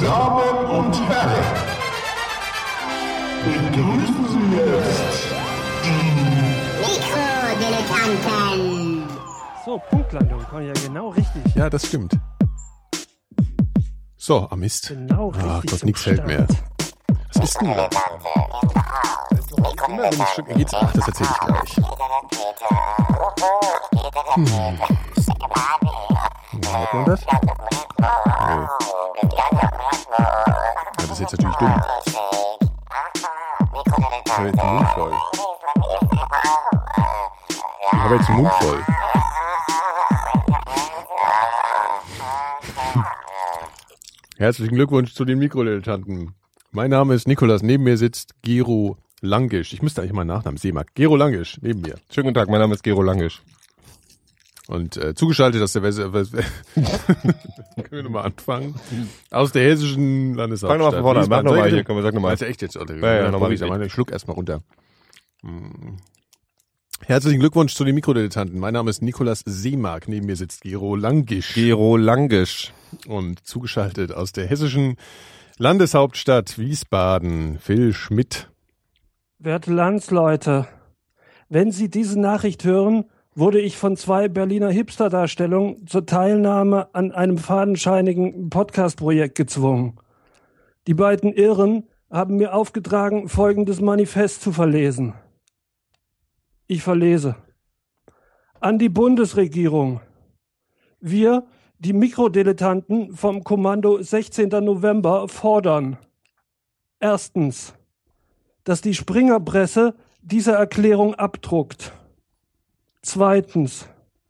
Damen und Herren, begrüßen Sie jetzt die Mikrodilettanten. So, Punktlandung, war ja genau richtig. Ja, das stimmt. So, Mist. Genau richtig. Ach Gott, nichts fällt mehr. Was ist denn das? Immer wenn ich schon geht's. Ach, das erzähl ich gleich. Hört man das? Nee. Ja, das ist jetzt natürlich dumm. Ich habe jetzt den Mund voll. Ich habe jetzt den Mund voll. Herzlichen Glückwunsch zu den Mikrodilettanten. Mein Name ist Nikolas, neben mir sitzt Gero Langisch. Ich müsste eigentlich mal einen Nachnamen Seemark. Gero Langisch, neben mir. Schönen guten Tag, mein Name ist Gero Langisch. Und zugeschaltet aus der können wir nochmal anfangen? Aus der hessischen Landeshauptstadt. Fang nochmal von vorne an, mach nochmal hier, komm, sag nochmal. Also echt jetzt, oder? Ja, nochmal ich schluck erstmal runter. Herzlichen Glückwunsch zu den Mikrodilettanten. Mein Name ist Nikolas Seemark, neben mir sitzt Gero Langisch. Gero Langisch. Und zugeschaltet aus der hessischen Landeshauptstadt Wiesbaden, Phil Schmidt. Werte Landsleute, wenn Sie diese Nachricht hören, wurde ich von 2 Berliner Hipster-Darstellungen zur Teilnahme an einem fadenscheinigen Podcast-Projekt gezwungen. Die beiden Irren haben mir aufgetragen, folgendes Manifest zu verlesen. Ich verlese. An die Bundesregierung. Wir, die Mikrodilettanten vom Kommando 16. November, fordern. Erstens, dass die Springerpresse diese Erklärung abdruckt. Zweitens,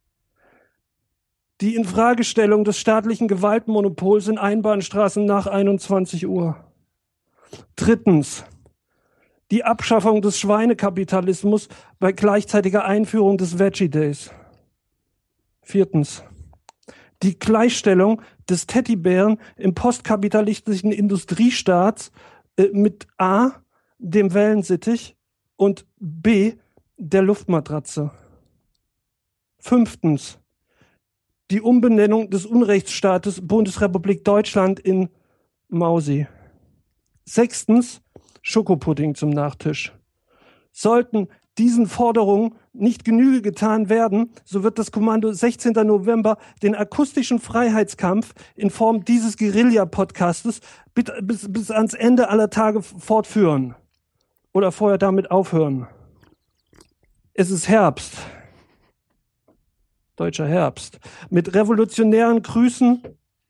die Infragestellung des staatlichen Gewaltmonopols in Einbahnstraßen nach 21 Uhr. Drittens, die Abschaffung des Schweinekapitalismus bei gleichzeitiger Einführung des Veggie Days. Viertens, die Gleichstellung des Teddybären im postkapitalistischen Industriestaats mit A, dem Wellensittich, und B, der Luftmatratze. Fünftens, die Umbenennung des Unrechtsstaates Bundesrepublik Deutschland in Mausi. Sechstens, Schokopudding zum Nachtisch. Sollten diesen Forderungen nicht Genüge getan werden, so wird das Kommando 16. November den akustischen Freiheitskampf in Form dieses Guerilla-Podcastes bis ans Ende aller Tage fortführen. Oder vorher damit aufhören. Es ist Herbst. Deutscher Herbst. Mit revolutionären Grüßen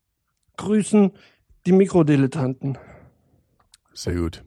die Mikrodilettanten. Sehr gut.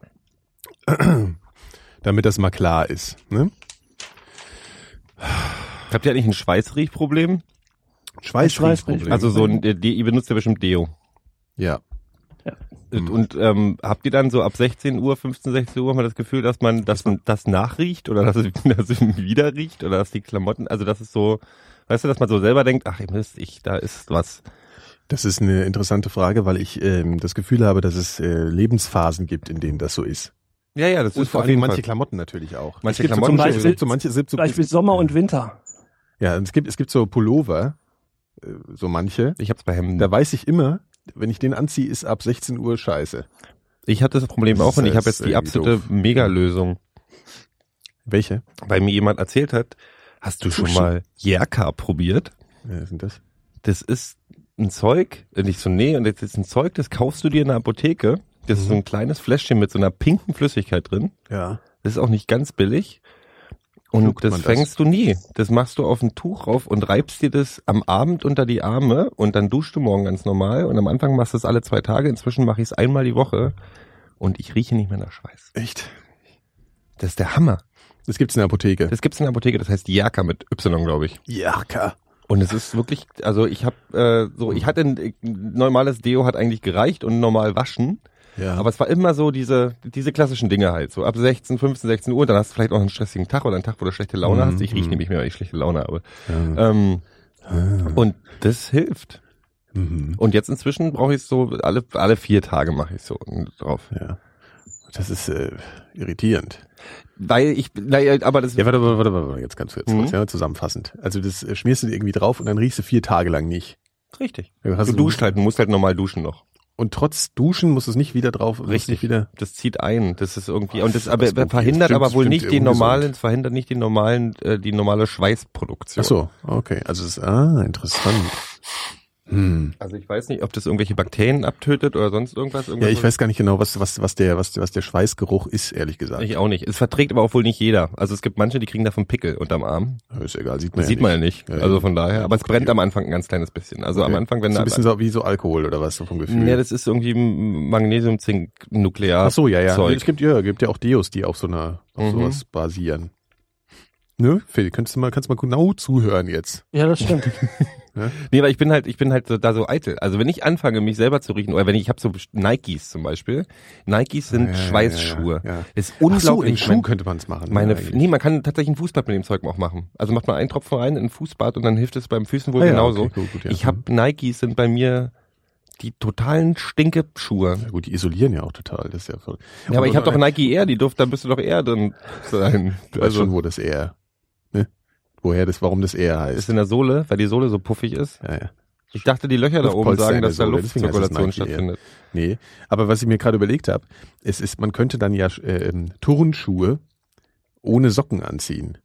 Damit das mal klar ist. Ne? Habt ihr eigentlich ein Schweißriechproblem? Schweißriechproblem. Also so ein, ihr benutzt ja bestimmt Deo. Ja. Und habt ihr dann so ab 16 Uhr, 15, 16 Uhr mal das Gefühl, dass man das nachriecht oder dass es wieder riecht oder dass die Klamotten, also das ist so, weißt du, dass man so selber denkt, ach da ist was. Das ist eine interessante Frage, weil ich das Gefühl habe, dass es Lebensphasen gibt, in denen das so ist. Ja, das Und ist vor allem manche Klamotten natürlich auch. Manche es gibt Klamotten, zum Beispiel Sommer und Winter. Ja, und es gibt so Pullover, so manche. Ich hab's bei Hemden. Da weiß ich immer, wenn ich den anziehe, ist ab 16 Uhr scheiße. Ich hatte das Problem auch und ich habe jetzt die absolute Mega-Lösung. Welche? Weil mir jemand erzählt hat, hast du schon mal Jerka probiert? Ja, was sind das? Das ist ein Zeug, und das ist ein Zeug, das kaufst du dir in der Apotheke. Das ist so ein kleines Fläschchen mit so einer pinken Flüssigkeit drin. Ja. Das ist auch nicht ganz billig. Und das fängst du nie. Das machst du auf ein Tuch rauf und reibst dir das am Abend unter die Arme und dann duschst du morgen ganz normal. Und am Anfang machst du es alle 2 Tage. Inzwischen mache ich es einmal die Woche und ich rieche nicht mehr nach Schweiß. Echt? Das ist der Hammer. Das gibt's in der Apotheke. Das heißt Jerka mit Y, glaube ich. Jerka. Und es ist wirklich, also ich hatte ein normales Deo hat eigentlich gereicht und normal waschen. Ja. Aber es war immer so diese klassischen Dinge halt. So ab 16, 15, 16 Uhr, dann hast du vielleicht auch einen stressigen Tag oder einen Tag, wo du schlechte Laune hast. Ich rieche nämlich mehr, weil ich schlechte Laune habe. Ja. Und das hilft. Und jetzt inzwischen brauche ich es so, alle 4 Tage mache ich so drauf. Ja. Das ist irritierend. Aber das... Ja, warte, jetzt ganz kurz, ja, zusammenfassend. Also das schmierst du dir irgendwie drauf und dann riechst du 4 Tage lang nicht. Richtig. Du duscht halt, du musst halt normal duschen noch. Und trotz Duschen muss es nicht wieder drauf. Richtig, wieder. Das zieht ein. Das ist irgendwie, und das aber das verhindert stimmt, aber wohl stimmt, nicht die ungesund. normalen, es verhindert nicht die normale Schweißproduktion. Ach so, okay. Also es ist, interessant. Also ich weiß nicht, ob das irgendwelche Bakterien abtötet oder sonst irgendwas. Ja, ich weiß gar nicht genau, was der Schweißgeruch ist, ehrlich gesagt. Ich auch nicht. Es verträgt aber auch wohl nicht jeder. Also es gibt manche, die kriegen davon Pickel unterm Arm. Ist egal, sieht Das sieht man ja nicht. Ja, also von daher. Aber es brennt am Anfang ein ganz kleines bisschen. Also am Anfang, wenn so da... ein bisschen so wie so Alkohol oder was, so vom Gefühl. Ja, das ist irgendwie Magnesium-Zink-Nuklear. Ach so, ja. Zeug. Es gibt ja auch Deos, die auf sowas basieren. Ne? Phil, kannst du mal genau zuhören jetzt. Ja, das stimmt. Nee, aber ich bin halt so, da so eitel. Also wenn ich anfange, mich selber zu riechen, oder wenn ich habe so Nikes zum Beispiel. Nikes sind Schweißschuhe. Ja. Das ist Ach so, unglaublich. im Schuh könnte man es machen. Man kann tatsächlich ein Fußbad mit dem Zeug auch machen. Also macht man einen Tropfen rein in ein Fußbad und dann hilft es beim Füßen wohl genauso. Okay, gut, ja. Ich habe Nikes sind bei mir die totalen Stinke-Schuhe. Ja gut, die isolieren ja auch total. Das ist ja voll. Ja, aber ich habe doch Nike Air, da müsste doch Air drin sein. Du weißt schon, wo das Air, ne? Warum das Air heißt. Ist in der Sohle, weil die Sohle so puffig ist. Ja. Ich dachte, die Löcher da oben sagen, dass da Sohle, deswegen heißt es Luftzirkulation Nike Air. stattfindet. Nee, aber was ich mir gerade überlegt habe, man könnte dann ja Turnschuhe ohne Socken anziehen.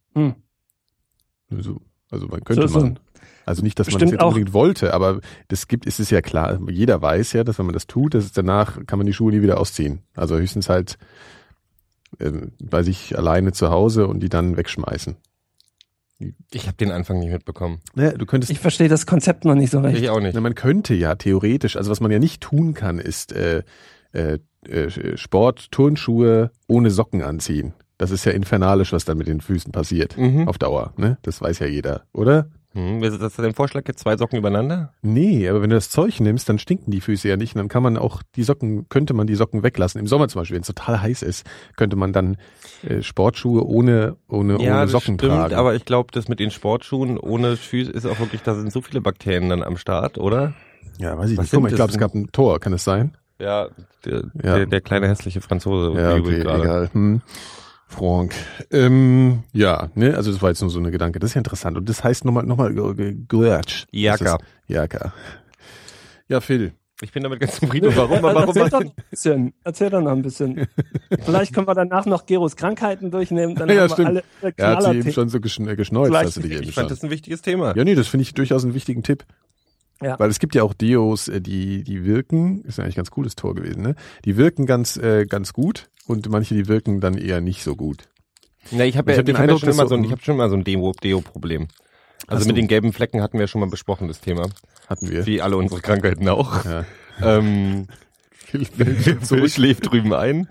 Also man könnte also nicht, dass man das jetzt unbedingt wollte, aber es ist ja klar, jeder weiß ja, dass wenn man das tut, danach kann man die Schuhe nie wieder ausziehen. Also höchstens halt bei sich alleine zu Hause und die dann wegschmeißen. Ich habe den Anfang nicht mitbekommen. Naja, du könntest. Ich verstehe das Konzept noch nicht so recht. Ich auch nicht. Na, man könnte ja theoretisch, also was man ja nicht tun kann, ist Sport-Turnschuhe ohne Socken anziehen. Das ist ja infernalisch, was dann mit den Füßen passiert. Auf Dauer, ne? Das weiß ja jeder, oder? Ist das dein Vorschlag jetzt 2 Socken übereinander? Nee, aber wenn du das Zeug nimmst, dann stinken die Füße ja nicht. Und dann könnte man die Socken weglassen. Im Sommer zum Beispiel, wenn es total heiß ist, könnte man dann Sportschuhe ohne Socken tragen. Aber ich glaube, das mit den Sportschuhen ohne Füße ist auch wirklich, da sind so viele Bakterien dann am Start, oder? Ja, weiß ich nicht. Guck mal, ich glaube, es gab ein Tor, kann es sein? Ja, der kleine hässliche Franzose. Ja, okay, egal. Frank. Ja, ne, also das war jetzt nur so eine Gedanke. Das ist ja interessant. Und das heißt nochmal Gürtsch. Jaka. Ja, Phil. Ich bin damit ganz zufrieden. Warum? Erzähl doch noch ein bisschen. Vielleicht können wir danach noch Geros Krankheiten durchnehmen. Dann Ja, haben stimmt. wir alle Er hat sie eben schon so geschneuzt. Hast du die eben Ich fand schon. das ein wichtiges Thema. Ja, nee, das finde ich durchaus einen wichtigen Tipp. Ja. Weil es gibt ja auch Deos, die wirken, ist ja eigentlich ein ganz cooles Tor gewesen, ne? Die wirken ganz gut und manche, die wirken dann eher nicht so gut. Ja, ich habe schon mal so ein Deo-Problem. Also mit den gelben Flecken hatten wir schon mal besprochen, das Thema. Hatten wir. Wie alle unsere Krankheiten auch. Ja. Phil schläft drüben ein.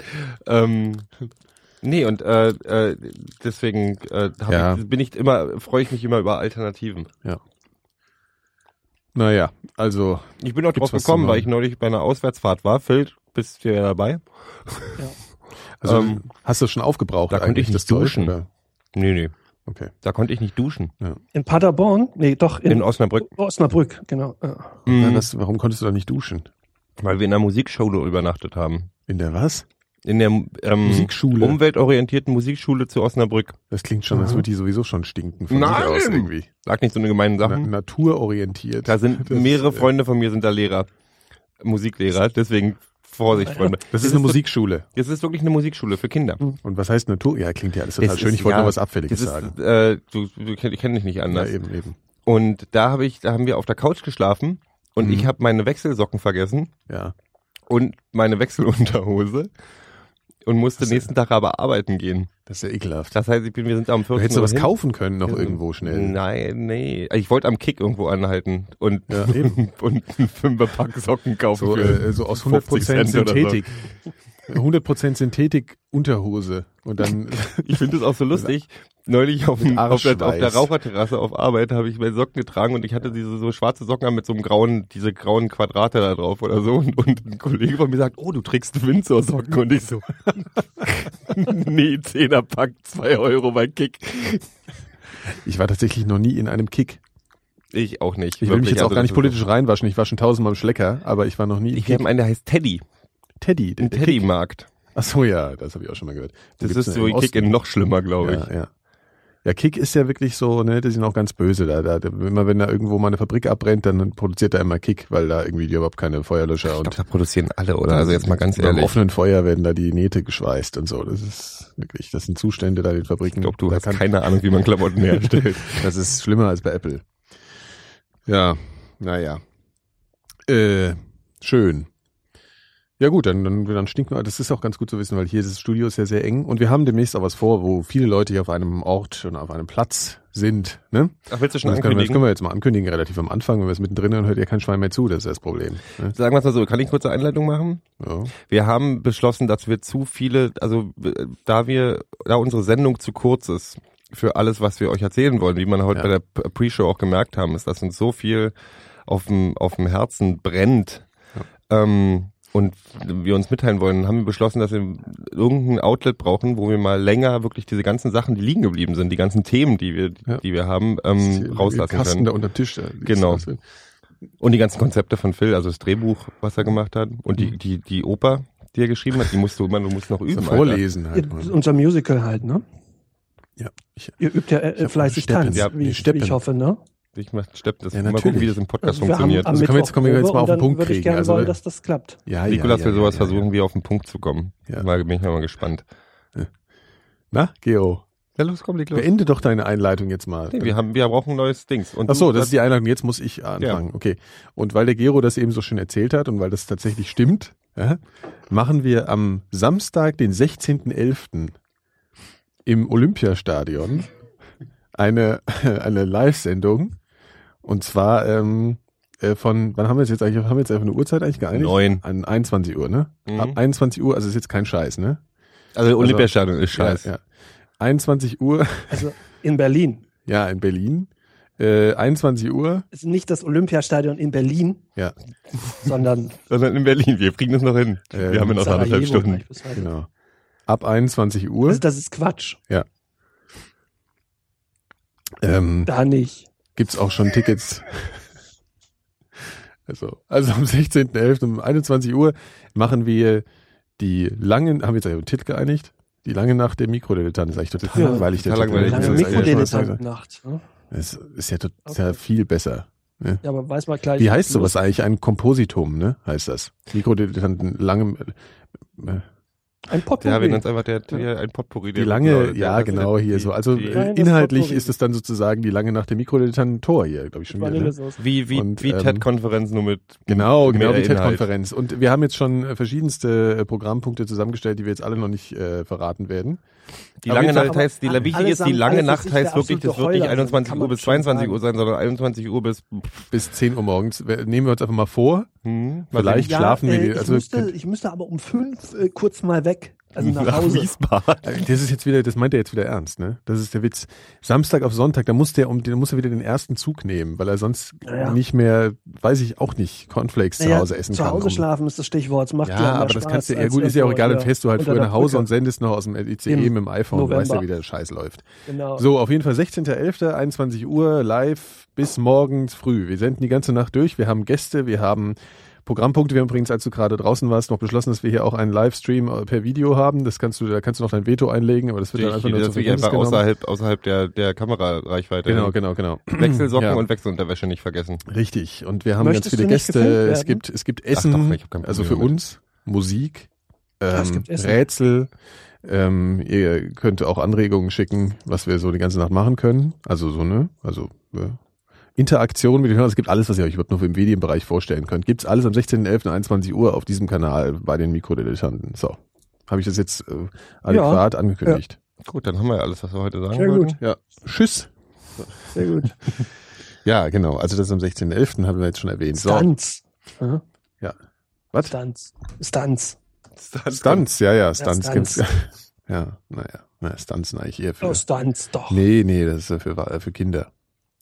Nee, und deswegen freue ich mich immer über Alternativen. Ja. Naja, also. Ich bin auch drauf gekommen, weil ich neulich bei einer Auswärtsfahrt war. Phil, bist du ja dabei? Ja. Also hast du schon aufgebraucht? Da konnte ich nicht duschen. Oder? Nee. Okay. Da konnte ich nicht duschen. Ja. In Paderborn? Nee, doch In Osnabrück. Osnabrück, genau. Ja. Warum konntest du da nicht duschen? Weil wir in einer Musikschule übernachtet haben. In der was? In der Musikschule. Umweltorientierten Musikschule zu Osnabrück. Das klingt schon, als würde die sowieso schon stinken von Nein! sich aus irgendwie. Sag nicht so eine gemeine Sachen. Naturorientiert. Da sind mehrere Freunde von mir sind da Lehrer. Musiklehrer, deswegen Vorsicht, Freunde. Das ist eine Musikschule. Das ist wirklich eine Musikschule für Kinder. Und was heißt Natur? Ja, klingt ja alles total schön. Ich wollte nur was Abfälliges sagen. Ich kenne dich nicht anders. Ja, eben. Und da haben wir auf der Couch geschlafen und ich habe meine Wechselsocken vergessen. Ja. Und meine Wechselunterhose. Und musste nächsten Tag aber arbeiten gehen. Das ist ja ekelhaft. Das heißt, wir sind am 14 Uhr. Du hättest du was hin. kaufen können noch irgendwo schnell. Nein, nee. Ich wollte am Kick irgendwo anhalten und, Ja, eben. und einen 5er-Pack Socken kaufen. So aus 50 100% Cent oder Synthetik. 100% Synthetik Unterhose. Und dann. Ich finde das auch so lustig. Neulich auf der Raucherterrasse auf Arbeit habe ich meine Socken getragen und ich hatte diese so schwarze Socken an mit so einem diese grauen Quadrate da drauf oder so und ein Kollege von mir sagt, oh, du trägst Windsor-Socken und ich so, nee, 10er-Pack, 2 Euro bei Kick. Ich war tatsächlich noch nie in einem Kick. Ich auch nicht. Ich will mich jetzt auch gar nicht politisch reinwaschen. Ich war schon 1000-mal im Schlecker, aber ich war noch nie. Wir haben einen, der heißt Teddy. Teddy. Ein Teddy-Markt. Ach so, ja, das habe ich auch schon mal gehört. Das ist so ein Kick in noch schlimmer, glaube ich. Ja. Ja, Kick ist ja wirklich so, ne, die sind auch ganz böse da. Immer wenn da irgendwo mal eine Fabrik abbrennt, dann produziert er immer Kick, weil da irgendwie die überhaupt keine Feuerlöscher Ich glaube, da produzieren alle, oder? Also jetzt mal ganz beim ehrlich. offenen Feuer werden da die Nähte geschweißt und so. Das ist wirklich, das sind Zustände da in den Fabriken. Ich glaube, du hast keine Ahnung, wie man Klamotten herstellt. Das ist schlimmer als bei Apple. Ja, naja. Schön. Ja gut, dann stinken wir. Das ist auch ganz gut zu wissen, weil hier das Studio ist ja sehr eng und wir haben demnächst auch was vor, wo viele Leute hier auf einem Ort und auf einem Platz sind. Ne? Ach, willst du schon ankündigen? Das können wir jetzt mal ankündigen, relativ am Anfang. Wenn wir es mittendrin hören, hört ihr kein Schwein mehr zu. Das ist das Problem. Ne? Sagen wir es mal so, kann ich eine kurze Einleitung machen? Ja. Wir haben beschlossen, dass wir zu viele, also da unsere Sendung zu kurz ist für alles, was wir euch erzählen wollen, wie man heute bei der Pre-Show auch gemerkt haben, ist, dass uns so viel auf dem Herzen brennt. Ja. Und wir uns mitteilen wollen, haben wir beschlossen, dass wir irgendein Outlet brauchen, wo wir mal länger wirklich diese ganzen Sachen, die liegen geblieben sind, die ganzen Themen, die wir haben, rauslassen Kasten können. Da unter dem Tisch. Da genau. Und die ganzen Konzepte von Phil, also das Drehbuch, was er gemacht hat, und die Oper, die er geschrieben hat, du musst noch üben. Vorlesen halt. Unser Musical halt, ne? Ja. Ihr übt ja fleißig Tanz, wie ich hoffe, ne? Ich mach Steppen, das ja, mal gucken, wie das im Podcast also funktioniert. Also können wir jetzt mal auf den Punkt würde kriegen. Ich gerne wollen, dass das klappt. Ja, Nikolas will sowas versuchen, wie auf den Punkt zu kommen. Ja. Bin ich mal gespannt. Na, Geo? Ja, los, komm, leg los. Beende doch deine Einleitung jetzt mal. Nee, wir brauchen ein neues Dings. Ach so, das ist die Einleitung. Jetzt muss ich anfangen. Ja. Okay. Und weil der Gero das eben so schön erzählt hat und weil das tatsächlich stimmt, machen wir am Samstag, den 16.11. im Olympiastadion eine Live-Sendung. Und zwar von, wann haben wir jetzt eigentlich, haben wir jetzt einfach eine Uhrzeit eigentlich geeinigt? 9. An 21 Uhr, ne? Mhm. Ab 21 Uhr, also ist jetzt kein Scheiß, ne? Also Olympiastadion ist Scheiß. Ja. 21 Uhr. Also in Berlin. Ja, in Berlin. 21 Uhr. Ist nicht das Olympiastadion in Berlin, ja, sondern in Berlin. Wir kriegen das noch hin. Wir haben ja noch anderthalb Stunden. Genau. Ab 21 Uhr. Also das ist Quatsch. Ja. Da nicht. Gibt's auch schon Tickets. Also am 16.11. um 21 Uhr machen wir die langen, haben wir jetzt eigentlich einen Titel geeinigt? Die lange Nacht der Mikrodilettanten. Das ist eigentlich total langweilig. Total langweilig. Lange Mikrodilettantennacht. Ne? Das ist ja viel besser. Ne? Ja, aber weiß mal gleich. Wie heißt sowas eigentlich? Ein Kompositum, ne? Heißt das. Mikrodilettanten, lange... Ein Potpourri. Ja, wir nennen es einfach ein Potpourri. Die lange, genau, hier so. Also inhaltlich ist es dann sozusagen die lange Nacht der Mikrodilettanten Tor hier, glaube ich schon wieder. Ne? Wie TED-Konferenz, nur mit Genau, mehr die TED-Konferenz. Und wir haben jetzt schon verschiedenste Programmpunkte zusammengestellt, die wir jetzt alle noch nicht verraten werden. Die lange Nacht heißt, wichtig ist, die lange Nacht heißt wirklich, das wird nicht 21 Uhr bis 22 Uhr sein, sondern 21 Uhr bis 10 Uhr morgens. Nehmen wir uns einfach mal vor. Vielleicht schlafen wir. Also ich müsste aber um 5 kurz mal weg. Also nach Hause. Das ist jetzt wieder, das meint er jetzt wieder ernst, ne? Das ist der Witz. Samstag auf Sonntag, da muss er wieder den ersten Zug nehmen, weil er sonst nicht mehr, weiß ich auch nicht, Cornflakes zu Hause essen kann. Zu Hause schlafen ist das Stichwort. Das macht aber das kannst du, gut, ist ja auch egal, dann fährst du halt früher nach Hause und sendest noch aus dem ICE mit dem iPhone, du weißt ja, wie der Scheiß läuft. Genau. So, auf jeden Fall 16.11., 21 Uhr, live bis morgens früh. Wir senden die ganze Nacht durch, wir haben Gäste, wir haben Programmpunkte. Wir haben übrigens, als du gerade draußen warst, noch beschlossen, dass wir hier auch einen Livestream per Video haben. Da kannst du noch dein Veto einlegen, aber das wird dann einfach nur zu einfach außerhalb der Kamerareichweite. Genau. Wechselsocken und Wechselunterwäsche nicht vergessen. Richtig. Und wir haben ganz viele Gäste. Es gibt Essen, also für uns, Musik, Rätsel. Ihr könnt auch Anregungen schicken, was wir so die ganze Nacht machen können. Interaktion mit den Hörern, es gibt alles, was ihr euch nur im Medienbereich vorstellen könnt. Gibt's alles am 16.11. 21 Uhr auf diesem Kanal bei den Mikrodilettanten. So, habe ich das jetzt adäquat angekündigt. Ja. Gut, dann haben wir ja alles, was wir heute sagen Sehr wollten. gut. Ja, tschüss. Sehr gut. Ja, genau, also das am 16.11. haben wir jetzt schon erwähnt. Stunts. So. Ja. Was? Stunts, ja, Stunts gibt's. Ja, Stunts eigentlich eher für... Oh, Stunts, doch. Nee, das ist für Kinder.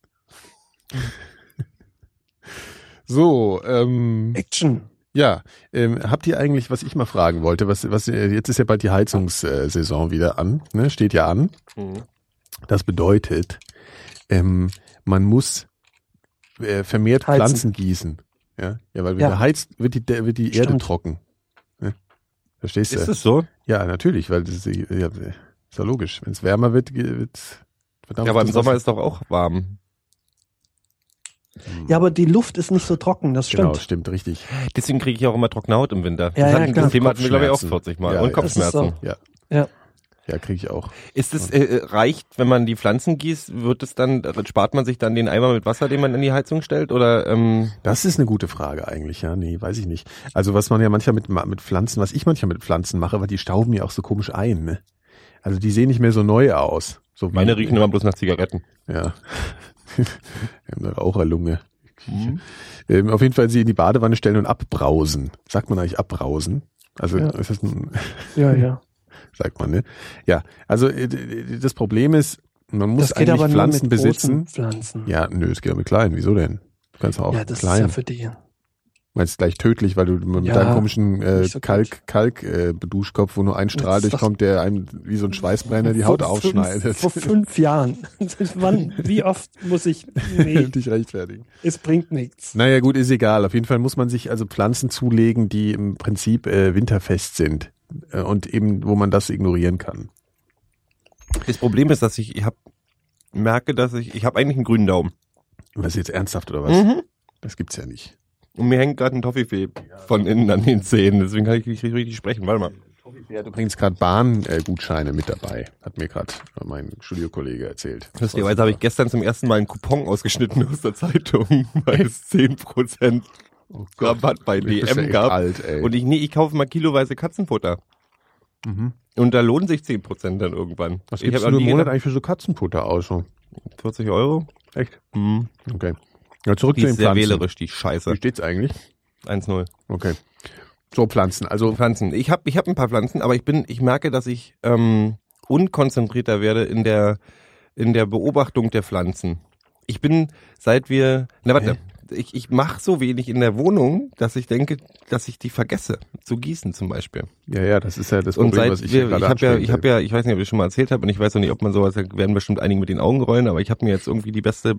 So, Action. Ja, habt ihr eigentlich, was ich mal fragen wollte, was jetzt ist ja bald die Heizungssaison wieder an, ne? Steht ja an. Mhm. Das bedeutet, man muss vermehrt heizen. Pflanzen gießen. Ja, weil wenn du heizt, wird die Erde trocken. Ne? Verstehst du? Ist das so? Ja, natürlich, weil das ist ja logisch. Wenn es wärmer wird Verdammt, Ja, aber im Sommer ist doch auch warm. Ja, aber die Luft ist nicht so trocken, das stimmt. Genau, stimmt, richtig. Deswegen kriege ich auch immer trockene Haut im Winter. Ja, Das klar. Thema hatten wir, glaube ich, auch Kopfschmerzen. 40 Mal. Ja, Und ja. Kopfschmerzen. Das ist Ja. Ja. Kriege ich auch. Ist es, reicht, wenn man die Pflanzen gießt, spart man sich dann den Eimer mit Wasser, den man in die Heizung stellt, oder, Das ist eine gute Frage eigentlich, ja. Nee, weiß ich nicht. Also was man ja manchmal mit Pflanzen, was ich manchmal mit Pflanzen mache, weil die stauben ja auch so komisch ein, ne? Also die sehen nicht mehr so neu aus. So meine riechen immer bloß nach Zigaretten. Ja. Wir haben eine Raucherlunge. Auf jeden Fall sie in die Badewanne stellen und abbrausen. Sagt man eigentlich abbrausen? Also Ja. ist das ein, Ja. sagt man, ne? Ja, also das Problem ist, man muss Das geht eigentlich aber Pflanzen nur mit besitzen. großen Pflanzen. Ja, nö, es geht auch mit kleinen. Wieso denn? Du kannst auch Ja, das klein. ist ja für die. Meinst du gleich tödlich, weil du mit Ja, deinem komischen nicht so Beduschkopf, wo nur ein Strahl Das ist durchkommt, der einem wie so ein Schweißbrenner die Haut aufschneidet. Vor 5 Jahren. Wie oft muss ich? Nee, Dich rechtfertigen. es bringt nichts. Naja, gut, ist egal. Auf jeden Fall muss man sich also Pflanzen zulegen, die im Prinzip winterfest sind und eben, wo man das ignorieren kann. Das Problem ist, dass ich merke, dass ich habe eigentlich einen grünen Daumen. Was jetzt ernsthaft oder was? Das gibt's ja nicht. Und mir hängt gerade ein Toffifee von innen an den Zähnen, deswegen kann ich nicht richtig sprechen. Warte mal. Ja, du bringst gerade Bahngutscheine mit dabei, hat mir gerade mein Studiokollege erzählt. Lustigerweise habe ich gestern zum ersten Mal einen Coupon ausgeschnitten aus der Zeitung, weil es 10% Rabatt bei bist ja DM echt gab. alt, ey. Und ich kaufe mal kiloweise Katzenfutter. Und da lohnen sich 10% dann irgendwann. Was Ich gibst hab du auch im nie Monat gedacht, eigentlich für so Katzenfutter aus? So? 40 Euro? Echt? Mhm. Okay. Ja, zurück Die zu den ist sehr Pflanzen. wählerisch, die Scheiße. Wie steht's eigentlich? 1-0. Okay. So, Pflanzen. Also, Pflanzen. Ich hab ein paar Pflanzen, aber ich merke, dass ich unkonzentrierter werde in der Beobachtung der Pflanzen. Ich bin, ich mache so wenig in der Wohnung, dass ich denke, dass ich die vergesse zu gießen zum Beispiel. ja, das ist ja das Und Problem, was ich hier gerade ich ansprechen will. weiß nicht, ob ich schon mal erzählt habe, und ich weiß auch nicht, ob man sowas, da werden bestimmt einige mit den Augen rollen, aber ich habe mir jetzt irgendwie die beste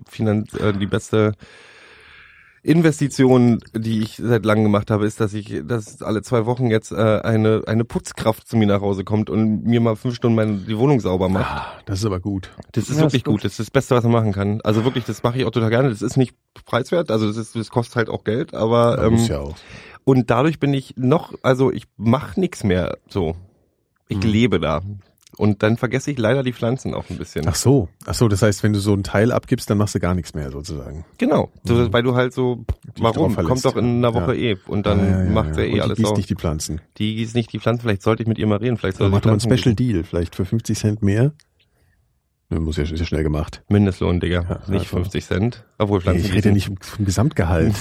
Investition, die ich seit langem gemacht habe, ist, dass alle 2 Wochen jetzt eine Putzkraft zu mir nach Hause kommt und mir mal 5 Stunden die Wohnung sauber macht. Ah, das ist aber gut. Das ist Ja, wirklich ist gut. gut. Das ist das Beste, was man machen kann. Also wirklich, das mache ich auch total gerne. Das ist nicht preiswert, also das kostet halt auch Geld, aber Muss ja auch. und dadurch bin ich ich mache nichts mehr so. Ich lebe da. Und dann vergesse ich leider die Pflanzen auch ein bisschen. Ach so, das heißt, wenn du so einen Teil abgibst, dann machst du gar nichts mehr sozusagen. Genau, weil du halt so, warum? drauf Kommt verlässt. doch in einer Woche Ja. und dann macht er Und die alles gießt auf. nicht die Pflanzen. Die gießt nicht die Pflanzen, vielleicht sollte ich mit ihr mal reden. Vielleicht soll Dann sie macht doch mal einen Pflanzen Special gießen. Deal, vielleicht für 50 Cent mehr. Ne, ist ja schnell gemacht. Mindestlohn, Digga. Ja, nicht also. 50 Cent. Obwohl Nee, Pflanzen ich rede ja nicht vom Gesamtgehalt.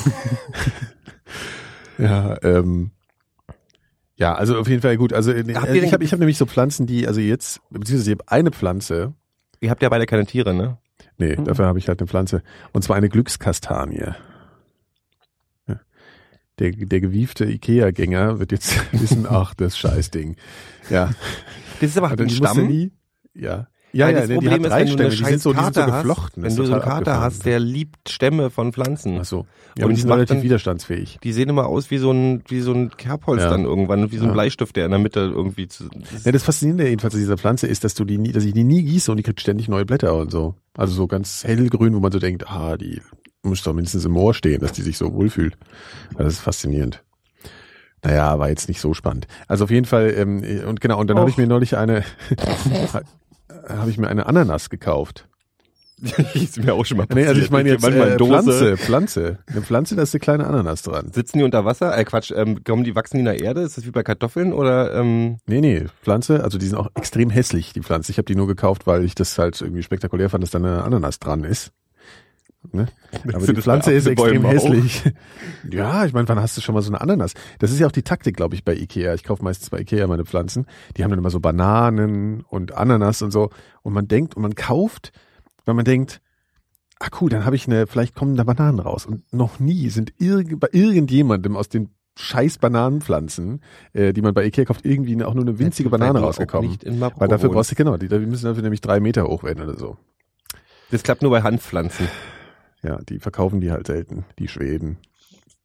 Ja, also auf jeden Fall gut. Also ich hab nämlich so Pflanzen, die, also jetzt, beziehungsweise ich habe eine Pflanze. Ihr habt ja beide keine Tiere, ne? Nee, dafür habe ich halt eine Pflanze. Und zwar eine Glückskastanie. Ja. Der gewiefte Ikea-Gänger wird jetzt wissen, ach, das Scheißding. Ja. Das ist aber Und dann ein die muss Stamm. nie, ja. Ja, das die Problem hat ist, 3 wenn du Stämme, eine die sind so Kater hast, geflochten. wenn Das du ist so einen total Kater abgefahren. hast, der liebt Stämme von Pflanzen. Ach so. Ja, Und aber die die sind macht relativ dann- widerstandsfähig. Die sehen immer aus wie so ein Kerbholz Ja. dann irgendwann, wie so ein Ja. Bleistift, der in der Mitte irgendwie Ja, das Faszinierende jedenfalls an dieser Pflanze ist, dass ich die nie gieße und die kriegt ständig neue Blätter und so. Also so ganz hellgrün, wo man so denkt, die muss doch mindestens im Moor stehen, dass die sich so wohlfühlt. Also das ist faszinierend. Naja, war jetzt nicht so spannend. Also auf jeden Fall, und dann habe ich mir neulich eine Ananas gekauft. ist mir auch schon mal Nee, also ich meine jetzt manchmal Dose. Pflanze. Eine Pflanze, da ist eine kleine Ananas dran. Sitzen die unter Wasser? Quatsch, die wachsen die in der Erde? Ist das wie bei Kartoffeln oder? Nee, Pflanze, also die sind auch extrem hässlich, die Pflanze. Ich habe die nur gekauft, weil ich das halt irgendwie spektakulär fand, dass da eine Ananas dran ist. Ne? Aber du die das Pflanze bei ist extrem Apfelbäumen auch? hässlich. Ja, ich meine, wann hast du schon mal so eine Ananas? Das ist ja auch die Taktik, glaube ich, bei Ikea. Ich kaufe meistens bei Ikea meine Pflanzen. Die haben dann immer so Bananen und Ananas und so. Und man denkt und man kauft, weil man denkt, cool, dann habe ich vielleicht kommen da Bananen raus. Und noch nie sind bei irgendjemandem aus den scheiß Bananenpflanzen, die man bei Ikea kauft, irgendwie auch nur eine winzige Banane rausgekommen. Nicht in Marokko Weil dafür wohnst. brauchst du, die müssen dafür nämlich 3 Meter hoch werden oder so. Das klappt nur bei Handpflanzen. Ja, die verkaufen die halt selten, die Schweden.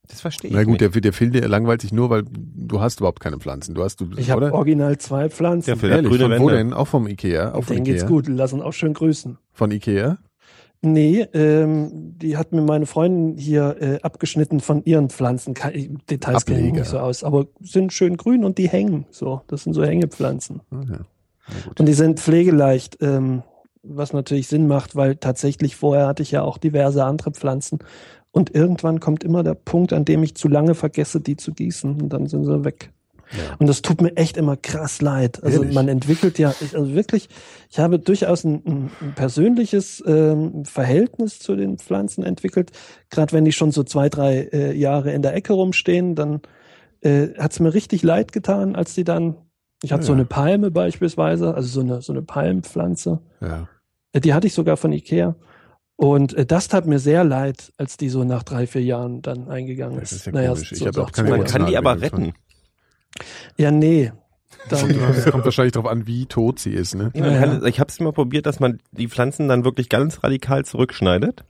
Das verstehe ich Na gut, nicht. der Phil, der langweilt sich nur, weil du hast überhaupt keine Pflanzen. Ich habe original 2 Pflanzen. Ja, Ehrlich, grüne von wo Wände. denn? Auch vom Ikea? Auch von Denen Ikea? geht's gut, lassen auch schön grüßen. Von Ikea? Nee, die hat mir meine Freundin hier abgeschnitten von ihren Pflanzen. Details kenne ich Ableger. nicht so aus, aber sind schön grün und die hängen so. Das sind so Hängepflanzen. Ah, ja. Na gut. Und die sind pflegeleicht, was natürlich Sinn macht, weil tatsächlich vorher hatte ich ja auch diverse andere Pflanzen. Und irgendwann kommt immer der Punkt, an dem ich zu lange vergesse, die zu gießen. Und dann sind sie weg. Ja. Und das tut mir echt immer krass leid. Also Ehrlich? man entwickelt ja, ich habe durchaus ein persönliches Verhältnis zu den Pflanzen entwickelt. Gerade wenn die schon so 2-3 Jahre in der Ecke rumstehen, dann hat es mir richtig leid getan, als die dann, ich hatte so eine Palme beispielsweise, also so eine Palmpflanze. Ja. Die hatte ich sogar von Ikea. Und das tat mir sehr leid, als die so nach 3-4 Jahren dann eingegangen Das ist. ist ja komisch. Ich habe auch keine Man kann die aber Emotionalbindung retten. Ja, nee. Dann, Es kommt wahrscheinlich darauf an, wie tot sie ist, ne? Ja, ich habe es mal probiert, dass man die Pflanzen dann wirklich ganz radikal zurückschneidet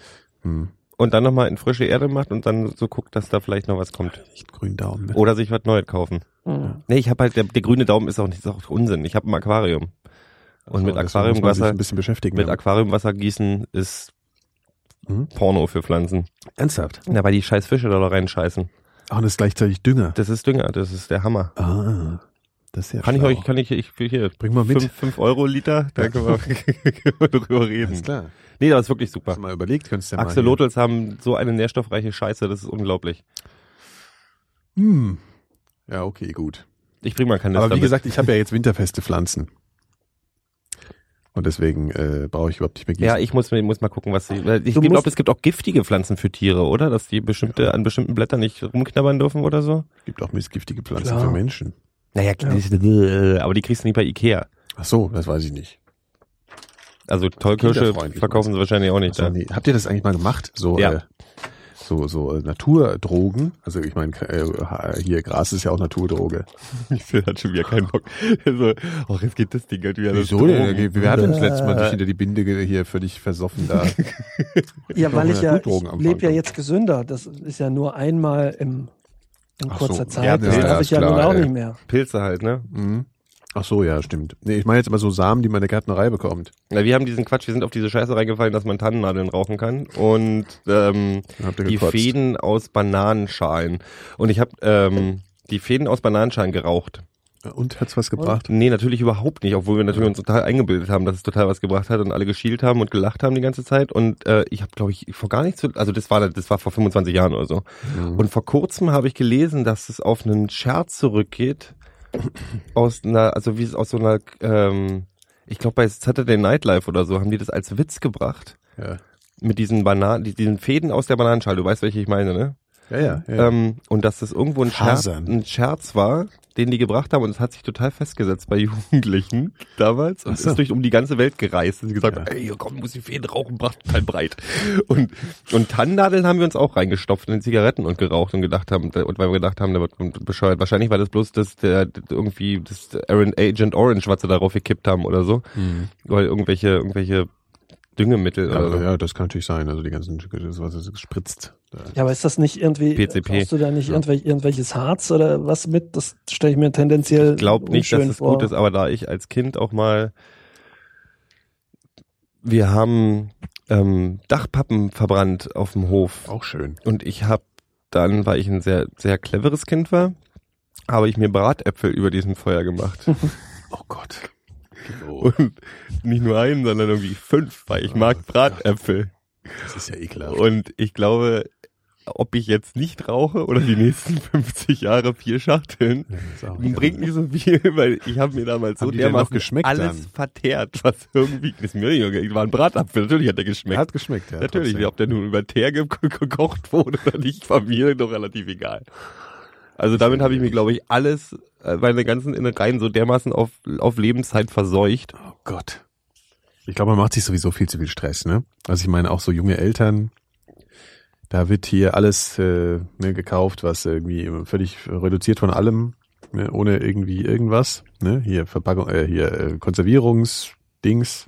und dann nochmal in frische Erde macht und dann so guckt, dass da vielleicht noch was kommt. Nicht grünen Daumen. Ne? Oder sich was Neues kaufen. Nee, ich habe halt, der grüne Daumen ist auch nicht, ist auch Unsinn. Ich habe ein Aquarium. Und mit Also, deswegen muss man sich Aquariumwasser, ein bisschen beschäftigen. mit ja. Aquariumwasser gießen ist Porno für Pflanzen. Ernsthaft? Ja, weil die scheiß Fische da reinscheißen. Ach, und das ist gleichzeitig Dünger. Das ist Dünger, das ist der Hammer. Ah, das ist ja Kann schlau. ich hier, Bring mal mit. 5 Euro Liter, da können wir drüber reden. Alles klar. Nee, das ist wirklich Hast super. du mal überlegt, könntest du ja mal Axolotls haben so eine nährstoffreiche Scheiße, das ist unglaublich. hier- Ja, okay, gut. Ich bring mal Kanister Aber wie mit. gesagt, ich habe ja jetzt winterfeste Pflanzen. Und deswegen brauche ich überhaupt nicht mehr gießen. Ja, ich muss mal gucken, was sie. Ich Du glaube, musst- es gibt auch giftige Pflanzen für Tiere, oder? Dass die an bestimmten Blättern nicht rumknabbern dürfen oder so? Es gibt auch missgiftige Pflanzen Klar. für Menschen. Naja, aber die kriegst du nicht bei Ikea. Ach so, das weiß ich nicht. Also Tollkirsche Kinderfreundlich, verkaufen sie wahrscheinlich auch nicht. Ach so, nee. Habt ihr das eigentlich mal gemacht? So, Ja. so Naturdrogen? Also ich meine, hier Gras ist ja auch Naturdroge. Ich hat schon wieder keinen Bock. So, jetzt geht das Ding halt wieder. Wieso denn? Wer hat uns letztes Mal durch hinter die Binde hier völlig versoffen da? ja, weil Doch, ich ja, Naturdrogen ich am lebe ja Anfang. jetzt gesünder. Das ist ja nur einmal in Ach so. kurzer Zeit. Ja, das ja, darf ist ich ja klar, nun auch ey. nicht mehr. Pilze halt, ne? Mhm. Ach so, ja, stimmt. Nee, ich meine jetzt immer so Samen, die man in der Gärtnerei bekommt. Na, wir haben diesen Quatsch, wir sind auf diese Scheiße reingefallen, dass man Tannennadeln rauchen kann und Habt ihr die gekotzt? Fäden aus Bananenschalen. Und ich habe die Fäden aus Bananenschalen geraucht. Und hat's was gebracht? Nee, natürlich überhaupt nicht, obwohl wir natürlich uns total eingebildet haben, dass es total was gebracht hat und alle geschielt haben und gelacht haben die ganze Zeit. Und ich habe, glaube ich, vor gar nicht so, also das war vor 25 Jahren oder so. Und vor kurzem habe ich gelesen, dass es auf einen Scherz zurückgeht, aus einer, also wie es aus so einer, ich glaube bei Saturday Night Live oder so, haben die das als Witz gebracht. Ja. Mit diesen diesen Fäden aus der Bananenschale, du weißt, welche ich meine, ne? Ja. Und dass das irgendwo Fasern. ein Scherz war, den die gebracht haben und es hat sich total festgesetzt bei Jugendlichen damals und Ach so. ist um die ganze Welt gereist. Und sie gesagt Ja. haben, ey, komm, muss die Fäden rauchen, bracht total breit. Und Tannennadeln haben wir uns auch reingestopft in den Zigaretten und geraucht und gedacht haben, und weil wir gedacht haben, der wird bescheuert. Wahrscheinlich war das bloß das Agent Orange, was sie darauf gekippt haben oder so. Weil irgendwelche Düngemittel oder so. Ja, das kann natürlich sein. Also die ganzen, das, was es gespritzt. Ja, aber ist das nicht irgendwie, PCP. brauchst du da nicht irgendwelches Harz oder was mit? Das stelle ich mir tendenziell Ich glaube nicht, dass unschön es vor. gut ist, aber da ich als Kind auch mal, wir haben Dachpappen verbrannt auf dem Hof Auch schön. und ich habe dann, weil ich ein sehr, sehr cleveres Kind war, habe ich mir Bratäpfel über diesem Feuer gemacht. Oh Gott. Oh, Und nicht nur einen, sondern irgendwie 5, weil ich mag Bratäpfel. das ist ja ekelhaft. Und ich glaube, ob ich jetzt nicht rauche oder die nächsten 50 Jahre 4 Schachteln, Ja, das ist auch bringt nicht so viel, weil ich habe mir damals so Haben die denn noch dermaßen geschmeckt alles dann? verteert, was irgendwie, das ist mir nicht, war ein Bratapfel, natürlich hat der geschmeckt. Hat geschmeckt, ja. Natürlich, trotzdem. ob der nun über Teer gekocht wurde oder nicht, war mir doch relativ egal. Also damit habe ich mir, glaube ich, alles, meine ganzen Innereien so dermaßen auf Lebenszeit verseucht. Oh Gott. Ich glaube, man macht sich sowieso viel zu viel Stress, ne? Also ich meine, auch so junge Eltern, da wird hier alles gekauft, was irgendwie völlig reduziert von allem, ne? Ohne irgendwie irgendwas, ne? Hier Verpackung, Konservierungsdings,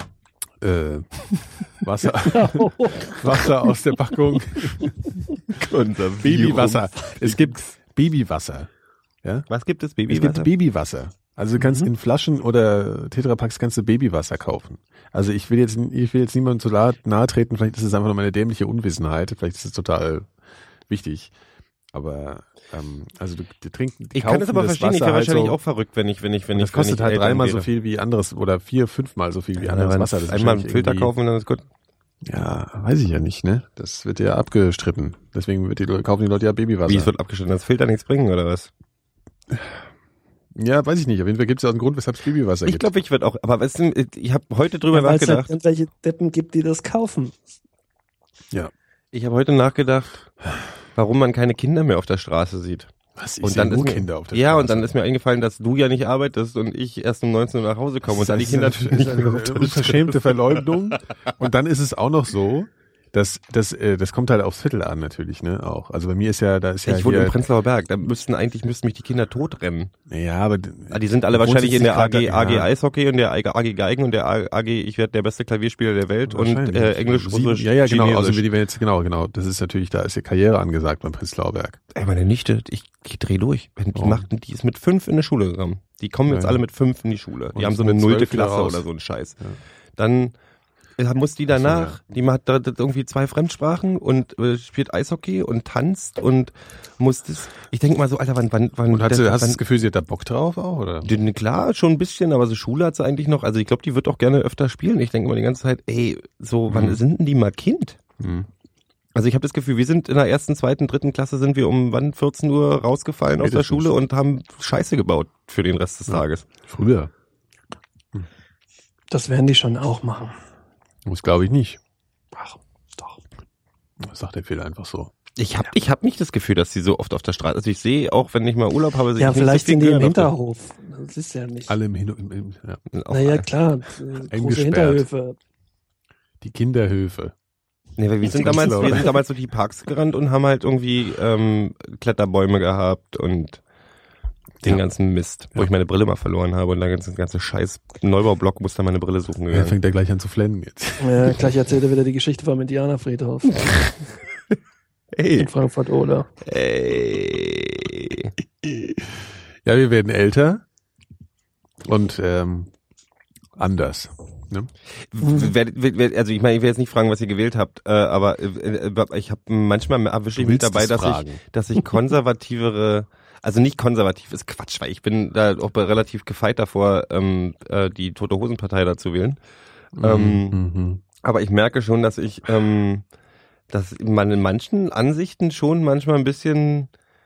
Wasser aus der Packung. Unser Babywasser. Es gibt Babywasser. Ja? Was gibt es? Babywasser? Es gibt Babywasser. Also du kannst in Flaschen oder Tetrapacks kannst du Babywasser kaufen. Also ich will jetzt niemandem zu nahe treten, vielleicht ist es einfach nur meine dämliche Unwissenheit, vielleicht ist es total wichtig. Aber also du trinkst. Ich kann das aber verstehen, ich wäre wahrscheinlich auch verrückt, wenn ich das kostet halt 3-mal so viel wie anderes oder 4-5-mal so viel wie anderes Wasser. Das einmal einen Filter kaufen und dann ist gut. Ja, weiß ich ja nicht, ne? Das wird ja abgestritten. Deswegen kaufen die Leute ja Babywasser. Wie, es wird abgestritten, dass Filter nichts bringen, oder was? Ja, weiß ich nicht. Auf jeden Fall gibt es ja auch einen Grund, weshalb es Babywasser gibt. Ich glaube, ich werde auch, aber weißt du, ich habe heute drüber nachgedacht. Weil es halt irgendwelche Deppen gibt, die das kaufen. Ja. Ich habe heute nachgedacht, warum man keine Kinder mehr auf der Straße sieht. Was? Und dann ist Kinder auf der Straße. Ja, und dann ist mir eingefallen, dass du ja nicht arbeitest und ich erst um 19 Uhr nach Hause komme und dann die Kinder natürlich nicht mehr auf der unverschämte Verleumdung. Und dann ist es auch noch so, das kommt halt aufs Viertel an natürlich, ne, auch. Also bei mir ist ja, da ist ja ich wohne im Prenzlauer Berg, da müssten mich die Kinder totrennen. Ja, aber die sind alle wahrscheinlich in der AG Eishockey und der AG Geigen und der AG ich werde der beste Klavierspieler der Welt und Englisch, Russisch, ja, genau, Chinesisch. also wir jetzt genau, das ist natürlich, da ist ja Karriere angesagt beim Prenzlauer Berg. Ey, meine Nichte, ich dreh durch. Die ist mit 5 in die Schule gegangen. Die kommen jetzt alle mit 5 in die Schule. Die haben so eine 0. Klasse oder so einen Scheiß. Ja. Dann muss die danach, die hat da irgendwie 2 Fremdsprachen und spielt Eishockey und tanzt und muss das, ich denke mal so, Alter, wann und hast du das Gefühl, sie hat da Bock drauf auch, oder? Klar, schon ein bisschen, aber so Schule hat sie eigentlich noch, also ich glaube, die wird auch gerne öfter spielen. Ich denke mal die ganze Zeit, wann sind denn die mal Kind? Also ich habe das Gefühl, wir sind in der 1., 2., 3. Klasse sind wir um 14 Uhr rausgefallen aus der Schule und haben Scheiße gebaut für den Rest des Tages. Früher. Das werden die schon auch machen. Das glaube ich nicht. Ach, doch. Das sagt der Fehler einfach so. Ich hab nicht das Gefühl, dass sie so oft auf der Straße, also ich sehe auch, wenn ich mal Urlaub habe, ja, vielleicht sind die im Hinterhof. Das ist ja nicht. Alle im ja. Naja, klar. Große Hinterhöfe. Die Kinderhöfe. Nee, weil wir sind damals so die Parks gerannt und haben halt irgendwie Kletterbäume gehabt und den ganzen Mist, wo ich meine Brille mal verloren habe und dann ganze scheiß Neubaublock musste dann meine Brille suchen gegangen. Ja, fängt er gleich an zu flennen jetzt. Ja, gleich erzählt er wieder die Geschichte vom Indianerfriedhof. In Frankfurt oder. Ja, wir werden älter und anders. Ne? Also ich meine, ich will jetzt nicht fragen, was ihr gewählt habt, aber ich habe manchmal erwische ich mich dabei, dass ich konservativere, also nicht konservativ ist Quatsch, weil ich bin da auch relativ gefeit davor, die Tote Hosen Partei da zu wählen. Aber ich merke schon, dass dass man in manchen Ansichten schon manchmal ein bisschen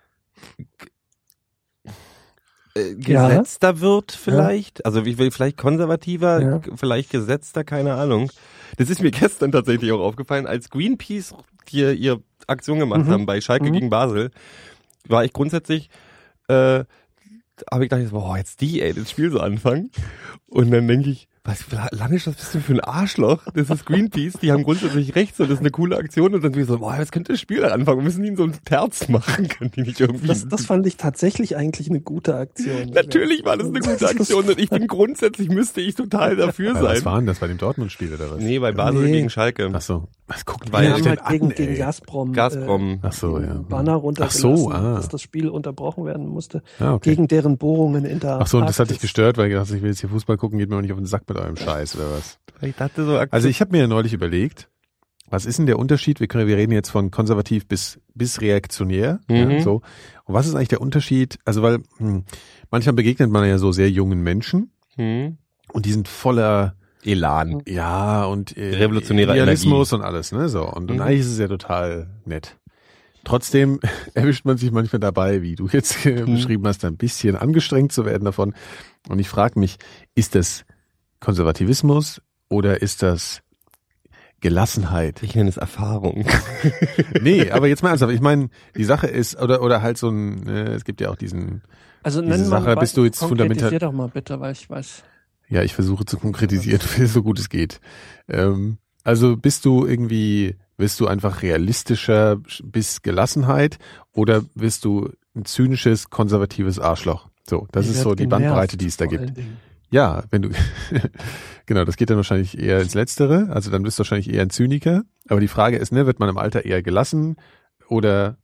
gesetzter wird vielleicht. Ja. Also ich will vielleicht konservativer, vielleicht gesetzter, keine Ahnung. Das ist mir gestern tatsächlich auch aufgefallen, als Greenpeace hier ihre Aktion gemacht haben bei Schalke gegen Basel, war ich grundsätzlich, habe ich gedacht, boah, jetzt das Spiel so anfangen. Und dann denke ich, was Lanisch, was bist du für ein Arschloch? Das ist Greenpeace, die haben grundsätzlich recht, so, das ist eine coole Aktion und dann bin ich so, boah, jetzt könnte das Spiel anfangen, wir müssen ihnen so einen Terz machen, können die nicht irgendwie. Das fand ich tatsächlich eigentlich eine gute Aktion. Natürlich war das eine gute Aktion und ich bin grundsätzlich, müsste ich total dafür sein. Was war denn das, bei dem Dortmund-Spiel oder was? Nee, bei Basel gegen Schalke. Ach so. Was guckt wir haben halt gegen Gazprom. Ach so, ja. Banner runtergelassen, dass das Spiel unterbrochen werden musste. Gegen deren Bohrungen in der Ach so, und das hat dich gestört, weil ich dachte, ich will jetzt hier Fußball gucken, geht mir auch nicht auf den Sack mit eurem Scheiß oder was? Ich dachte so, also ich habe mir ja neulich überlegt, was ist denn der Unterschied? Wir reden jetzt von konservativ bis reaktionär. Ja, so. Und was ist eigentlich der Unterschied? Also weil manchmal begegnet man ja so sehr jungen Menschen und die sind voller Elan. Ja, und revolutionärer Idealismus Energie. Und alles, ne? So. Und eigentlich ist es ja total nett. Trotzdem erwischt man sich manchmal dabei, wie du jetzt beschrieben hast, ein bisschen angestrengt zu werden davon. Und ich frage mich, ist das Konservativismus oder ist das Gelassenheit? Ich nenne es Erfahrung. Nee, aber jetzt mal ernsthaft. Ich meine, die Sache ist, oder halt so ein, es gibt ja auch diese Sache, bist du jetzt fundamental. Konkretisier doch mal bitte, weil ich weiß. Ja, ich versuche zu konkretisieren, so gut es geht. Also bist du einfach realistischer bis Gelassenheit oder bist du ein zynisches, konservatives Arschloch? So, das ist so die Bandbreite, die es da gibt. Ja, wenn du, genau, das geht dann wahrscheinlich eher ins Letztere, also dann bist du wahrscheinlich eher ein Zyniker, aber die Frage ist, wird man im Alter eher gelassen, oder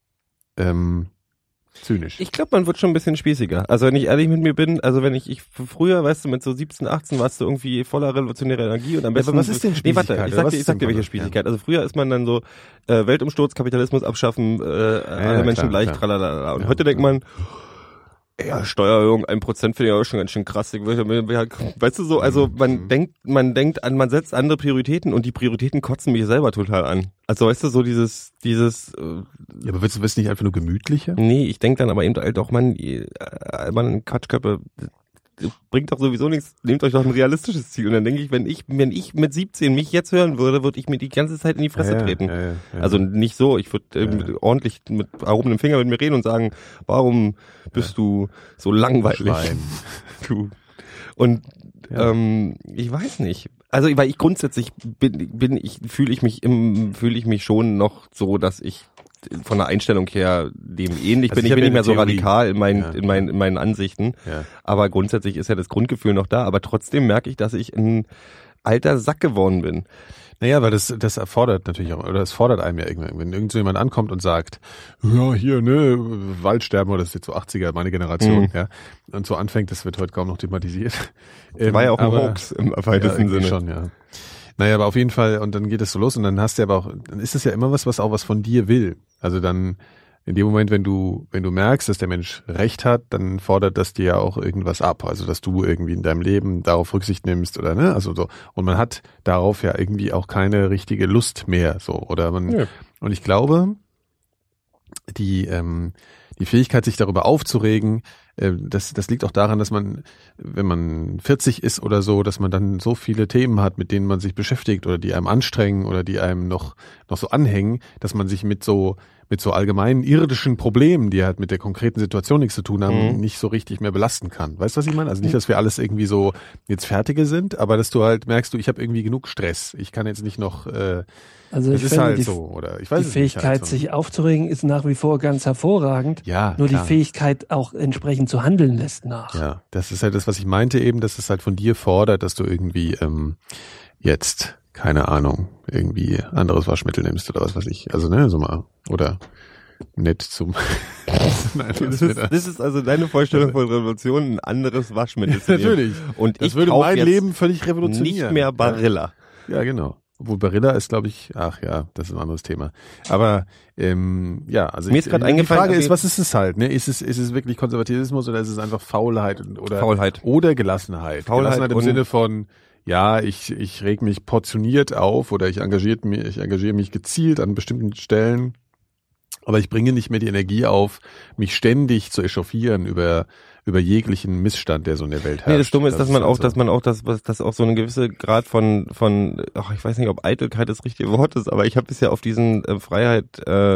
zynisch? Ich glaube, man wird schon ein bisschen spießiger. Also wenn ich ehrlich mit mir bin, also wenn ich früher, weißt du, mit so 17, 18 warst du irgendwie voller revolutionärer Energie und am besten... aber was ist denn Spießigkeit? Nee, warte, ich sag dir, welche Spießigkeit. Also früher ist man dann so Weltumsturz, Kapitalismus abschaffen, alle Menschen gleich, tralala. Und heute denkt man, ja, Steuererhöhung 1% finde ich auch schon ganz schön krass. Weißt du so, also man denkt an, man setzt andere Prioritäten und die Prioritäten kotzen mich selber total an. Also weißt du, so dieses ja, aber willst du nicht einfach nur gemütlicher? Nee, ich denke dann aber eben halt auch, man Quatschköpfe, bringt doch sowieso nichts, nehmt euch doch ein realistisches Ziel. Und dann denke ich, wenn ich mit 17 mich jetzt hören würde ich mir die ganze Zeit in die Fresse treten. Ja. Also nicht so, ich würde ordentlich mit erhobenem Finger mit mir reden und sagen, warum bist du so langweilig? Du. Und ich weiß nicht. Also weil ich grundsätzlich fühle ich mich schon noch so, dass ich von der Einstellung her dem ähnlich bin. Ich bin nicht mehr so radikal in meinen Ansichten. Ja. Aber grundsätzlich ist ja das Grundgefühl noch da. Aber trotzdem merke ich, dass ich ein alter Sack geworden bin. Naja, weil das erfordert natürlich auch, oder es fordert einem ja irgendwann, wenn irgend so jemand ankommt und sagt, ja, hier, ne, Waldsterben, oder das ist jetzt so 80er, meine Generation, ja, und so anfängt, das wird heute kaum noch thematisiert. War ja auch ein Hoax im weitesten Sinne. Schon, ja. Naja, aber auf jeden Fall, und dann geht es so los und dann hast du aber auch, dann ist es ja immer was auch was von dir will. Also dann, in dem Moment, wenn du merkst, dass der Mensch recht hat, dann fordert das dir ja auch irgendwas ab. Also, dass du irgendwie in deinem Leben darauf Rücksicht nimmst oder, ne, also so. Und man hat darauf ja irgendwie auch keine richtige Lust mehr, so, oder man, und ich glaube, die Fähigkeit, sich darüber aufzuregen, das liegt auch daran, dass man, wenn man 40 ist oder so, dass man dann so viele Themen hat, mit denen man sich beschäftigt oder die einem anstrengen oder die einem noch so anhängen, dass man sich mit so allgemeinen irdischen Problemen, die halt mit der konkreten Situation nichts zu tun haben, nicht so richtig mehr belasten kann. Weißt du, was ich meine? Also nicht, dass wir alles irgendwie so jetzt Fertige sind, aber dass du halt merkst, ich habe irgendwie genug Stress. Ich kann jetzt nicht noch also das ich ist finde, halt so, oder ich weiß die es Fähigkeit, nicht halt so. sich aufzuregen, ist nach wie vor ganz hervorragend. Ja, nur klar. die Fähigkeit, auch entsprechend zu handeln, lässt nach. Ja, das ist halt das, was ich meinte eben, dass es halt von dir fordert, dass du irgendwie jetzt, keine Ahnung, irgendwie anderes Waschmittel nimmst oder was weiß ich. Also, ne, so mal, oder nett zum... Nein, das ist also deine Vorstellung von Revolution, ein anderes Waschmittel zu nehmen. Natürlich. Und das ich würde kauf mein jetzt Leben völlig revolutionieren. nicht mehr Barilla. Ja, genau. Obwohl Barilla ist, glaube ich, ach ja, das ist ein anderes Thema. Aber ja, also mir ist gerade eingefallen, die Frage ist, was ist es halt? Ne? Ist es wirklich Konservatismus oder ist es einfach Faulheit oder Gelassenheit? Gelassenheit im Sinne von, ja, ich reg mich portioniert auf oder ich engagiere mich gezielt an bestimmten Stellen, aber ich bringe nicht mehr die Energie auf, mich ständig zu echauffieren über jeglichen Missstand, der so in der Welt herrscht. Nee, das Dumme ist, dass man auch so eine gewisse Grad von, ich weiß nicht, ob Eitelkeit das richtige Wort ist, aber ich habe bisher auf diesen Freiheit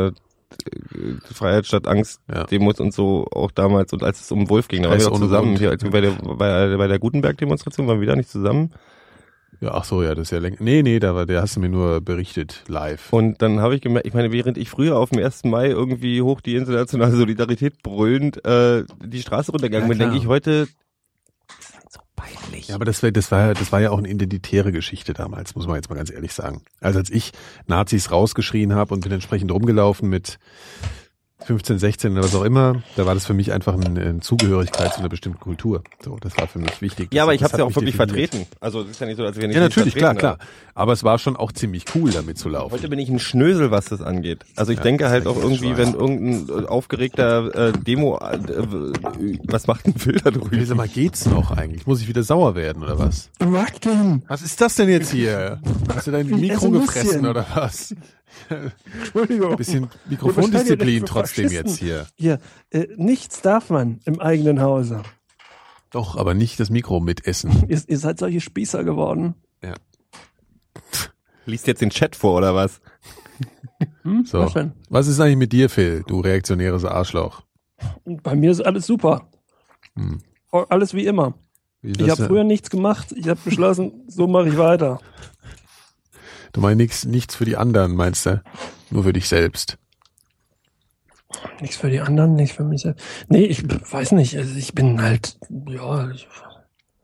statt Angst Demos und so auch damals, und als es um Wolf ging, da waren wir auch zusammen, hier, als wir bei der Gutenberg-Demonstration waren wir da nicht zusammen. Ja, ach so, ja, das ist ja länger. Nee, der hast du mir nur berichtet, live. Und dann habe ich gemerkt, ich meine, während ich früher auf dem 1. Mai irgendwie hoch die internationale Solidarität brüllend die Straße runtergegangen bin, denke ich heute, das ist so peinlich. Ja, aber das war ja auch eine identitäre Geschichte damals, muss man jetzt mal ganz ehrlich sagen. Also als ich Nazis rausgeschrien habe und bin entsprechend rumgelaufen mit 15, 16 oder was auch immer, da war das für mich einfach eine Zugehörigkeit zu einer bestimmten Kultur. So, das war für mich wichtig. Ja, aber ich habe es ja auch wirklich vertreten. Also es ist ja nicht so, als wenn ich ja, natürlich, klar. Aber es war schon auch ziemlich cool, damit zu laufen. Heute bin ich ein Schnösel, was das angeht. Also ich denke halt auch irgendwie, wenn irgendein aufgeregter Demo, was macht ein Will da drüben? Sag mal, geht's noch eigentlich? Muss ich wieder sauer werden oder was? Was denn? Was ist das denn jetzt hier? Hast du dein Mikro gefressen oder was? Entschuldigung. Ein bisschen Mikrofondisziplin trotzdem jetzt hier. Hier, nichts darf man im eigenen Hause. Doch, aber nicht das Mikro mitessen. Ihr seid solche Spießer geworden. Ja. Liest jetzt den Chat vor, oder was? So. Was denn? Was ist eigentlich mit dir, Phil, du reaktionäres Arschloch? Bei mir ist alles super. Alles wie immer. Ich habe früher nichts gemacht. Ich habe beschlossen, so mache ich weiter. Du meinst nichts für die anderen, meinst du? Nur für dich selbst. Nichts für die anderen, nichts für mich selbst. Nee, ich weiß nicht. Also ich bin halt, ja.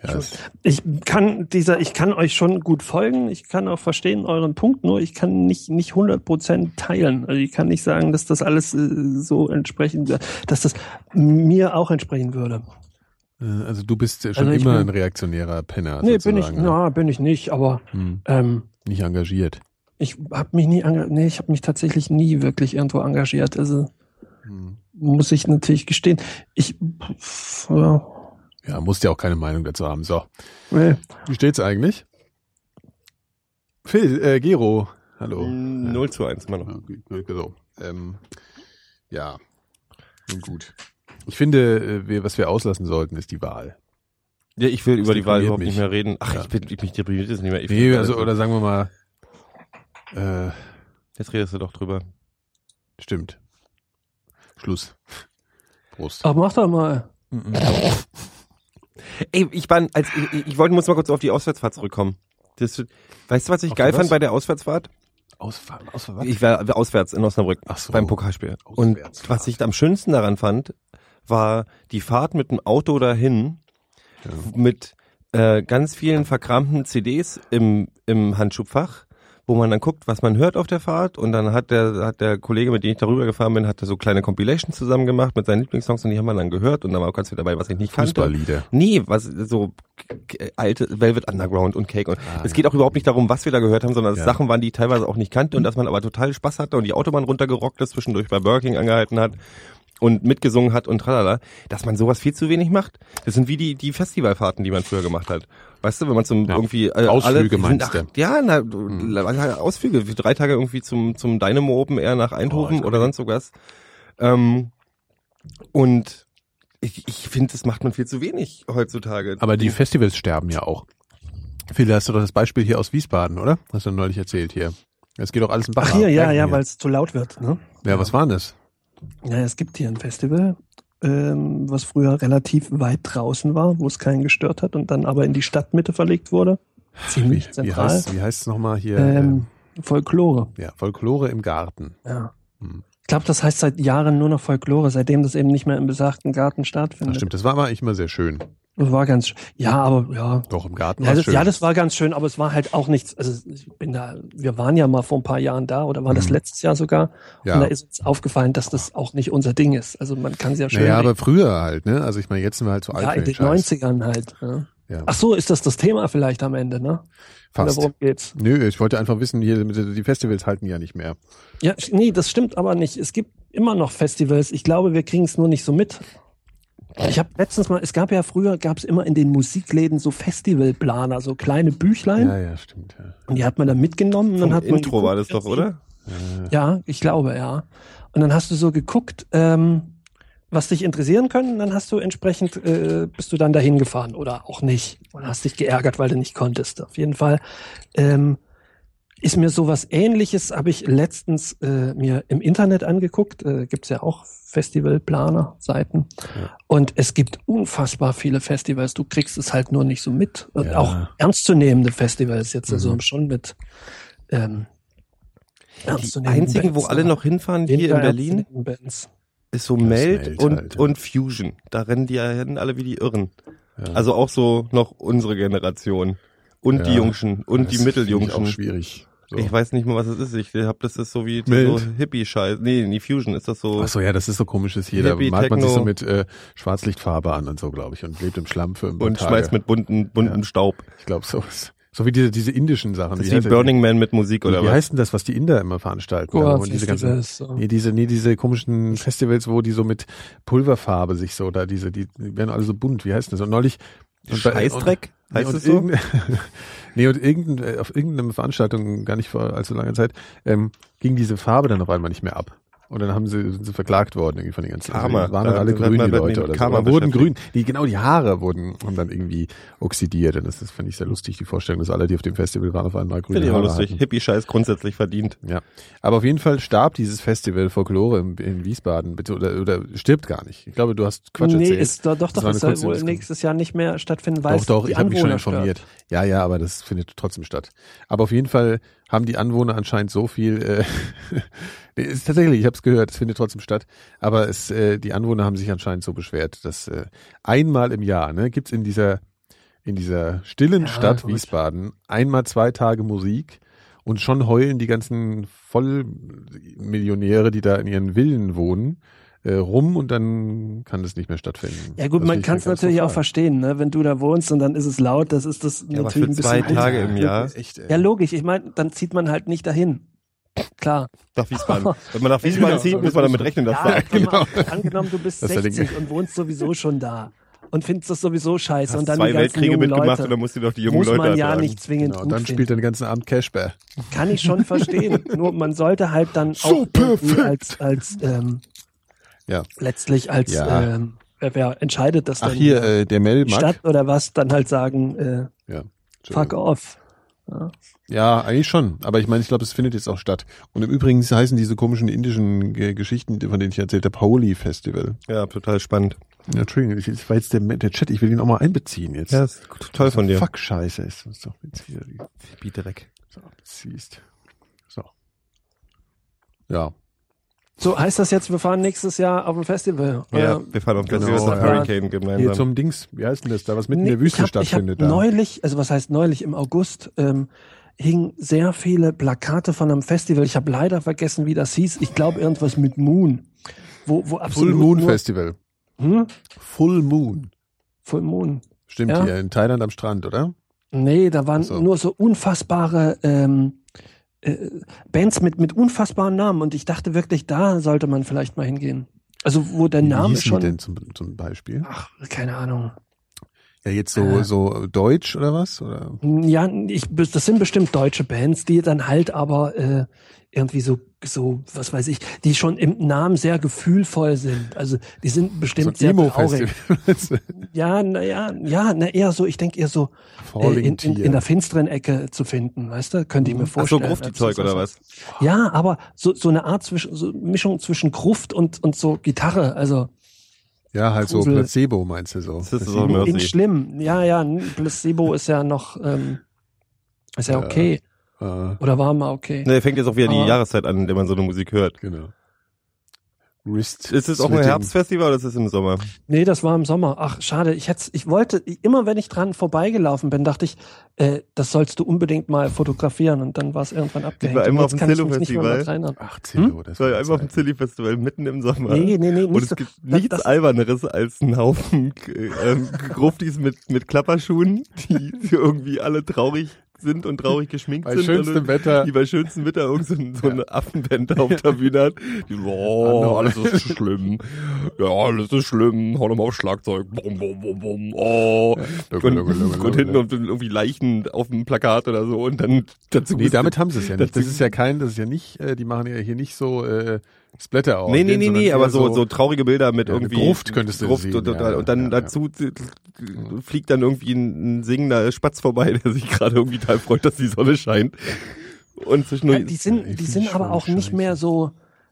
Ja, ich kann euch schon gut folgen, ich kann auch verstehen euren Punkt, nur ich kann nicht 100% teilen. Also ich kann nicht sagen, dass das alles so entsprechend, dass das mir auch entsprechen würde. Also du bist schon immer ein reaktionärer Penner. Nee, bin ich nicht, aber nicht engagiert. Ich habe mich tatsächlich nie wirklich irgendwo engagiert. Also muss ich natürlich gestehen. Ja, musst ja auch keine Meinung dazu haben. So. Nee. Wie steht's eigentlich? Phil, Gero, hallo. 0:1, Mann. So. Ja, nun gut. Ich finde, was wir auslassen sollten, ist die Wahl. Ja, ich will über die Wahl überhaupt nicht mehr reden. Ach, ja. Mich deprimiert das nicht mehr. Oder sagen wir mal, jetzt redest du doch drüber. Stimmt. Schluss. Prost. Ach, mach doch mal. Ey, ich muss mal kurz auf die Auswärtsfahrt zurückkommen. Weißt du, was ich geil fand bei der Auswärtsfahrt? Ausfahrt? Ich war auswärts in Osnabrück beim Pokalspiel. Und was ich am schönsten daran fand, war die Fahrt mit dem Auto dahin mit ganz vielen verkramten CDs im Handschubfach, wo man dann guckt, was man hört auf der Fahrt, und dann hat der Kollege, mit dem ich darüber gefahren bin, hat so kleine Compilations zusammen gemacht mit seinen Lieblingssongs, und die haben wir dann gehört, und dann war auch ganz viel dabei, was ich nicht kannte. Fußballlieder. Nee, was so alte Velvet Underground und Cake, und es geht auch überhaupt nicht darum, was wir da gehört haben, sondern dass Sachen waren, die ich teilweise auch nicht kannte, und dass man aber total Spaß hatte und die Autobahn runtergerockt ist, zwischendurch bei Burger King angehalten hat und mitgesungen hat und tralala, dass man sowas viel zu wenig macht. Das sind wie die Festivalfahrten, die man früher gemacht hat. Weißt du, wenn man irgendwie Ausflüge meinst du? Ja, Ausflüge für 3 Tage irgendwie zum Dynamo Open Air nach Eindhoven oder sonst sowas. Und ich finde, das macht man viel zu wenig heutzutage. Aber die Festivals sterben ja auch. Phil, hast du doch das Beispiel hier aus Wiesbaden, oder? Hast du neulich erzählt hier. Es geht doch alles im Bach. Ach hier, ja, weil es zu laut wird. Ne? Ja, was war denn das? Ja, es gibt hier ein Festival, was früher relativ weit draußen war, wo es keinen gestört hat und dann aber in die Stadtmitte verlegt wurde. Ziemlich zentral. Wie heißt es nochmal hier? Folklore. Ja, Folklore im Garten. Ja. Ich glaube, das heißt seit Jahren nur noch Folklore, seitdem das eben nicht mehr im besagten Garten stattfindet. Ach stimmt, das war aber eigentlich immer sehr schön. Das war ganz, Doch, im Garten war es schön. Ja, das war ganz schön, aber es war halt auch nichts, also wir waren ja mal vor ein paar Jahren da, oder war das letztes Jahr sogar, und da ist uns aufgefallen, dass das auch nicht unser Ding ist. Also man kann es ja schön. Ja, aber früher halt, ne? Also ich meine, jetzt sind wir halt so alt. Ja, in den 90ern halt. Ne? Ja. Ach so, ist das Thema vielleicht am Ende, ne? Fast. Oder worum geht's? Nö, ich wollte einfach wissen, hier, die Festivals halten ja nicht mehr. Ja, nee, das stimmt aber nicht. Es gibt immer noch Festivals. Ich glaube, wir kriegen es nur nicht so mit. Ich habe letztens mal, früher gab es immer in den Musikläden so Festivalplaner, so kleine Büchlein. Ja, stimmt. Ja. Und die hat man dann mitgenommen. Und dann hat man Intro war das doch, oder? Ja, ich glaube, ja. Und dann hast du so geguckt, was dich interessieren können, und dann hast du entsprechend, bist du dann dahin gefahren oder auch nicht. Und hast dich geärgert, weil du nicht konntest. Auf jeden Fall ist mir sowas Ähnliches, habe ich letztens mir im Internet angeguckt. Gibt's ja auch Festivalplaner-Seiten. Ja. Und es gibt unfassbar viele Festivals. Du kriegst es halt nur nicht so mit. Ja. Auch ernstzunehmende Festivals jetzt, also schon mit die einzigen, Bands, wo alle noch hinfahren hier in Berlin, ist so Melt und Fusion. Da rennen die ja hin alle wie die Irren. Ja. Also auch so noch unsere Generation. Und die Jungschen und die Mitteljungschen. Auch schwierig. So. Ich weiß nicht mal, was es ist. Ich hab, das ist so wie so Hippie-Scheiß. Nee, die Fusion ist das so. Ach so, ja, das ist so komisches hier. Da malt man sich so mit Schwarzlichtfarbe an und so, glaube ich, und lebt im Schlamm für ein paar Und schmeißt mit bunten Staub. Ich glaube so. So wie diese indischen Sachen. Das ist wie Burning Man mit Musik oder was? Wie heißt denn das, was die Inder immer veranstalten? Diese komischen Festivals, wo die so mit Pulverfarbe sich so, die werden alle so bunt. Wie heißt das? Und neulich Scheißdreck? Heißt es so? Und auf irgendeiner Veranstaltung, gar nicht vor allzu langer Zeit, ging diese Farbe dann auf einmal nicht mehr ab. Und dann sind sie verklagt worden irgendwie von den ganzen. Karma. Waren dann alle grün, die Leute oder so. Aber wurden grün. Die Haare haben dann irgendwie oxidiert. Und das fand ich sehr lustig, die Vorstellung, dass alle, die auf dem Festival waren, auf einmal grüne Haare lustig. Hatten. Hippie-Scheiß grundsätzlich verdient. Ja. Aber auf jeden Fall starb dieses Festival Folklore in Wiesbaden, bitte, oder stirbt gar nicht. Ich glaube, du hast Quatsch erzählt. Nee, es soll wohl nächstes Jahr nicht mehr stattfinnen, weil Doch, ich habe mich schon informiert. Stört. Ja, aber das findet trotzdem statt. Aber auf jeden Fall haben die Anwohner anscheinend so viel, ist tatsächlich, ich habe es gehört, es findet trotzdem statt, aber die Anwohner haben sich anscheinend so beschwert, dass einmal im Jahr, gibt's in dieser in dieser stillen Stadt gut. Wiesbaden einmal 2 Tage Musik und schon heulen die ganzen Vollmillionäre, die da in ihren Villen wohnen, rum und dann kann das nicht mehr stattfinden. Ja gut, Das man finde ich kann es natürlich auch verstehen, ne? Wenn du da wohnst und dann ist es laut, das ist das Ja, aber natürlich für ein bisschen 2 Tage im Jahr. Echt, ey. Ja, logisch. Ich meine, dann zieht man halt nicht dahin. Klar. Nach Wiesbaden. Wenn man nach Wiesbaden zieht, muss man damit rechnen, dass da Angenommen, du bist Das ist ja 60 und wohnst sowieso schon da und findest das sowieso scheiße hast und dann 2 die ganzen Weltkriege jungen mitgemacht Leute, und dann musst du doch die jungen muss Leute man ja ertragen. nicht zwingend Genau, gut dann finden. spielt er den ganzen Abend Cashbear. Kann ich schon verstehen. Nur man sollte halt dann So auch irgendwie perfekt. als Ja. letztlich als Ja. wer entscheidet das Ach denn? hier, der Mel Mack. Stadt oder was, dann halt sagen, Ja. fuck off. Ja, eigentlich schon. Aber ich meine, ich glaube, es findet jetzt auch statt. Und im Übrigen heißen diese komischen indischen Geschichten, von denen ich erzählt habe, Holi Festival. Ja, total spannend. Ja, Entschuldigung, ich war jetzt der Chat, ich will ihn auch mal einbeziehen jetzt. Ja, ist toll von dir. Fuck, scheiße ist uns doch jetzt wieder die Biete weg. so abziehst. So. Ja. So, heißt das jetzt, wir fahren nächstes Jahr auf ein Festival? Ja, wir fahren auf genau, Festival nach ja. Hurricane Hier gemeinsam. zum Dings, wie heißt denn das da, was mitten in Nee, der Wüste ich hab stattfindet da? neulich, also was heißt neulich, im August hingen sehr viele Plakate von einem Festival. Ich habe leider vergessen, wie das hieß. Ich glaube irgendwas mit Moon. Wo absolut Full Moon nur, Festival. Hm? Full Moon. Full Moon. Stimmt, Ja. hier in Thailand am Strand, oder? Nee, da waren Ach so. nur so unfassbare Bands mit unfassbaren Namen und ich dachte wirklich, da sollte man vielleicht mal hingehen. Also wo der Wie Name hießen die schon, denn zum Beispiel? ach, keine Ahnung. Ja, jetzt so deutsch oder was? Oder? Ja, das sind bestimmt deutsche Bands, die dann halt aber irgendwie so, was weiß ich, die schon im Namen sehr gefühlvoll sind. Also die sind bestimmt So ein sehr traurig. Emo-Festival. Ja, eher so, ich denke eher so Falling in der finsteren Ecke zu finden, weißt du? Könnte ich mir Ach so, vorstellen. Grufti-Zeug oder was? Ja, aber so eine Art so Mischung zwischen Gruft und so Gitarre, also Ja, halt so Grusel. Placebo meinst du so. Das ist so Placebo. Mercy. in schlimm. Ja, Placebo ist ja noch, ist ja okay. Oder war mal okay. Ne, fängt jetzt auch wieder die Aber- Jahreszeit an, in der man so eine Musik hört. Genau. Wrist Ist es auch ein Slitting. Herbstfestival oder ist es im Sommer? Nee, das war im Sommer. Ach, schade. Ich wollte, immer wenn ich dran vorbeigelaufen bin, dachte ich, das sollst du unbedingt mal fotografieren und dann war es irgendwann abgehängt. war einmal Und jetzt auf dem kann ich mich nicht mehr Cello-Festival. daran erinnern. Ach, Zillow, das Ich war war einfach auf dem Zilli-Festival mitten im Sommer. Nee, Und nicht es so. gibt nichts Alberneres als einen Haufen Gruftis mit Klapperschuhen, die irgendwie alle traurig sind und traurig geschminkt Bei sind. schönstem und Wetter. Die bei schönstem Wetter so eine Affenband auf der Bühne hat. Die so, oh, alles ist schlimm. Ja, alles ist schlimm. Hau nochmal auf Schlagzeug. Bum, bum, bum, bum. Oh. Und hinten irgendwie Leichen auf dem Plakat oder so. Und dann dazu. Nee, damit haben sie es ja nicht. dazu- Das ist ja nicht, die machen ja hier nicht so Splatter auf. Nee, aber so traurige Bilder mit Ja, irgendwie. eine Gruft könntest du sehen, und ja, dann ja, dazu fliegt dann irgendwie ein singender Spatz vorbei, der sich gerade irgendwie total freut, dass die Sonne scheint. Und zwischendurch. Die ich sind find aber schon auch nicht scheiße. mehr so,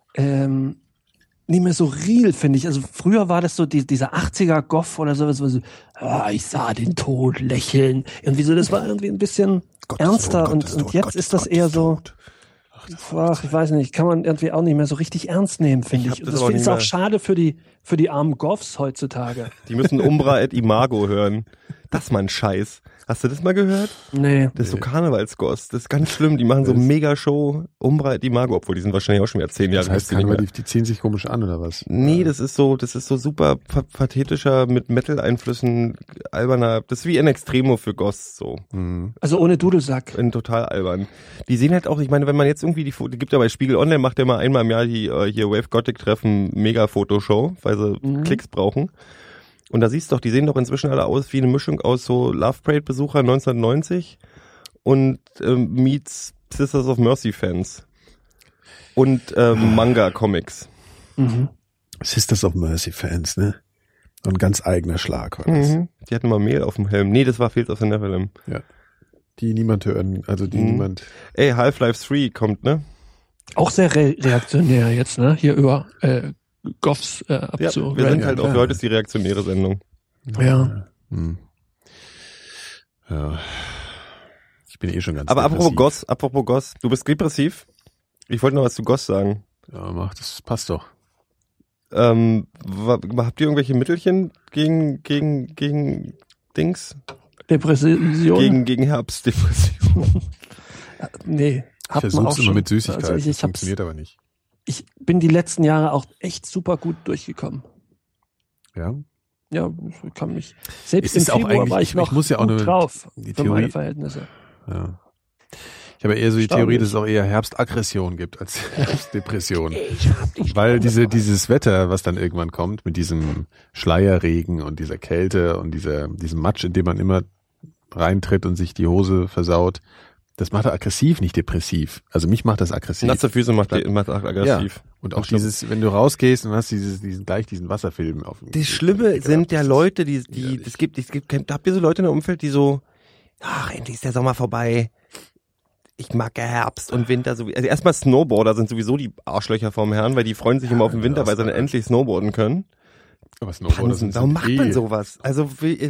nicht mehr so real, finde ich. Also früher war das so dieser 80er Goff oder sowas, so, ich sah den Tod lächeln. Irgendwie so, das war irgendwie ein bisschen ernster und jetzt ist das eher so, ach, ich weiß nicht, kann man irgendwie auch nicht mehr so richtig ernst nehmen, finde Ich ich. hab Und das das auch finde nicht ich auch mehr. schade für die armen Goffs heutzutage. Die müssen Umbra et Imago hören. Das ist mal ein Scheiß. Hast du das mal gehört? Nee. Das ist so Karnevalsgoss. Das ist ganz schlimm. Die machen so Mega-Show Umbra et Imago, obwohl die sind wahrscheinlich auch schon wieder 10 Jahre. Das heißt, nicht mehr. die ziehen sich komisch an, oder was? Nee, das ist so super pathetischer, mit Metal-Einflüssen, alberner, das ist wie ein Extremo für Goss, so. Mhm. Also ohne Dudelsack. In total albern. Die sehen halt auch, ich meine, wenn man jetzt irgendwie die gibt ja bei Spiegel Online, macht ja mal einmal im Jahr die hier Wave Gothic Treffen Mega-Fotoshow, weil sie Klicks brauchen. Und da siehst du doch, die sehen doch inzwischen alle aus wie eine Mischung aus so Love Parade-Besucher 1990 und meets Sisters of Mercy Fans. Und Manga-Comics. Mhm. Sisters of Mercy Fans, ne? Ein ganz eigener Schlag war das. Die hatten mal Mehl auf dem Helm. Nee, das war Fields of the Nephilim. Ja. Die niemand hören, also die niemand. Ey, Half-Life 3 kommt, ne? Auch sehr reaktionär jetzt, ne? Hier über Goffs Ja, abzu. wir sind halt klar. auch, heute ist die reaktionäre Sendung. Ja. Hm. Ja. Ich bin schon ganz Aber depressiv. apropos Goss, du bist depressiv? Ich wollte noch was zu Goss sagen. Ja, das passt doch. Habt ihr irgendwelche Mittelchen gegen Dings? Depression? Gegen Herbstdepression. Nee, ich versuch's immer mit Süßigkeiten, also das funktioniert aber nicht. Ich bin die letzten Jahre auch echt super gut durchgekommen. Ja? Ja, ich kann mich, selbst Es ist im auch Februar eigentlich- war ich noch ich muss ja auch gut nur drauf die für meine Theorie- Verhältnisse. Ja. Ich habe ja eher so die Theorie, dass es auch eher Herbstaggression gibt als Herbstdepression. Weil dieses Wetter, was dann irgendwann kommt, mit diesem Schleierregen und dieser Kälte und diesem Matsch, in dem man immer reintritt und sich die Hose versaut, das macht er aggressiv, nicht depressiv. Also mich macht das aggressiv. Nasse Füße macht aggressiv. Ja. Und auch wenn du rausgehst und hast diesen Wasserfilm auf dem Das Schlimme sind ja Leute, habt ihr so Leute in der Umfeld, die so, ach, endlich ist der Sommer vorbei. Ich mag ja Herbst und Winter so. Also erstmal Snowboarder sind sowieso die Arschlöcher vom Herrn, weil die freuen sich immer auf den Winter, weil sie dann endlich snowboarden können. Aber Snowboarder sind Warum macht man sowas? Also,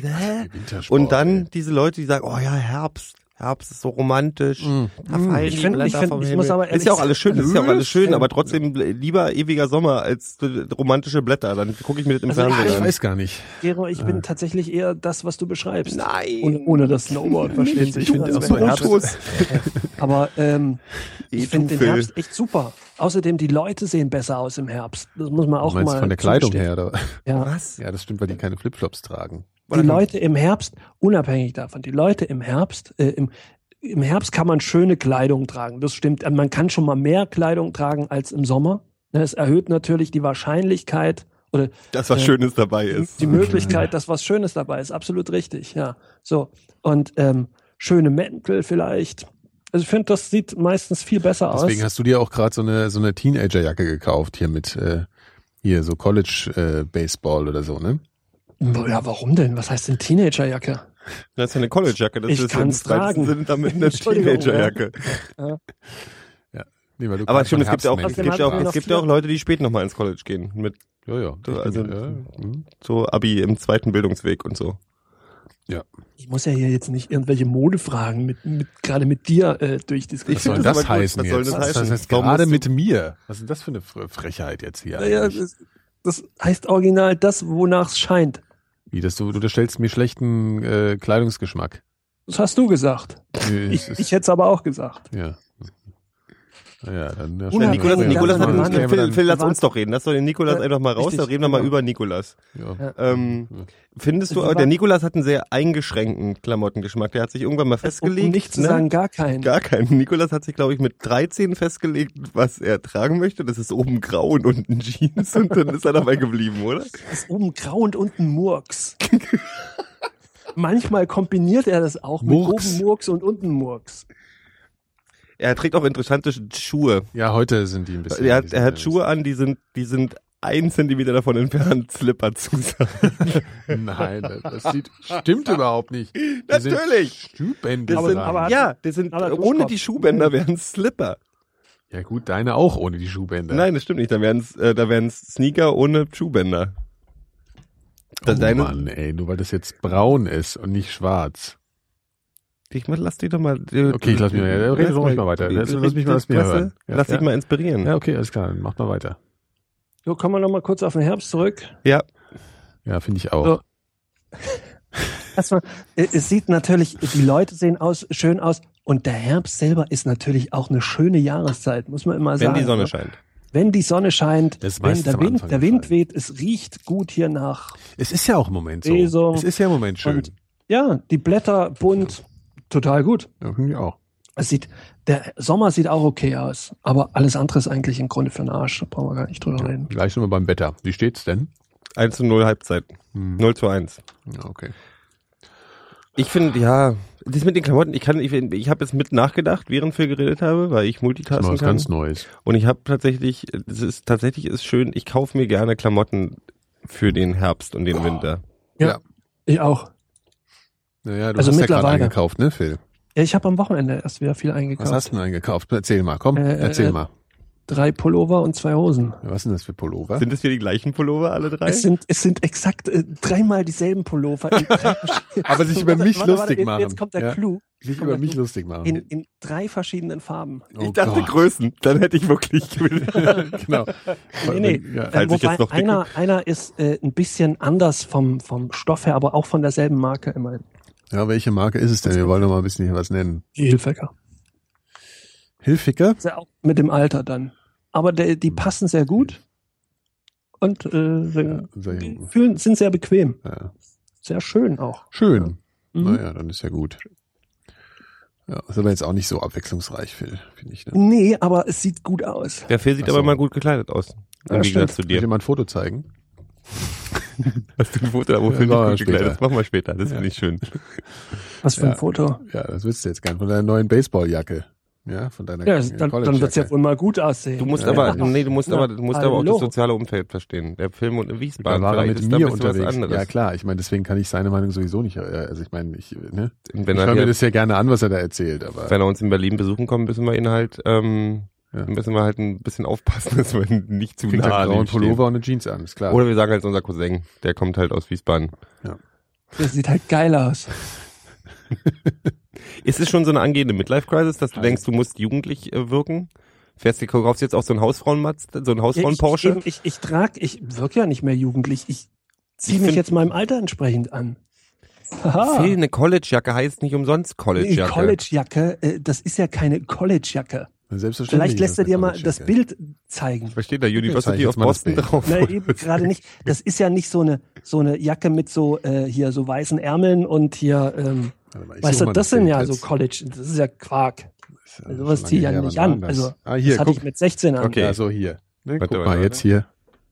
und dann diese Leute, die sagen, oh ja, Herbst ist so romantisch. Da fallen die Blätter vom Himmel. Muss aber ist ja auch alles schön, aber trotzdem lieber ewiger Sommer als romantische Blätter. Dann gucke ich mir das im Fernsehen Ich an. weiß gar nicht. Gero, ich bin tatsächlich eher das, was du beschreibst. Nein. Ohne das Snowboard, verstehen Sie? Ich finde auch so Herbst. Aber ich finde den Herbst echt super. Außerdem, die Leute sehen besser aus im Herbst. Das muss man auch Du meinst mal von der Kleidung zugestehen. her, oder? Ja. Was? Ja, das stimmt, weil die keine Flipflops tragen. Die Leute im Herbst, unabhängig davon, die Leute im Herbst, im Herbst kann man schöne Kleidung tragen. Das stimmt. Man kann schon mal mehr Kleidung tragen als im Sommer. Es erhöht natürlich die Wahrscheinlichkeit oder Dass was Schönes dabei ist. die Möglichkeit, dass was Schönes dabei ist. Absolut richtig, ja. So. Und schöne Mäntel vielleicht. Also ich finde, das sieht meistens viel besser aus. Deswegen hast du dir auch gerade so eine Teenagerjacke gekauft, hier mit so College Baseball oder so, ne? Ja, warum denn? Was heißt denn Teenagerjacke? Das ist ja eine College-Jacke. Das Ich ist kann's tragen. Sind damit eine Entschuldigung, Teenager-Jacke. Nee, weil du Aber gerade stimmt, von es gibt Herbstmensch ja auch Leute, die spät nochmal ins College gehen. Mit Ja. Also so Abi im zweiten Bildungsweg und so. Ja. Ich muss ja hier jetzt nicht irgendwelche Modefragen gerade mit dir durchdiskutieren. Was soll finde das das aber gut. heißen Was soll jetzt? das Das heißen? heißt Warum gerade musst mit mir. Was ist denn das für eine Frechheit jetzt hier? Ja, das heißt original das, wonach es scheint. Wie, dass du unterstellst mir schlechten Kleidungsgeschmack. Das hast du gesagt. Ich hätte es aber auch gesagt. Ja. Ja, dann ja, Unabhängig Nikolas, davon, Phil, lass uns doch reden. Lass doch den Nikolas einfach mal raus, Richtig, da reden wir mal genau. über Nikolas. Ja. Findest du, der Nikolas hat einen sehr eingeschränkten Klamottengeschmack. Der hat sich irgendwann mal festgelegt. Um nicht zu sagen, gar keinen. Gar keinen. Nikolas hat sich, glaube ich, mit 13 festgelegt, was er tragen möchte. Das ist oben grau und unten Jeans und dann ist er dabei geblieben, oder? Das ist oben grau und unten Murks. Manchmal kombiniert er das auch mit Murks. oben Murks und unten Murks. Er trägt auch interessante Schuhe. Ja, heute sind die ein bisschen. Er hat Schuhe an, die sind 1 Zentimeter davon entfernt, Slipper zu sein. Nein, das stimmt überhaupt nicht. Die Natürlich. Sind Schuhbänder. Das sind Aber ohne die Schuhbänder wären es Slipper. Ja gut, deine auch ohne die Schuhbänder. Nein, das stimmt nicht. Da wären es Sneaker ohne Schuhbänder. Mann, ey, nur weil das jetzt braun ist und nicht schwarz. Lass dich doch mal. Okay, ich lass mich mal. Rede ruhig mal weiter. Lass mich mal hören. Lass dich mal inspirieren. Ja, okay, alles klar. Dann mach mal weiter. So, kommen wir noch mal kurz auf den Herbst zurück. Ja. Ja, finde ich auch. So. Erstmal, es sieht natürlich, die Leute sehen schön aus und der Herbst selber ist natürlich auch eine schöne Jahreszeit, muss man immer sagen. Wenn die Sonne scheint. Wenn die Sonne scheint, Das ist wenn meistens am Anfang der der Wind Fall. weht, es riecht gut hier nach. Es ist ja auch im Moment so. Lesung. Es ist ja im Moment schön. Und ja, die Blätter bunt, total gut. Ja, finde ich auch. Der Sommer sieht auch okay aus, aber alles andere ist eigentlich im Grunde für den Arsch. Da brauchen wir gar nicht drüber reden. Gleich nochmal beim Wetter. Wie steht's denn? 1:0 Halbzeit. 0:1. Ja, okay. Ich finde, ja, das mit den Klamotten, ich habe jetzt mit nachgedacht, während wir geredet habe, weil ich Das ist multitasken mal was kann. ganz Neues. Und ich habe tatsächlich ist schön, ich kaufe mir gerne Klamotten für den Herbst und den Winter. Ja, ich auch. Naja, du Also hast ja gerade mittlerweile. eingekauft, ne, Phil? Ja, ich habe am Wochenende erst wieder viel eingekauft. Was hast du denn eingekauft? Erzähl mal, komm, erzähl mal. 3 Pullover und 2 Hosen. Ja, was sind das für Pullover? Sind es hier die gleichen Pullover, alle drei? Es sind exakt 3-mal dieselben Pullover. Aber sich über mich lustig machen. Jetzt kommt der Ja. Clou. Sich über mich lustig machen. In 3 verschiedenen Farben. Oh Ich dachte Gott. Größen, dann hätte ich wirklich Genau. Nee. Ja. Falls ich Wobei jetzt noch einer ist ein bisschen anders vom Stoff her, aber auch von derselben Marke immerhin. Ja, welche Marke ist es denn? Wir wollen noch mal ein bisschen hier was nennen. Die Hilfiger. Hilfiger? Ist ja auch mit dem Alter dann. Aber die passen sehr gut und sind sehr bequem. Ja. Sehr schön auch. Schön. Ja. Naja, dann ist ja gut. Ja, ist aber jetzt auch nicht so abwechslungsreich, Phil, finde ich. Ne? Nee, aber es sieht gut aus. Der Phil sieht aber mal gut gekleidet aus. Ja, Im Gegensatz zu Soll ich dir dir. mal ein Foto zeigen? Hast du ein Foto, wo Phil machen wir nicht gut gekleidet später. ist? Machen wir später, das finde ich schön. Was für Ja. ein Foto. Ja, das willst du jetzt gern. Von deiner neuen Baseballjacke. Ja, von deiner Ja, dann wird's ja wohl mal gut aussehen. Du musst Ja, aber, ja. du musst aber auch Hallo. das soziale Umfeld verstehen. Der Film und in Da Wiesbaden, war er vielleicht mit ist da ein mir bisschen was unterwegs. anderes. Ja klar, ich meine, deswegen kann ich seine Meinung sowieso nicht, also ich meine, ich Und höre wenn mir er, das ja gerne an, was er da erzählt, aber wenn er uns in Berlin besuchen kommt, müssen wir ihn halt, müssen wir halt ein bisschen aufpassen, dass wir nicht zu kriegt nah einen an grauen ihm stehen. Pullover und eine Jeans an, ist klar. Oder wir sagen halt unser Cousin, der kommt halt aus Wiesbaden. Das sieht halt geil aus. Ist es schon so eine angehende Midlife-Crisis, dass du denkst, du musst jugendlich wirken? Kaufst du jetzt auch so einen Hausfrauen-Porsche? Ich wirke ja nicht mehr jugendlich. Ich ziehe mich jetzt meinem Alter entsprechend an. Haha. Phil, eine College-Jacke heißt nicht umsonst College-Jacke. College-Jacke, das ist ja keine College-Jacke. Selbstverständlich. Vielleicht lässt er dir mal ist das ja. Bild zeigen. Was steht da? zeig University jetzt of mal das Boston Bild. drauf. Na, eben gerade nicht. Das ist ja nicht so eine Jacke mit so hier so weißen Ärmeln und hier, Warte mal, ich weißt suche du, mal das sind Bild ja jetzt. so College. Das ist ja Quark. Das ist Sowas schon ziehe ich lange ja her. nicht Wann war an. das? Also Hier, das hatte guck. ich mit 16 an. Okay. Ja, so hier. Ne, Warte, guck warte, mal, jetzt hier.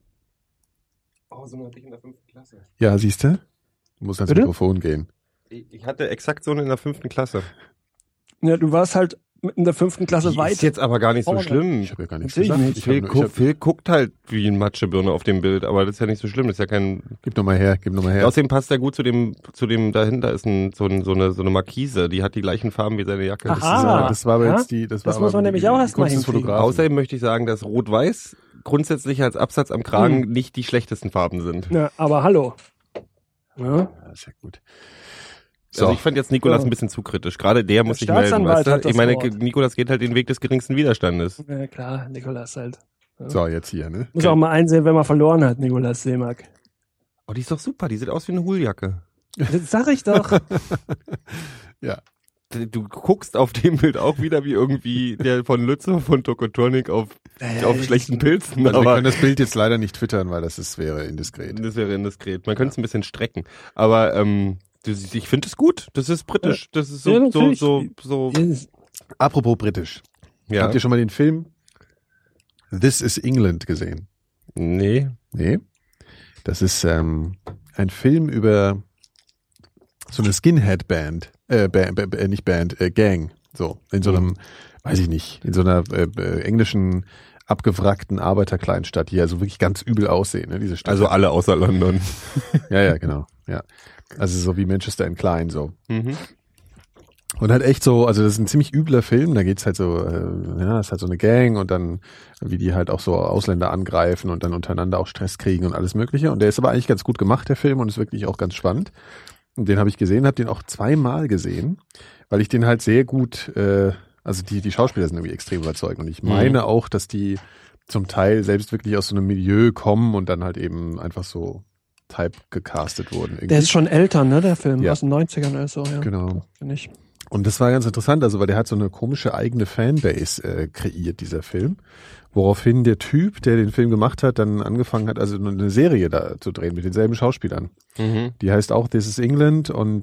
Oh, so eine hatte ich in der 5. Klasse. Ja, siehst du? Du musst ans Bitte? Mikrofon gehen. Ich hatte exakt so eine in der 5. Klasse. Ja, du warst halt in der 5. Klasse Die weit. ist jetzt aber gar nicht so vorne. schlimm. Ich habe ja gar nichts Natürlich gesagt. nicht. Phil guckt halt wie ein Matschebirne auf dem Bild, aber das ist ja nicht so schlimm, das ist ja kein... Gib noch mal her. Außerdem passt er gut zu dem, dahinter ist so eine Markise, die hat die gleichen Farben wie seine Jacke. Aha. Das war aber Ja? jetzt das Das war muss man aber nämlich die auch erst mal Kunst des hinkriegen. Fotografen. Außerdem möchte ich sagen, dass Rot-Weiß grundsätzlich als Absatz am Kragen nicht die schlechtesten Farben sind. Ja, aber hallo. Ja. Ja, ist ja gut. Also ich fand jetzt Nikolas Ja. ein bisschen zu kritisch. Gerade der muss sich melden, Staatsanwalt weißt hat du? das Ich meine, Wort. Nikolas geht halt den Weg des geringsten Widerstandes. Ja, klar, Nikolas halt. So, jetzt hier, ne? Muss auch mal einsehen, wenn man verloren hat, Nikolas Seemack. Oh, die ist doch super, die sieht aus wie eine Huljacke. Das sag ich doch. Ja. Du guckst auf dem Bild auch wieder wie irgendwie der von Lützow von Tokotronic auf schlechten Pilzen. Also wir Aber können das Bild jetzt leider nicht twittern, weil wäre indiskret. das wäre indiskret. Man könnte es ein bisschen strecken. Aber ich finde es gut. Das ist britisch. Das ist Ja, natürlich. so. Apropos britisch. Ja. Habt ihr schon mal den Film This is England gesehen? Nee. Nee. Das ist ein Film über so eine Skinhead-Band. Gang. So, in so einem, weiß ich nicht, in so einer englischen abgewrackten Arbeiterkleinstadt, die also wirklich ganz übel aussehen, ne, diese Stadt. Also alle außer London. Ja, genau, ja. Also so wie Manchester in klein, so. Mhm. Und halt echt so, also das ist ein ziemlich übler Film, da geht's halt so, ist halt so eine Gang und dann, wie die halt auch so Ausländer angreifen und dann untereinander auch Stress kriegen und alles mögliche. Und der ist aber eigentlich ganz gut gemacht, der Film, und ist wirklich auch ganz spannend. Und den habe ich gesehen, habe den auch 2-mal gesehen, weil ich den halt sehr gut, also die Schauspieler sind irgendwie extrem überzeugend. Und ich meine auch, dass die zum Teil selbst wirklich aus so einem Milieu kommen und dann halt eben einfach so type gecastet wurden. Irgendwie. Der ist schon älter, ne, der Film, Ja. aus den 90ern oder so, ja. Genau. Finde ich. Und das war ganz interessant, also weil der hat so eine komische eigene Fanbase kreiert, dieser Film. Woraufhin der Typ, der den Film gemacht hat, dann angefangen hat, also eine Serie da zu drehen mit denselben Schauspielern. Mhm. Die heißt auch This is England und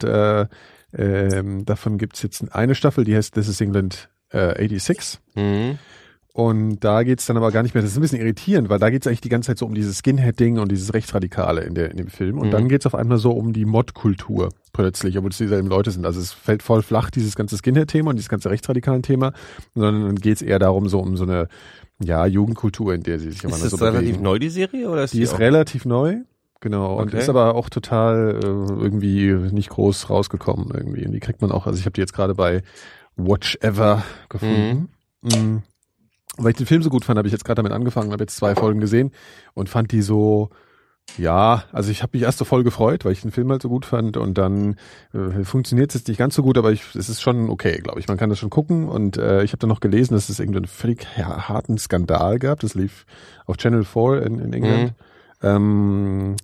davon gibt's jetzt eine Staffel, die heißt This is England 86. Mhm. Und da geht's dann aber gar nicht mehr, das ist ein bisschen irritierend, weil da geht's eigentlich die ganze Zeit so um dieses Skinhead-Ding und dieses Rechtsradikale in dem Film. Und dann geht's auf einmal so um die Mod-Kultur plötzlich, obwohl es dieselben Leute sind. Also es fällt voll flach, dieses ganze Skinhead-Thema und dieses ganze rechtsradikalen Thema, sondern dann geht's eher darum, so um so eine, ja, Jugendkultur, in der sie sich immer Ist so das bewegen. relativ neu, die Serie? Oder Die ist auch? relativ neu, genau, und Okay. ist aber auch total irgendwie nicht groß rausgekommen irgendwie. Und die kriegt man auch, also ich habe die jetzt gerade bei Watch Ever gefunden. Mhm. Weil ich den Film so gut fand, habe ich jetzt gerade damit angefangen, habe jetzt 2 Folgen gesehen und fand die so, ja, also ich habe mich erst so voll gefreut, weil ich den Film halt so gut fand und dann funktioniert es jetzt nicht ganz so gut, aber es ist schon okay, glaube ich. Man kann das schon gucken und ich habe dann noch gelesen, dass es irgendwie einen völlig harten Skandal gab. Das lief auf Channel 4 in England.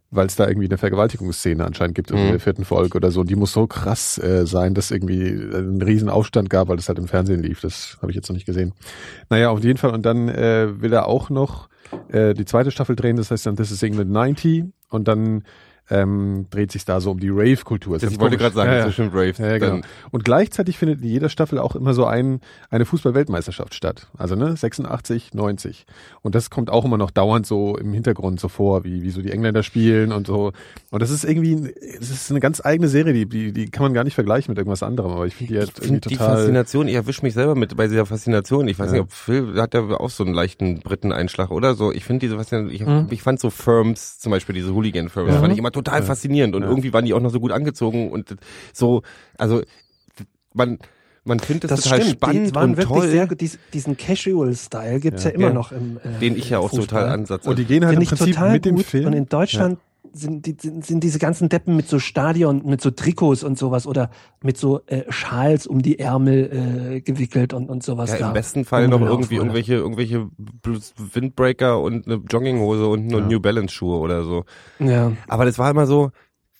weil es da irgendwie eine Vergewaltigungsszene anscheinend gibt in der 4. Folge oder so. Und die muss so krass sein, dass irgendwie einen riesen Aufstand gab, weil das halt im Fernsehen lief. Das habe ich jetzt noch nicht gesehen. Naja, auf jeden Fall. Und dann will er auch noch die 2. Staffel drehen. Das heißt dann This is England 90. Und dann dreht sich da so um die Rave-Kultur. Ich wollte gerade sagen, das ist schon Rave. Ja, genau. Und gleichzeitig findet in jeder Staffel auch immer so eine Fußball-Weltmeisterschaft statt. Also 86, 90. Und das kommt auch immer noch dauernd so im Hintergrund so vor, wie so die Engländer spielen und so. Und das ist irgendwie, das ist eine ganz eigene Serie, die kann man gar nicht vergleichen mit irgendwas anderem. Aber ich finde die halt irgendwie total... Die Faszination, ich erwische mich selber bei dieser Faszination. Ich weiß nicht, ob Phil hat ja auch so einen leichten Briten-Einschlag oder so. Ich finde diese Faszination, ich fand so Firms, zum Beispiel diese Hooligan-Firms, fand ich immer total faszinierend und irgendwie waren die auch noch so gut angezogen und so, also man findet es total spannend und toll. Sehr, diesen Casual-Style gibt's ja immer noch im den ich ja auch Fußball. total ansatze. Und die gehen halt im Prinzip mit dem Film. Und in Deutschland sind diese ganzen Deppen mit so Stadion, mit so Trikots und sowas oder mit so Schals um die Ärmel gewickelt und sowas. Ja, im besten Fall noch irgendwie irgendwelche Windbreaker und eine Jogginghose und nur New Balance Schuhe oder so. Ja. Aber das war immer so,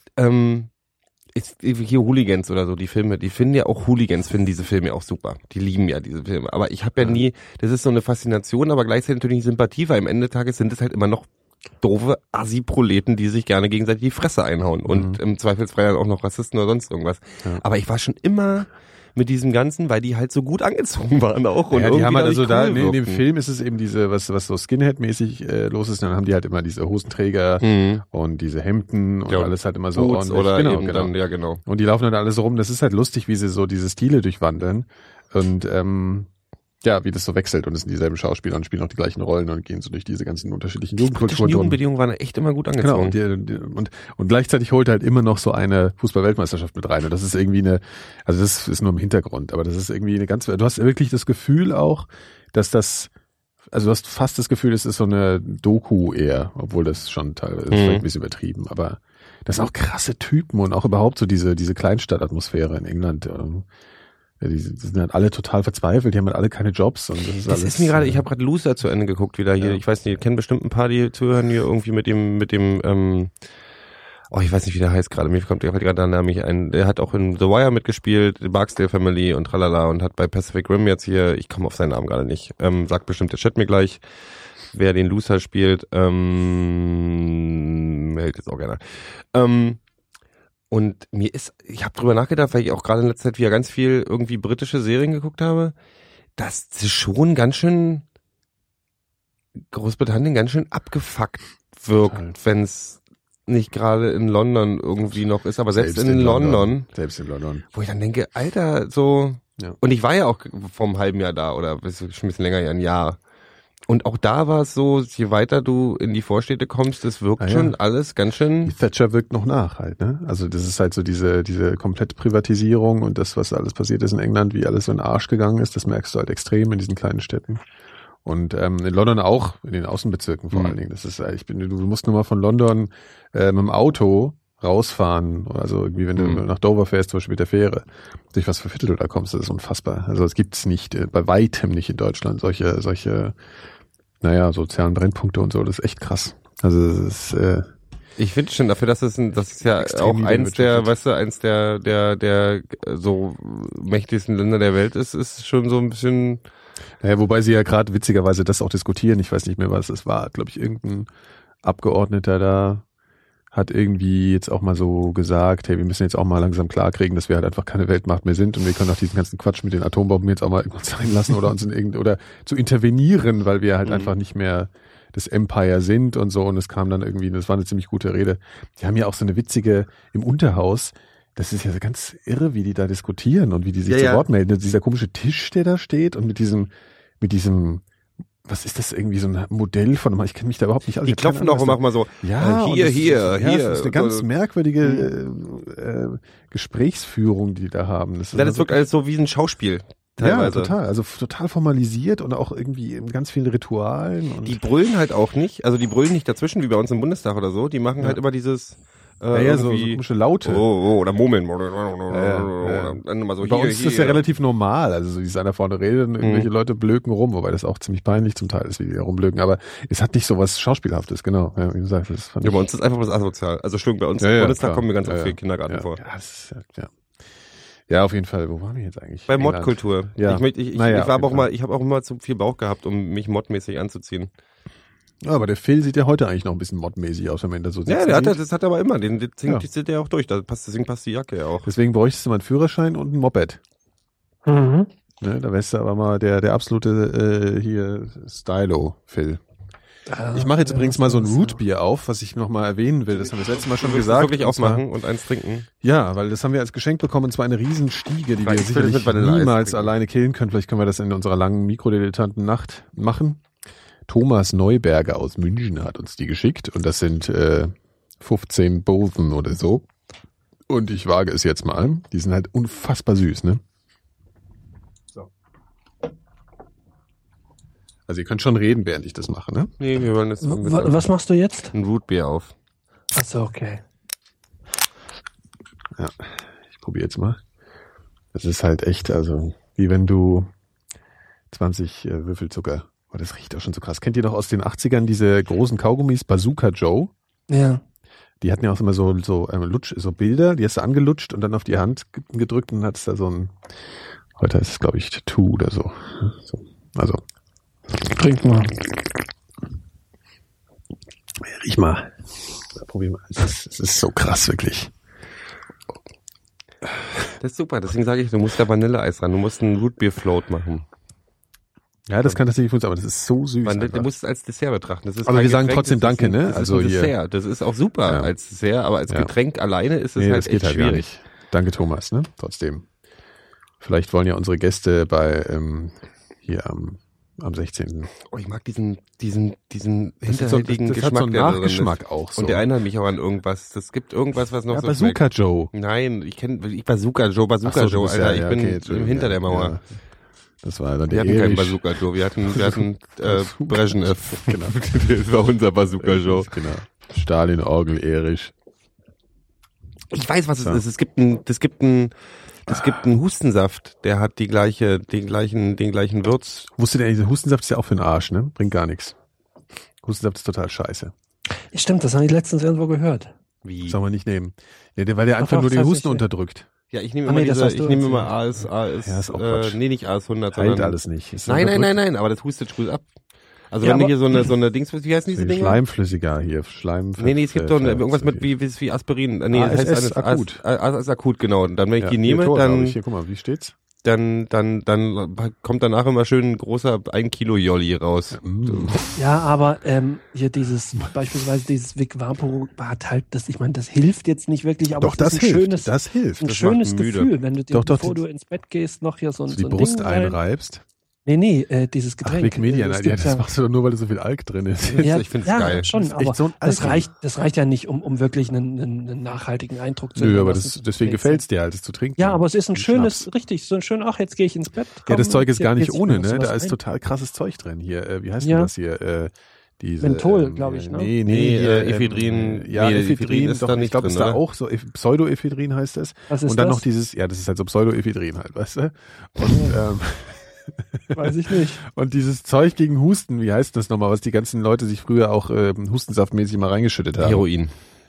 hier Hooligans oder so, die Filme, die finden ja auch Hooligans, finden diese Filme auch super. Die lieben ja diese Filme. Aber ich habe ja nie, das ist so eine Faszination, aber gleichzeitig natürlich Sympathie, weil am Ende des Tages sind es halt immer noch doofe Assi-Proleten, die sich gerne gegenseitig die Fresse einhauen und im Zweifelsfall dann auch noch Rassisten oder sonst irgendwas. Ja. Aber ich war schon immer mit diesem Ganzen, weil die halt so gut angezogen waren auch. Und die haben halt also da, in dem Film ist es eben diese, was so Skinhead-mäßig los ist, dann haben die halt immer diese Hosenträger und diese Hemden und alles halt immer so Boots ordentlich. Oder genau. Dann, ja, genau. Und die laufen dann alle so rum. Das ist halt lustig, wie sie so diese Stile durchwandeln und wie das so wechselt und es sind dieselben Schauspieler und spielen auch die gleichen Rollen und gehen so durch diese ganzen unterschiedlichen Jugendkulturen. Die Jugendbedingungen waren echt immer gut angezogen. Genau, und gleichzeitig holt halt immer noch so eine Fußball-Weltmeisterschaft mit rein und das ist irgendwie also das ist nur im Hintergrund, aber das ist irgendwie du hast wirklich das Gefühl auch, dass du hast fast das Gefühl, es ist so eine Doku eher, obwohl das schon teilweise vielleicht ein bisschen übertrieben, aber das sind auch krasse Typen und auch überhaupt so diese Kleinstadtatmosphäre in England. Die sind halt alle total verzweifelt, die haben halt alle keine Jobs. Und das ist mir gerade, ich habe gerade Loser zu Ende geguckt wieder hier. Ja. Ich weiß nicht, ihr kennt bestimmt ein paar, die zuhören hier irgendwie mit dem ich weiß nicht, wie der heißt gerade, mir kommt gerade der Name nicht ein. Der hat auch in The Wire mitgespielt, die Barksdale Family und tralala und hat bei Pacific Rim jetzt hier, ich komme auf seinen Namen gerade nicht, sagt bestimmt der Chat mir gleich, wer den Loser spielt, hält jetzt auch gerne. Und ich habe drüber nachgedacht, weil ich auch gerade in letzter Zeit wieder ganz viel irgendwie britische Serien geguckt habe, dass es schon ganz schön Großbritannien ganz schön abgefuckt wirkt, wenn es nicht gerade in London irgendwie noch ist, aber selbst in London. Selbst in London. Wo ich dann denke, Alter, so. Ja. Und ich war ja auch vor einem halben Jahr da oder schon ein bisschen länger, ein Jahr. Und auch da war es so, je weiter du in die Vorstädte kommst, das wirkt schon alles ganz schön. Die Thatcher wirkt noch nach halt, ne? Also das ist halt so diese komplette Privatisierung und das, was alles passiert ist in England, wie alles so in den Arsch gegangen ist, das merkst du halt extrem in diesen kleinen Städten. Und in London auch, in den Außenbezirken vor allen Dingen. Das ist, du musst nur mal von London mit dem Auto rausfahren, also irgendwie, wenn du nach Dover fährst, zum Beispiel mit der Fähre, durch was für Viertel du da kommst, das ist unfassbar. Also es gibt's nicht, bei weitem nicht in Deutschland, solche sozialen Brennpunkte und so, das ist echt krass. Also das ist, ich finde schon dafür, das ist ja auch eins der so mächtigsten Länder der Welt ist schon so ein bisschen. Naja, wobei sie ja gerade witzigerweise das auch diskutieren. Ich weiß nicht mehr, was es war. Glaube ich, irgendein Abgeordneter da hat irgendwie jetzt auch mal so gesagt, hey, wir müssen jetzt auch mal langsam klarkriegen, dass wir halt einfach keine Weltmacht mehr sind und wir können auch diesen ganzen Quatsch mit den Atombomben jetzt auch mal irgendwann sein lassen oder uns oder zu intervenieren, weil wir halt einfach nicht mehr das Empire sind und so. Und es kam dann irgendwie, das war eine ziemlich gute Rede. Die haben ja auch so eine witzige im Unterhaus. Das ist ja so ganz irre, wie die da diskutieren und wie die sich zu Wort melden. Dieser komische Tisch, der da steht und mit diesem, was ist das irgendwie so ein Modell von, ich kenne mich da überhaupt nicht aus. Die klopfen auch immer so, hier. Das ist eine ganz merkwürdige Gesprächsführung, die da haben. Das wirkt alles so wie ein Schauspiel. Teilweise. Ja, total. Also total formalisiert und auch irgendwie in ganz vielen Ritualen. Und die brüllen halt auch nicht, also die brüllen nicht dazwischen wie bei uns im Bundestag oder so. Die machen halt immer dieses so komische Laute. Oder Murmeln. Dann mal so bei uns ist das ja relativ normal. Also so, wie einer vorne redet und irgendwelche Leute blöken rum, wobei das auch ziemlich peinlich zum Teil ist, wie die rumblöken. Aber es hat nicht so was Schauspielhaftes, genau. Ja, wie gesagt, das fand bei uns ist einfach was asozial. Also Entschuldigung, bei uns im Bundestag kommen wir ganz oft viel Kindergarten vor. Ja, auf jeden Fall. Wo waren wir jetzt eigentlich? Bei Modkultur. Ja. Ich habe auch immer zu viel Bauch gehabt, um mich modmäßig anzuziehen. Ja, aber der Phil sieht ja heute eigentlich noch ein bisschen modmäßig aus, wenn man da so sitzt. Ja, das hat er aber immer. Den zieht der auch durch. Deswegen passt die Jacke ja auch. Deswegen bräuchtest du mal einen Führerschein und ein Moped. Mhm. Ne, da wärst du aber mal der absolute hier Stylo, Phil. Ich mache jetzt übrigens mal so ein Rootbier auf, was ich nochmal erwähnen will. Das haben wir das letzte Mal schon gesagt. Wirklich aufmachen und eins trinken? Ja, weil das haben wir als Geschenk bekommen, und zwar eine Riesenstiege, die wir sicherlich niemals alleine killen können. Vielleicht können wir das in unserer langen Mikrodilettanten-Nacht machen. Thomas Neuberger aus München hat uns die geschickt und das sind 15 Bosen oder so. Und ich wage es jetzt mal. Die sind halt unfassbar süß, ne? So. Also ihr könnt schon reden, während ich das mache, ne? Nee, wir wollen jetzt... Was machst du jetzt? Ein Rootbier auf. Achso, okay. Ja, ich probiere jetzt mal. Das ist halt echt, also wie wenn du 20 Würfelzucker... Oh, das riecht auch schon so krass. Kennt ihr noch aus den 80ern diese großen Kaugummis, Bazooka Joe? Ja. Die hatten ja auch immer so Bilder, die hast du angelutscht und dann auf die Hand gedrückt und dann hattest da so ein, heute ist es glaube ich Tattoo oder so. Also. Trink mal. Riech mal. Probier mal. Es ist so krass, wirklich. Das ist super, deswegen sage ich, du musst da Vanilleeis ran, du musst einen Rootbeer-Float machen. Ja, das kann tatsächlich funktionieren, aber das ist so süß. Du musst es als Dessert betrachten. Das ist aber wir sagen trotzdem Danke, ne? Also hier. Dessert. Das ist auch super als Dessert, aber als Getränk alleine ist es halt echt schwierig. Danke, Thomas, ne? Trotzdem. Vielleicht wollen ja unsere Gäste bei hier am 16. Oh, ich mag diesen hinterhältigen Geschmack. Das hat so einen Nachgeschmack auch so. Und der erinnert mich auch an irgendwas. Das gibt irgendwas, was noch so Bazooka Joe. Nein, Bazooka Joe, Alter. Ich bin hinter der Mauer. Ja. Das war dann wir hatten keinen Bazooka Joe, wir hatten Brezhnev. Genau. Das war unser Bazooka Joe. Genau. Stalin, Orgel, Erich. Ich weiß, was es ist. Es gibt einen Hustensaft, der hat den gleichen Würz. Wusstet ihr, dieser Hustensaft ist ja auch für den Arsch, ne? Bringt gar nichts. Hustensaft ist total scheiße. Ja, stimmt, das habe ich letztens irgendwo gehört. Wie? Soll man nicht nehmen. Ja, weil der einfach nur den Husten unterdrückt. Ja, ich nehme immer AS, ja, ist auch Quatsch. nicht AS 100, sondern... Heilt alles nicht. Nein, aber das hustet sprüht ab. Also wenn du hier so eine Dings, wie heißen diese Dinge? Schleimflüssiger hier, Nee, es gibt doch irgendwas mit wie Aspirin. Nee, das heißt akut. AS akut, genau. Und dann, wenn ich die nehme, dann... Hier, guck mal, wie steht's? Dann kommt danach immer schön ein großer 1 Kilo Jolli raus. Ja, aber hier beispielsweise dieses Vic Vapor hat halt das, ich meine, das hilft jetzt nicht wirklich, aber doch, das hilft. Das hilft. Ein schönes Gefühl, wenn du dir, bevor du ins Bett gehst, noch hier so ein Brust Ding einreibst. Nee, dieses Getränk. Vic Median, das machst du doch nur, weil da so viel Alk drin ist. Ja, ich finde es geil. Schon, aber so das reicht ja nicht, um wirklich einen nachhaltigen Eindruck zu haben. Nö, aber deswegen gefällt es dir halt, es zu trinken. Ja, aber es ist ein schönes, richtig, so ein schön, jetzt gehe ich ins Bett. Ja, das Zeug ist gar nicht ohne, ne? Da ist total krasses Zeug drin. Hier, wie heißt denn das hier? Diese, Menthol, glaube ich, ne? Nee, Ephedrin. Ephedrin ist da nicht. Ich glaube, ist da auch so, Pseudoephedrin heißt es. Was ist und dann das? noch dieses, ja, das ist halt so Pseudoephedrin halt, weißt du? Und, weiß ich nicht. Und dieses Zeug gegen Husten, wie heißt das nochmal, was die ganzen Leute sich früher auch hustensaftmäßig mal reingeschüttet haben? Heroin.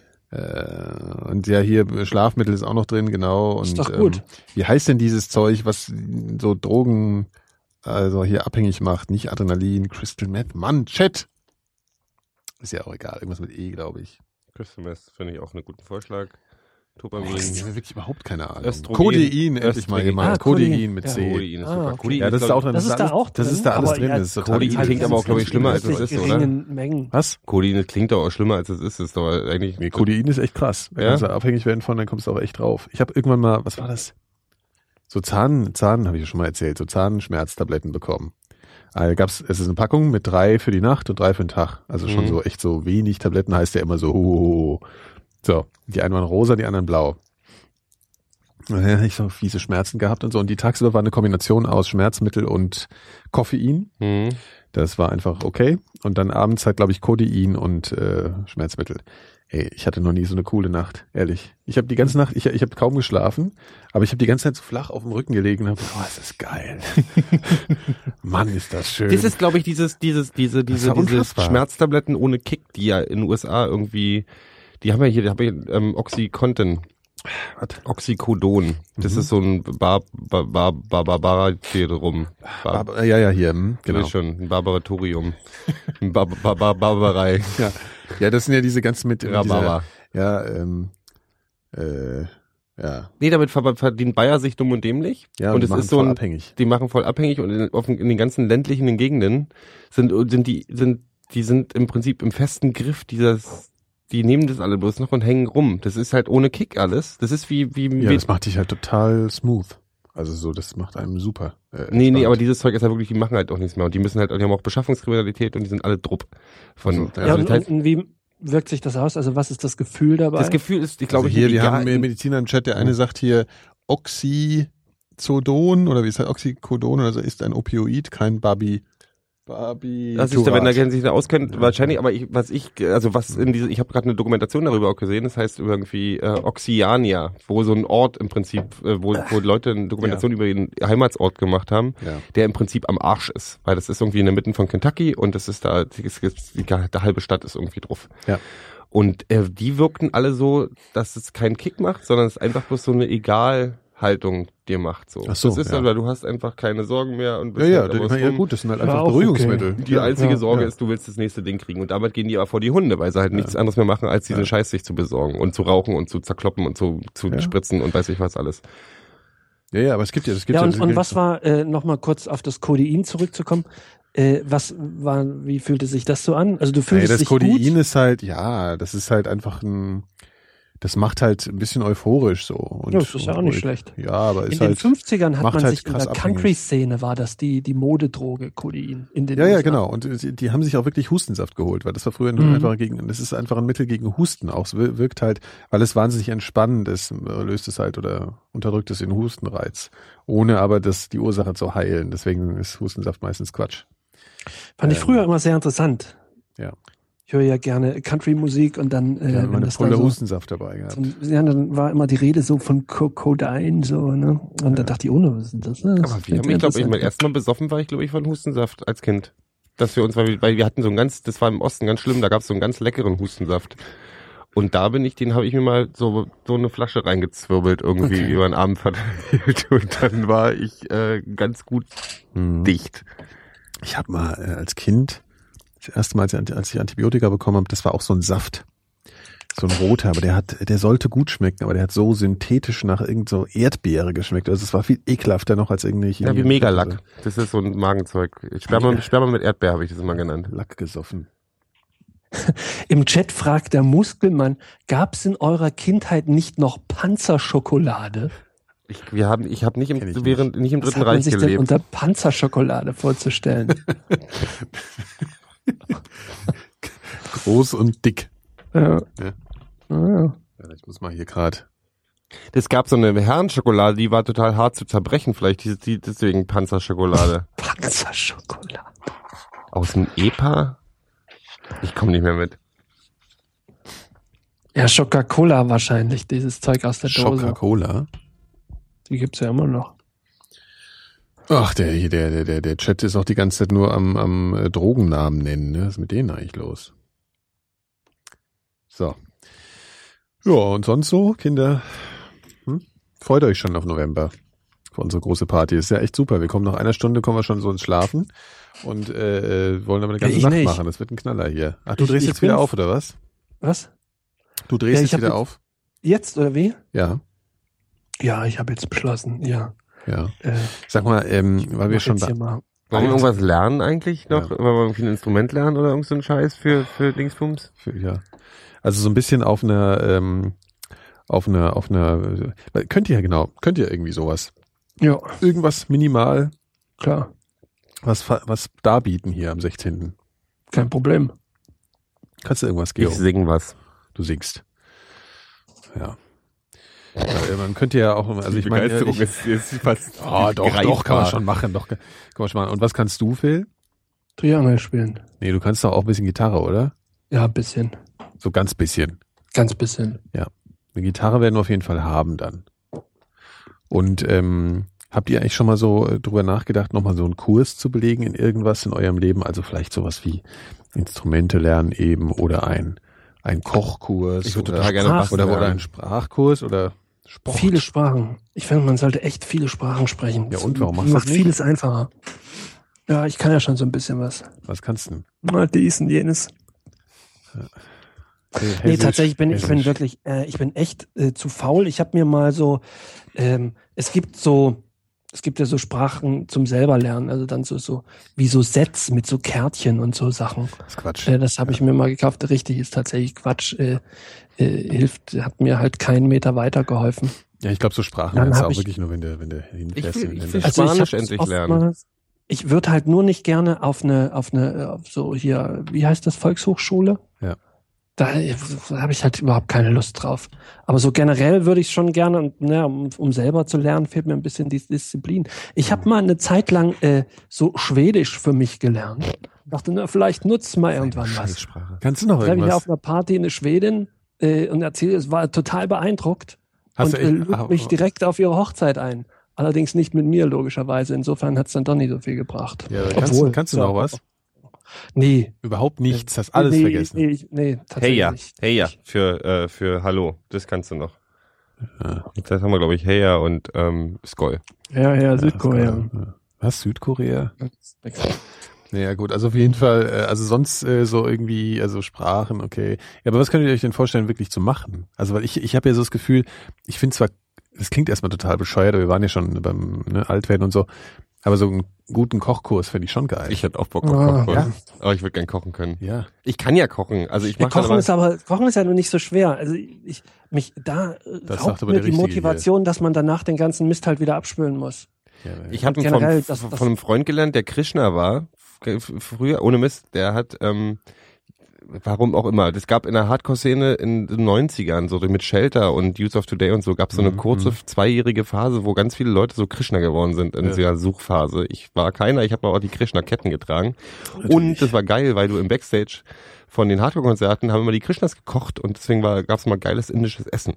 Und ja, hier Schlafmittel ist auch noch drin, genau. Und, ist doch gut. Wie heißt denn dieses Zeug, was so Drogen, also hier abhängig macht? Nicht Adrenalin, Crystal Meth. Mann, Chat! Ist ja auch egal, irgendwas mit E, glaube ich. Crystal Meth finde ich auch einen guten Vorschlag. Dopamin. Ich habe wirklich überhaupt keine Ahnung. Östrogen. Codein, endlich mal gemeint. Codein mit C. Codein ist super. Okay. Ja, das ist auch drin. Das ist da auch drin. Das ist da alles drin. Das ist total Codein klingt aber auch, glaube ich, schlimmer, als es ist, oder? Mengen. Was? Codein klingt doch auch schlimmer, als es ist. Das ist doch eigentlich... Nee, Codein ist echt krass. Wenn du abhängig werden von, dann kommst du auch echt drauf. Ich habe irgendwann mal, was war das? So Zahn habe ich ja schon mal erzählt, so Zahnschmerztabletten bekommen. Es ist eine Packung mit 3 für die Nacht und 3 für den Tag. Also schon so echt so wenig Tabletten, heißt ja immer so. So, die einen waren rosa, die anderen blau. Ja, ich so fiese Schmerzen gehabt und so. Und die tagsüber war eine Kombination aus Schmerzmittel und Koffein. Das war einfach okay. Und dann abends halt, glaube ich, Codein und Schmerzmittel. Ey, ich hatte noch nie so eine coole Nacht, ehrlich. Ich habe die ganze Nacht, ich habe kaum geschlafen, aber ich habe die ganze Zeit so flach auf dem Rücken gelegen und habe gedacht, ist das geil. Mann, ist das schön. Das ist, glaube ich, diese Schmerztabletten ohne Kick, die ja in den USA irgendwie, die haben ja hier Oxycontin. Oxycodon. Das ist so ein Barbaratorium. Ja, hier, genau. Schon, ein Barbaratorium. Ein Barbarei. Ja, das sind ja diese ganzen mit Rhabarber. Ja. Nee, damit verdient Bayer sich dumm und dämlich. Ja, und es ist so abhängig. Die machen voll abhängig und in den ganzen ländlichen Gegenden sind im Prinzip im festen Griff die nehmen das alle bloß noch und hängen rum. Das ist halt ohne Kick alles. Das ist wie das macht dich halt total smooth. Also so, das macht einem super. Nee, aber dieses Zeug ist halt wirklich, die machen halt auch nichts mehr. Und die haben auch Beschaffungskriminalität und die sind alle drupp. Und wie wirkt sich das aus? Also was ist das Gefühl dabei? Das Gefühl ist, ich glaube, hier, wir haben Mediziner im Chat, der eine sagt hier, Oxycodon oder wie ist das? Oxycodon oder so ist ein Opioid, kein Barbiturat. Das ist der, wenn der sich da auskennt, wahrscheinlich, aber ich habe gerade eine Dokumentation darüber auch gesehen, das heißt irgendwie Oxiania, wo so ein Ort im Prinzip, wo Leute eine Dokumentation über den Heimatsort gemacht haben, der im Prinzip am Arsch ist, weil das ist irgendwie in der Mitte von Kentucky und das ist da, die halbe Stadt ist irgendwie drauf. Ja. Und die wirkten alle so, dass es keinen Kick macht, sondern es einfach bloß so eine Egalhaltung dir macht. So. Ach so, das ist ja. Weil du hast einfach keine Sorgen mehr. Und bist Ja, gut, das sind halt einfach Beruhigungsmittel. Okay. Die einzige Sorge ist, du willst das nächste Ding kriegen. Und damit gehen die aber vor die Hunde, weil sie halt nichts anderes mehr machen, als diesen Scheiß sich zu besorgen und zu rauchen und zu zerkloppen und zu spritzen und weiß ich was alles. Ja, aber es gibt und was war, nochmal kurz auf das Codein zurückzukommen, wie fühlte sich das so an? Also du fühlst dich gut? Das Codein ist halt, das ist halt einfach das macht halt ein bisschen euphorisch so. Und, das ist ja auch nicht schlecht. Ja, aber in ist den halt, 50ern hat man halt sich in der Country-Szene war das die Modedroge Codein. In den USA. Genau. Und die haben sich auch wirklich Hustensaft geholt, weil das war früher das ist einfach ein Mittel gegen Husten auch. Es wirkt halt, weil es wahnsinnig entspannend ist, löst es halt oder unterdrückt es den Hustenreiz. Ohne aber die Ursache zu heilen. Deswegen ist Hustensaft meistens Quatsch. Fand ich früher immer sehr interessant. Ja. Ich höre ja gerne Country-Musik und dann wenn das Pulle Hustensaft dabei gehabt. Dann war immer die Rede so von Codein so, ne? Und dann dachte ich, was ist das? Aber mein erstes Mal besoffen war ich, glaube ich, von Hustensaft als Kind. Dass wir uns, weil wir hatten das war im Osten ganz schlimm, da gab es so einen ganz leckeren Hustensaft. Und da habe ich mir mal so eine Flasche reingezwirbelt irgendwie über den Abend verteilt und dann war ich ganz gut dicht. Ich habe mal als Kind das erste Mal, als ich Antibiotika bekommen habe, das war auch so ein Saft. So ein roter, aber der sollte gut schmecken, aber der hat so synthetisch nach irgend so Erdbeere geschmeckt. Also es war viel ekelhafter noch als irgendwelche. Ja, wie Megalack. Das ist so ein Magenzeug. Sperma mit Erdbeer habe ich das immer genannt. Lack gesoffen. Im Chat fragt der Muskelmann, gab es in eurer Kindheit nicht noch Panzerschokolade? Ich habe nicht im Dritten Reich Was hat man sich gelebt. denn unter Panzerschokolade vorzustellen? Groß und dick. Ja. Ich muss mal hier gerade. Es gab so eine Herrenschokolade, die war total hart zu zerbrechen. Vielleicht deswegen Panzerschokolade. Panzerschokolade. Aus dem EPA? Ich komme nicht mehr mit. Ja, Coca-Cola wahrscheinlich, dieses Zeug aus der Dose. Coca-Cola? Die gibt's ja immer noch. Ach, der Chat ist auch die ganze Zeit nur am Drogennamen nennen. Ne? Was ist mit denen eigentlich los? So. Ja, und sonst so, Kinder? Freut euch schon auf November. Für unsere große Party. Ist ja echt super. Wir kommen nach einer Stunde, kommen wir schon so ins Schlafen und wollen aber eine ganze Nacht machen. Das wird ein Knaller hier. Ach, du drehst jetzt wieder auf, oder was? Was? Du drehst jetzt wieder auf? Jetzt, oder wie? Ja. Ja, ich habe jetzt beschlossen, ja. Ja. Sag mal, weil wir schon Wollen wir irgendwas lernen eigentlich noch? Ja. Wollen wir irgendwie ein Instrument lernen oder irgend so ein Scheiß für Dingsbums? Ja. Also so ein bisschen auf einer, könnt ihr irgendwie sowas? Ja. Irgendwas minimal. Klar. Was darbieten hier am 16. Kein Problem. Kannst du irgendwas, Geo? Ich sing was. Du singst. Ja. Man könnte ja auch, also ich meine, Begeisterung ist fast doch, kann man schon machen, kann man schon machen. Und was kannst du, Phil? Triangel spielen. Nee, du kannst doch auch ein bisschen Gitarre, oder? Ja, ein bisschen. So ganz bisschen. Ganz bisschen. Ja. Eine Gitarre werden wir auf jeden Fall haben dann. Und habt ihr eigentlich schon mal so drüber nachgedacht, nochmal so einen Kurs zu belegen in irgendwas in eurem Leben? Also vielleicht sowas wie Instrumente lernen eben oder ein Kochkurs ich würde total gerne was oder ein Sprachkurs oder Sport. Viele Sprachen. Ich finde, man sollte echt viele Sprachen sprechen. Ja, und warum machst du das macht nicht? vieles einfacher. Ja, ich kann ja schon so ein bisschen was. Was kannst du denn? Mal dies und jenes. Nee, tatsächlich bin ich bin echt zu faul. Ich habe mir mal so, es gibt ja so Sprachen zum selber lernen, also dann so wie so Sets mit so Kärtchen und so Sachen. Das ist Quatsch. Das habe ich mir mal gekauft. Richtig, ist tatsächlich Quatsch. Hat mir halt keinen Meter weitergeholfen. Ja, ich glaube, so Sprachen lernst du auch wirklich nur, wenn du hinfährst. Ich will Spanisch endlich lernen. Ich würde halt nur nicht gerne auf so hier, wie heißt das, Volkshochschule? Ja. Da habe ich halt überhaupt keine Lust drauf. Aber so generell würde ich schon gerne, und um selber zu lernen, fehlt mir ein bisschen die Disziplin. Ich habe mal eine Zeit lang so Schwedisch für mich gelernt. Dachte, vielleicht nutzt mal irgendwann was. Kannst du noch irgendwas? irgendwas? Ich auf einer Party eine Schwedin und erzählte, es war total beeindruckt und lud mich direkt auf ihre Hochzeit ein. Allerdings nicht mit mir, logischerweise. Insofern hat es dann doch nicht so viel gebracht. Ja, kannst du noch was? Nee. Überhaupt nichts, hast alles vergessen. Nee, tatsächlich nicht. Heya für Hallo, das kannst du noch. Ja. Das haben wir, glaube ich, Heya und Skoll. Ja, Südkorea. Was, Südkorea? Naja, gut, also auf jeden Fall, also sonst so irgendwie, also Sprachen, okay. Ja, aber was könnt ihr euch denn vorstellen, wirklich zu machen? Also, weil ich habe ja so das Gefühl, ich finde zwar, das klingt erstmal total bescheuert, aber wir waren ja schon beim Altwerden und so, aber so einen guten Kochkurs finde ich schon geil. Ich hätte auch Bock auf Kochkurs. Ja. Aber ich würde gern kochen können. Ja. Ich kann ja kochen. Also ich mache Kochen ist ja nur nicht so schwer. Also raubt mir die Motivation, dass man danach den ganzen Mist halt wieder abspülen muss. Ja. Ich habe von einem Freund gelernt, der Krishna war, früher, ohne Mist, der hat, warum auch immer, das gab in der Hardcore-Szene in den 90ern, so mit Shelter und Youth of Today und so, gab es so eine kurze 2-jährige Phase, wo ganz viele Leute so Krishna geworden sind in dieser Suchphase. Ich war keiner, ich habe aber auch die Krishna-Ketten getragen. Natürlich. Und das war geil, weil du im Backstage von den Hardcore-Konzerten haben immer die Krishnas gekocht und deswegen gab es mal geiles indisches Essen.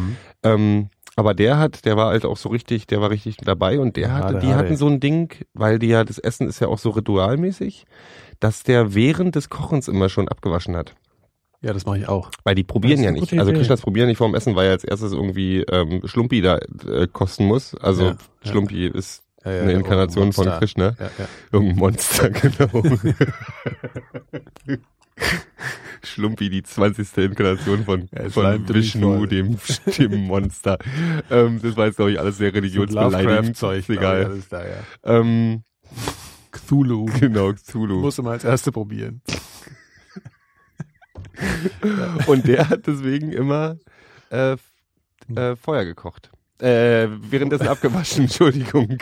Aber der war halt auch so richtig, der war richtig dabei und die hatten so ein Ding, weil das Essen ist ja auch so ritualmäßig, dass der während des Kochens immer schon abgewaschen hat. Ja, das mache ich auch. Weil die probieren ja nicht. Also Krishnas probieren nicht vorm Essen, weil er als erstes irgendwie Schlumpi da kosten muss. Also Schlumpi ist eine Inkarnation von Krishna. Ja. Irgendein Monster, genau. Schlumpi, die 20. Inkarnation von Vishnu, dem Monster. Das war jetzt, glaube ich, alles sehr religionsbeleidigend. Zeug, egal. Alles da, ja. Cthulhu. Genau, Cthulhu. Musst du mal als Erste probieren. Und der hat deswegen immer Feuer gekocht. Währenddessen abgewaschen, Entschuldigung.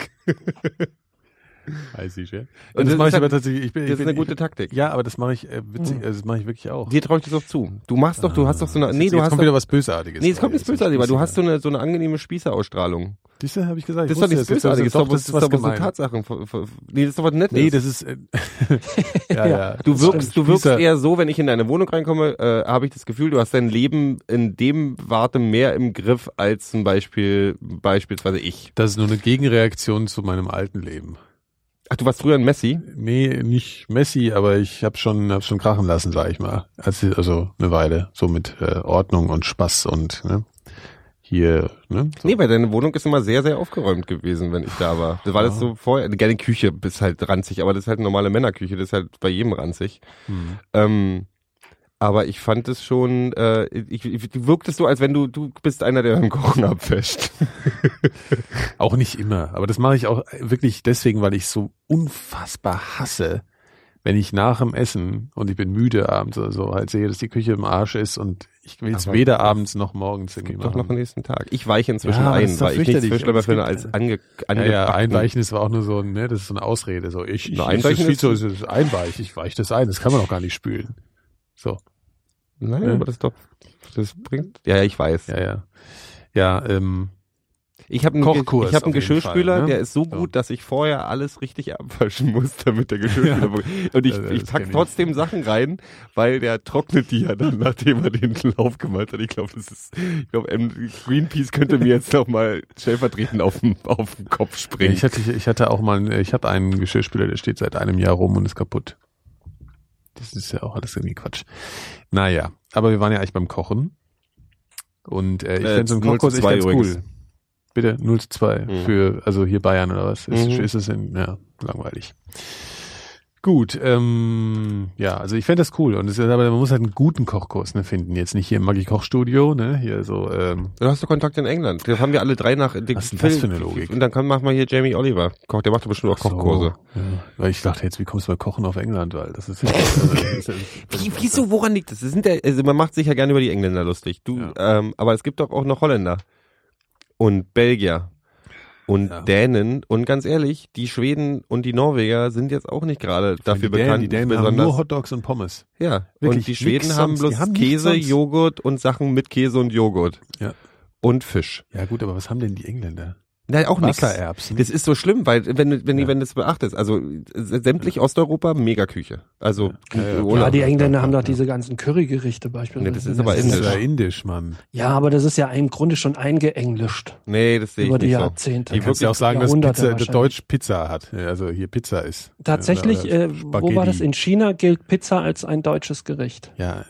Weiß ich, ja. Und das mache ich aber tatsächlich. Das ist eine gute Taktik. Ja, aber das mache ich das mache ich wirklich auch. Dir traue ich das auch zu. Du hast doch so eine. Nee, jetzt kommt wieder was Bösartiges. Nee, es kommt nichts Bösartiges, weil du hast so eine angeneine Spießerausstrahlung. Das habe ich gesagt. Das ist doch nichts Bösartiges. Das ist doch so Tatsachen. Nee, das ist doch was Nettes. Nee, das ist. ja. Du wirkst eher so, wenn ich in deine Wohnung reinkomme, habe ich das Gefühl, du hast dein Leben in dem Warte mehr im Griff als zum beispielsweise ich. Das ist nur eine Gegenreaktion zu meinem alten Leben. Ach, du warst früher ein Messi? Nee, nicht Messi, aber ich habe schon krachen lassen, sag ich mal. Also eine Weile, so mit Ordnung und Spaß und hier. Ne, so. Nee, weil deine Wohnung ist immer sehr, sehr aufgeräumt gewesen, wenn ich da war. Das war das so vorher. Gerne Küche ist halt ranzig, aber das ist halt eine normale Männerküche, das ist halt bei jedem ranzig. Aber ich fand es schon, du wirktest so, als wenn du bist einer, der beim Kochen abwäscht. Auch nicht immer, aber das mache ich auch wirklich deswegen, weil ich so unfassbar hasse, wenn ich nach dem Essen und ich bin müde abends oder so, halt sehe, dass die Küche im Arsch ist und ich will es weder abends noch morgens irgendwie machen. Doch noch am nächsten Tag. Ich weiche inzwischen ein, weil ich nichts schlimmer finde als angebacken. Ja, einweichen ist auch nur so das ist so eine Ausrede. So, einweichen ist einweichen, ich weiche das ein, das kann man auch gar nicht spülen. So. Nein, aber das bringt. Ja, ich weiß. Ja. Ja, Ich habe Kochkurs einen auf jeden Geschirrspüler, Fall, ne? der ist so gut, dass ich vorher alles richtig abwaschen muss, damit der Geschirrspüler und ich pack trotzdem Sachen rein, weil der trocknet die ja dann, nachdem er den Lauf gemacht hat. Ich glaube, Greenpeace könnte mir jetzt noch mal stellvertretend auf den Kopf springen. ich habe einen Geschirrspüler, der steht seit einem Jahr rum und ist kaputt. Das ist ja auch alles irgendwie Quatsch. Naja, aber wir waren ja eigentlich beim Kochen. Und ich finde so einen Kochkurs echt ganz cool. Bitte 0:2 für, also hier Bayern oder was? Ist es langweilig. Gut, ja, also ich fände das cool. Und aber man muss halt einen guten Kochkurs finden. Jetzt nicht hier im Maggi-Koch-Studio, hier so. Du hast doch Kontakt in England. Das haben wir alle drei nach. Was ist denn das für eine Logik? Und dann machen wir hier Jamie Oliver. Der macht doch bestimmt auch Kochkurse. Ja. Weil ich dachte jetzt, wie kommst du bei Kochen auf England? Weil das ist Wieso, woran liegt das? Also man macht sich ja gerne über die Engländer lustig. Aber es gibt doch auch noch Holländer. Und Belgier und Dänen und ganz ehrlich, die Schweden und die Norweger sind jetzt auch nicht gerade dafür bekannt. Die Dänen haben nur Hotdogs und Pommes. Ja, wirklich, und die Schweden haben bloß Käse, Joghurt und Sachen mit Käse und Joghurt. Ja. Und Fisch. Ja gut, aber was haben denn die Engländer? Nein, auch nichts. Wassererbsen. Das ist so schlimm, weil wenn du das beachtest, also sämtlich Osteuropa, Megaküche. Also die Engländer haben doch diese ganzen Currygerichte beispielsweise. Nee, das ist aber indisch. Das ist ja indisch, Mann. Ja, aber das ist ja im Grunde schon eingeenglischt. Nee, das sehe ich über die nicht Jahrzehnte. Du kannst ja auch sagen, dass Deutsch Pizza hat. Also hier Pizza ist. Tatsächlich, wo war das? In China gilt Pizza als ein deutsches Gericht. Ja.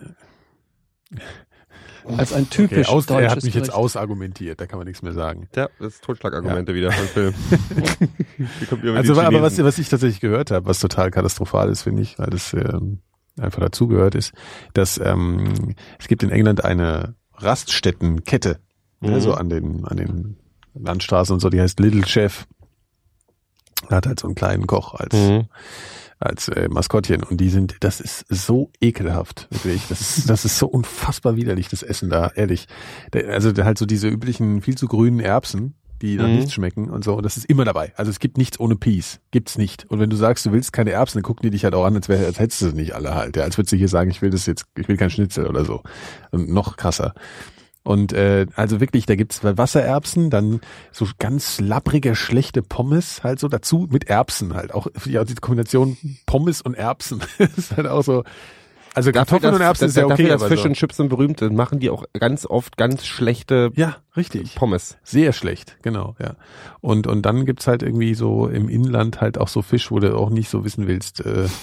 Als ein typisch deutsches Er hat mich Gericht. jetzt ausargumentiert, da kann man nichts mehr sagen. Ja, das ist Totschlagargumente wieder vom Film. Also aber was ich tatsächlich gehört habe, was total katastrophal ist, finde ich, weil das einfach dazugehört ist, dass es gibt in England eine Raststättenkette, also an den Landstraßen und so, die heißt Little Chef. Er hat halt so einen kleinen Koch als Maskottchen und das ist so ekelhaft, wirklich. Das ist so unfassbar widerlich, das Essen da, ehrlich. Also halt so diese üblichen, viel zu grünen Erbsen, die dann nicht schmecken und so, und das ist immer dabei. Also es gibt nichts ohne Peas, gibt's nicht. Und wenn du sagst, du willst keine Erbsen, dann gucken die dich halt auch an, als hättest du sie nicht alle halt. Ja, als würdest du hier sagen, ich will kein Schnitzel oder so. Und noch krasser. Und also wirklich, da gibt's Wassererbsen, dann so ganz lapprige, schlechte Pommes halt so dazu mit Erbsen halt. Auch die Kombination Pommes und Erbsen ist halt auch so. Also Kartoffeln und Erbsen ist ja okay. Dafür, dass Fisch und Chips sind berühmt sind, machen die auch ganz oft ganz schlechte richtig. Pommes. Sehr schlecht, genau, ja. Und dann gibt's halt irgendwie so im Inland halt auch so Fisch, wo du auch nicht so wissen willst,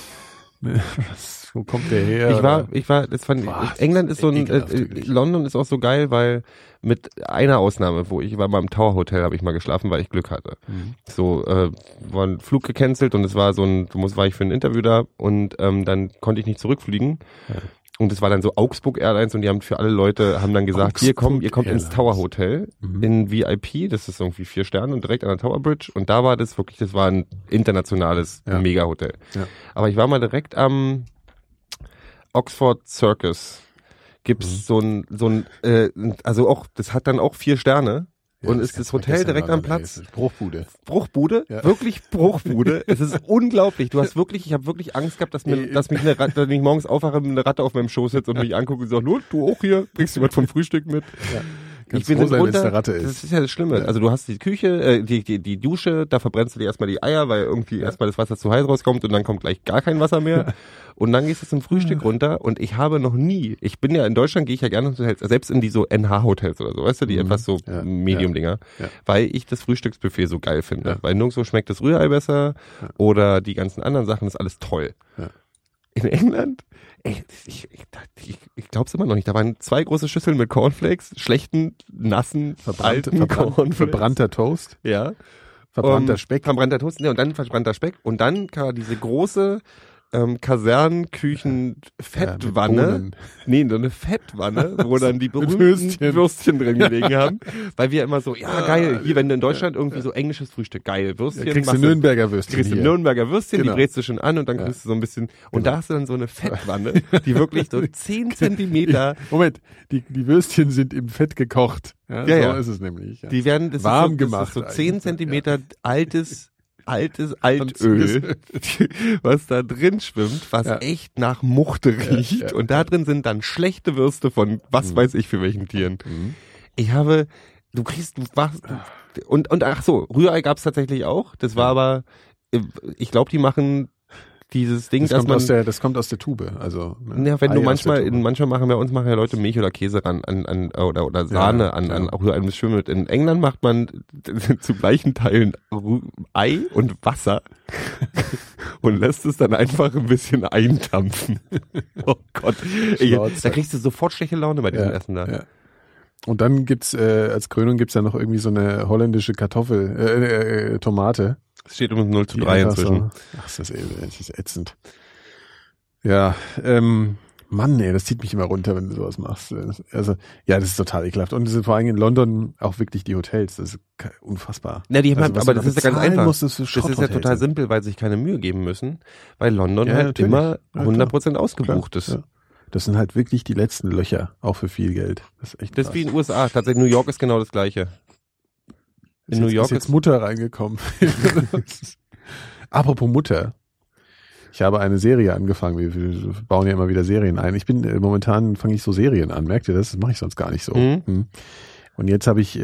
wo kommt der her? England ist so London ist auch so geil, weil mit einer Ausnahme, ich war mal im Tower Hotel, habe ich mal geschlafen, weil ich Glück hatte. So, war ein Flug gecancelt und es war war ich für ein Interview da und dann konnte ich nicht zurückfliegen. Ja. Und es war dann so Augsburg Airlines und die haben für alle Leute, haben dann gesagt, ihr kommt ins Tower Hotel in VIP, das ist irgendwie 4 Sterne und direkt an der Tower Bridge und da war das war ein internationales Mega-Hotel. Ja. Aber ich war mal direkt am Oxford Circus. Gibt's also auch, das hat dann auch 4 Sterne. Ja, und ist das Hotel direkt am Platz. Bruchbude? Ja. Wirklich Bruchbude. Es ist unglaublich. Ich habe wirklich Angst gehabt, dass mich eine Ratte, wenn ich morgens aufwache, eine Ratte auf meinem Schoß sitzt und mich anguckt und sagt, du auch hier? Bringst du was vom Frühstück mit? Ja. Ich bin runter, das ist ja das Schlimme. Ja. Also du hast die Küche, die Dusche, da verbrennst du dir erstmal die Eier, weil irgendwie erstmal das Wasser zu heiß rauskommt und dann kommt gleich gar kein Wasser mehr. Und dann gehst du zum Frühstück runter und ich bin ja in Deutschland, gehe ich ja gerne in Hotels, selbst in die so NH-Hotels oder so, weißt du, die etwas so Medium-Dinger, weil ich das Frühstücksbuffet so geil finde. Weil nirgendwo schmeckt das Rührei besser oder die ganzen anderen Sachen, ist alles toll. Ja. In England, ich glaub's immer noch nicht. Da waren 2 große Schüsseln mit Cornflakes, schlechten, nassen, Cornflakes. Verbrannter Toast. Ja. Verbrannter Speck. Verbrannter Toast, und dann verbrannter Speck. Und dann kam diese große Kasernenküchen-Fettwanne. So eine Fettwanne, wo dann die berühmten Würstchen drin gelegen haben. Weil wir immer so, geil, hier, wenn du in Deutschland irgendwie so englisches Frühstück, geil, Würstchen. Ja, kriegst du Nürnberger Würstchen. Die brätst du schon an und dann kriegst du so ein bisschen, und da hast du dann so eine Fettwanne, die wirklich so 10 Zentimeter. Moment, die Würstchen sind im Fett gekocht. Ja, so ist es nämlich. Ja. Die werden, warm gemacht. Das ist so 10 Zentimeter altes Altöl, was da drin schwimmt, was echt nach Muchte riecht. Und da drin sind dann schlechte Würste von was weiß ich für welchen Tieren. Ich habe Und ach so, Rührei gab's tatsächlich auch. Das war aber, ich glaube, die machen dieses Ding, das kommt aus der Tube, also. Ne? Ja, wenn du manchmal machen ja Leute Milch oder Käse ran oder Sahne an Rührei mit Schwimmen. In England macht man zu gleichen Teilen Ei und Wasser und lässt es dann einfach ein bisschen eindampfen. Oh Gott, da kriegst du sofort schlechte Laune bei diesem Essen da. Ja. Und dann gibt's als Krönung ja noch irgendwie so eine holländische Tomate. Es steht um 0:3 inzwischen. So, ach, das ist ätzend. Ja, Mann, das zieht mich immer runter, wenn du sowas machst. Also, ja, das ist total ekelhaft. Und vor allem in London auch wirklich die Hotels, das ist unfassbar. Ja, aber das ist ja ganz einfach. Das ist ja total simpel, weil sie sich keine Mühe geben müssen, weil London immer 100% ausgebucht ist. Ja. Das sind halt wirklich die letzten Löcher, auch für viel Geld. Das ist echt krass. Das ist wie in den USA. Tatsächlich, New York ist genau das Gleiche. In New York ist jetzt Mutter reingekommen. Apropos Mutter. Ich habe eine Serie angefangen. Wir bauen ja immer wieder Serien ein. Momentan fange ich so Serien an. Merkt ihr das? Das mache ich sonst gar nicht so. Mhm. Und jetzt habe ich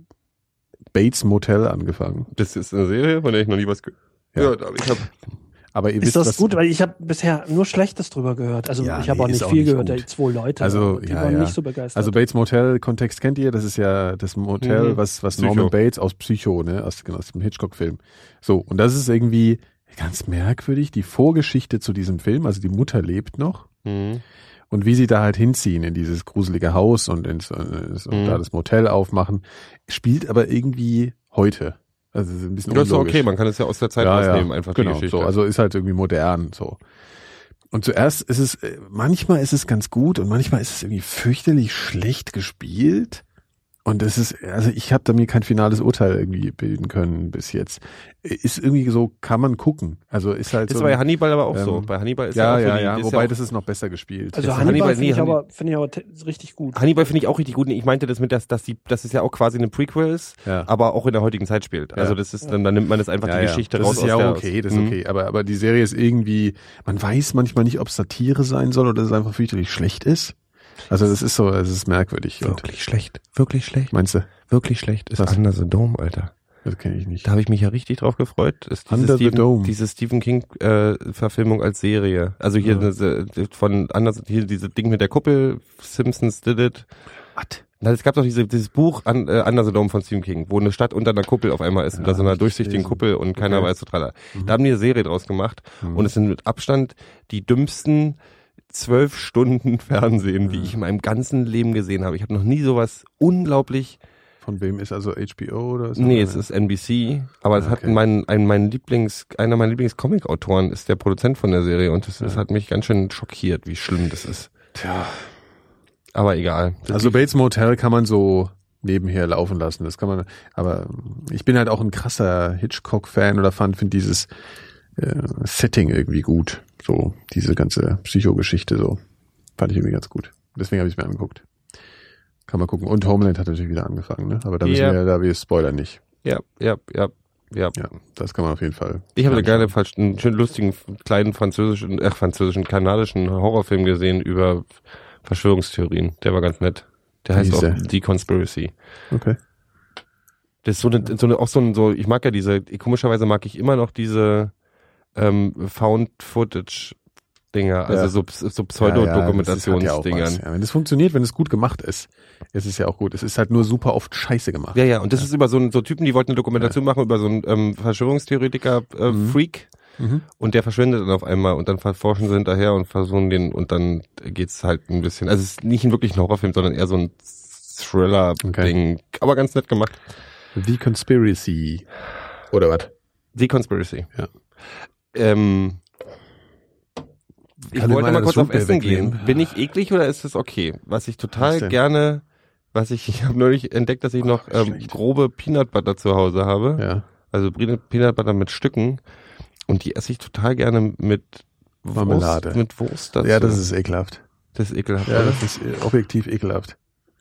Bates Motel angefangen. Das ist eine Serie, von der ich noch nie was gehört habe. Aber ihr ist das gut? Weil ich habe bisher nur Schlechtes drüber gehört. Also ich habe auch nicht viel gehört. 2 Leute, die waren nicht so begeistert. Also Bates Motel, Kontext kennt ihr? Das ist ja das Motel, was Norman Bates aus Psycho, ne, aus dem Hitchcock-Film. So, und das ist irgendwie ganz merkwürdig, die Vorgeschichte zu diesem Film. Also die Mutter lebt noch. Mhm. Und wie sie da halt hinziehen in dieses gruselige Haus und da das Motel aufmachen, spielt aber irgendwie heute. Also ist ein bisschen unlogisch. Das ist okay, man kann es ja aus der Zeit rausnehmen, einfach genau, die Geschichte. So, also ist halt irgendwie modern, so. Und zuerst manchmal ist es ganz gut und manchmal ist es irgendwie fürchterlich schlecht gespielt. Und ich habe da mir kein finales Urteil irgendwie bilden können bis jetzt. Ist irgendwie so, kann man gucken. Also ist halt das so. Das war bei Hannibal aber auch so. Bei Hannibal ist wobei das ist noch besser gespielt. Also Hannibal finde ich aber richtig gut. Hannibal finde ich auch richtig gut. Ich meinte das mit, dass es ja auch quasi eine Prequel ist, aber auch in der heutigen Zeit spielt. Also das ist, dann nimmt man das einfach die Geschichte raus. Das ist ja auch okay, das ist okay. Aber die Serie ist irgendwie, man weiß manchmal nicht, ob es Satire sein soll oder es einfach fürchterlich schlecht ist. Also das ist so, es ist merkwürdig. Wirklich schlecht. Meinst du? Wirklich schlecht ist Under the Dome, Alter. Das kenne ich nicht. Da habe ich mich ja richtig drauf gefreut. Ist diese Stephen King Verfilmung als Serie. Also hier hier diese Ding mit der Kuppel, Simpsons did it. Was? Na, es gab doch dieses Buch Under the Dome von Stephen King, wo eine Stadt unter einer Kuppel auf einmal ist, unter so einer durchsichtigen Kuppel und keiner weiß so tralala. Da haben die eine Serie draus gemacht und es sind mit Abstand die dümmsten 12 Stunden Fernsehen, die ich in meinem ganzen Leben gesehen habe. Ich habe noch nie sowas unglaublich. Von wem ist also HBO oder so? Nee, es ist NBC, aber es hat einer meiner Lieblings-Comic-Autoren ist der Produzent von der Serie und das hat mich ganz schön schockiert, wie schlimm das ist. Tja. Aber egal. Also Bates Motel kann man so nebenher laufen lassen, das kann man, aber ich bin halt auch ein krasser Hitchcock-Fan oder finde dieses Setting irgendwie gut. So, diese ganze Psycho-Geschichte so. Fand ich irgendwie ganz gut. Deswegen habe ich es mir angeguckt. Kann man gucken. Und Homeland hat natürlich wieder angefangen, ne? Aber da wir spoilern nicht. Ja. Ja, das kann man auf jeden Fall. Ich habe einen schön lustigen, kleinen kanadischen Horrorfilm gesehen über Verschwörungstheorien. Der war ganz nett. Der heißt auch The Conspiracy. Okay. Das ist ich mag ja komischerweise mag ich immer noch diese Found-Footage-Dinger, also so Pseudo-Dokumentationsdingern. Ja, wenn das funktioniert, wenn es gut gemacht ist, ist es ja auch gut. Es ist halt nur super oft scheiße gemacht. Ja, und das ist über so Typen, die wollten eine Dokumentation machen über so einen Verschwörungstheoretiker-Freak und der verschwindet dann auf einmal und dann forschen sie hinterher und versuchen den und dann geht's halt ein bisschen, also es ist nicht wirklich ein Horrorfilm, sondern eher so ein Thriller-Ding, aber ganz nett gemacht. The Conspiracy. Oder was? The Conspiracy. Ja. Ich wollte mal kurz auf Essen gehen. Bin ich eklig oder ist das okay? Was ich total gerne, ich habe neulich entdeckt, dass ich noch grobe Peanut Butter zu Hause habe. Ja. Also Peanut Butter mit Stücken. Und die esse ich total gerne mit Marmelade. Mit Wurst dazu. Ja, das ist ekelhaft. Das ist ekelhaft. Ja, das ist objektiv ekelhaft.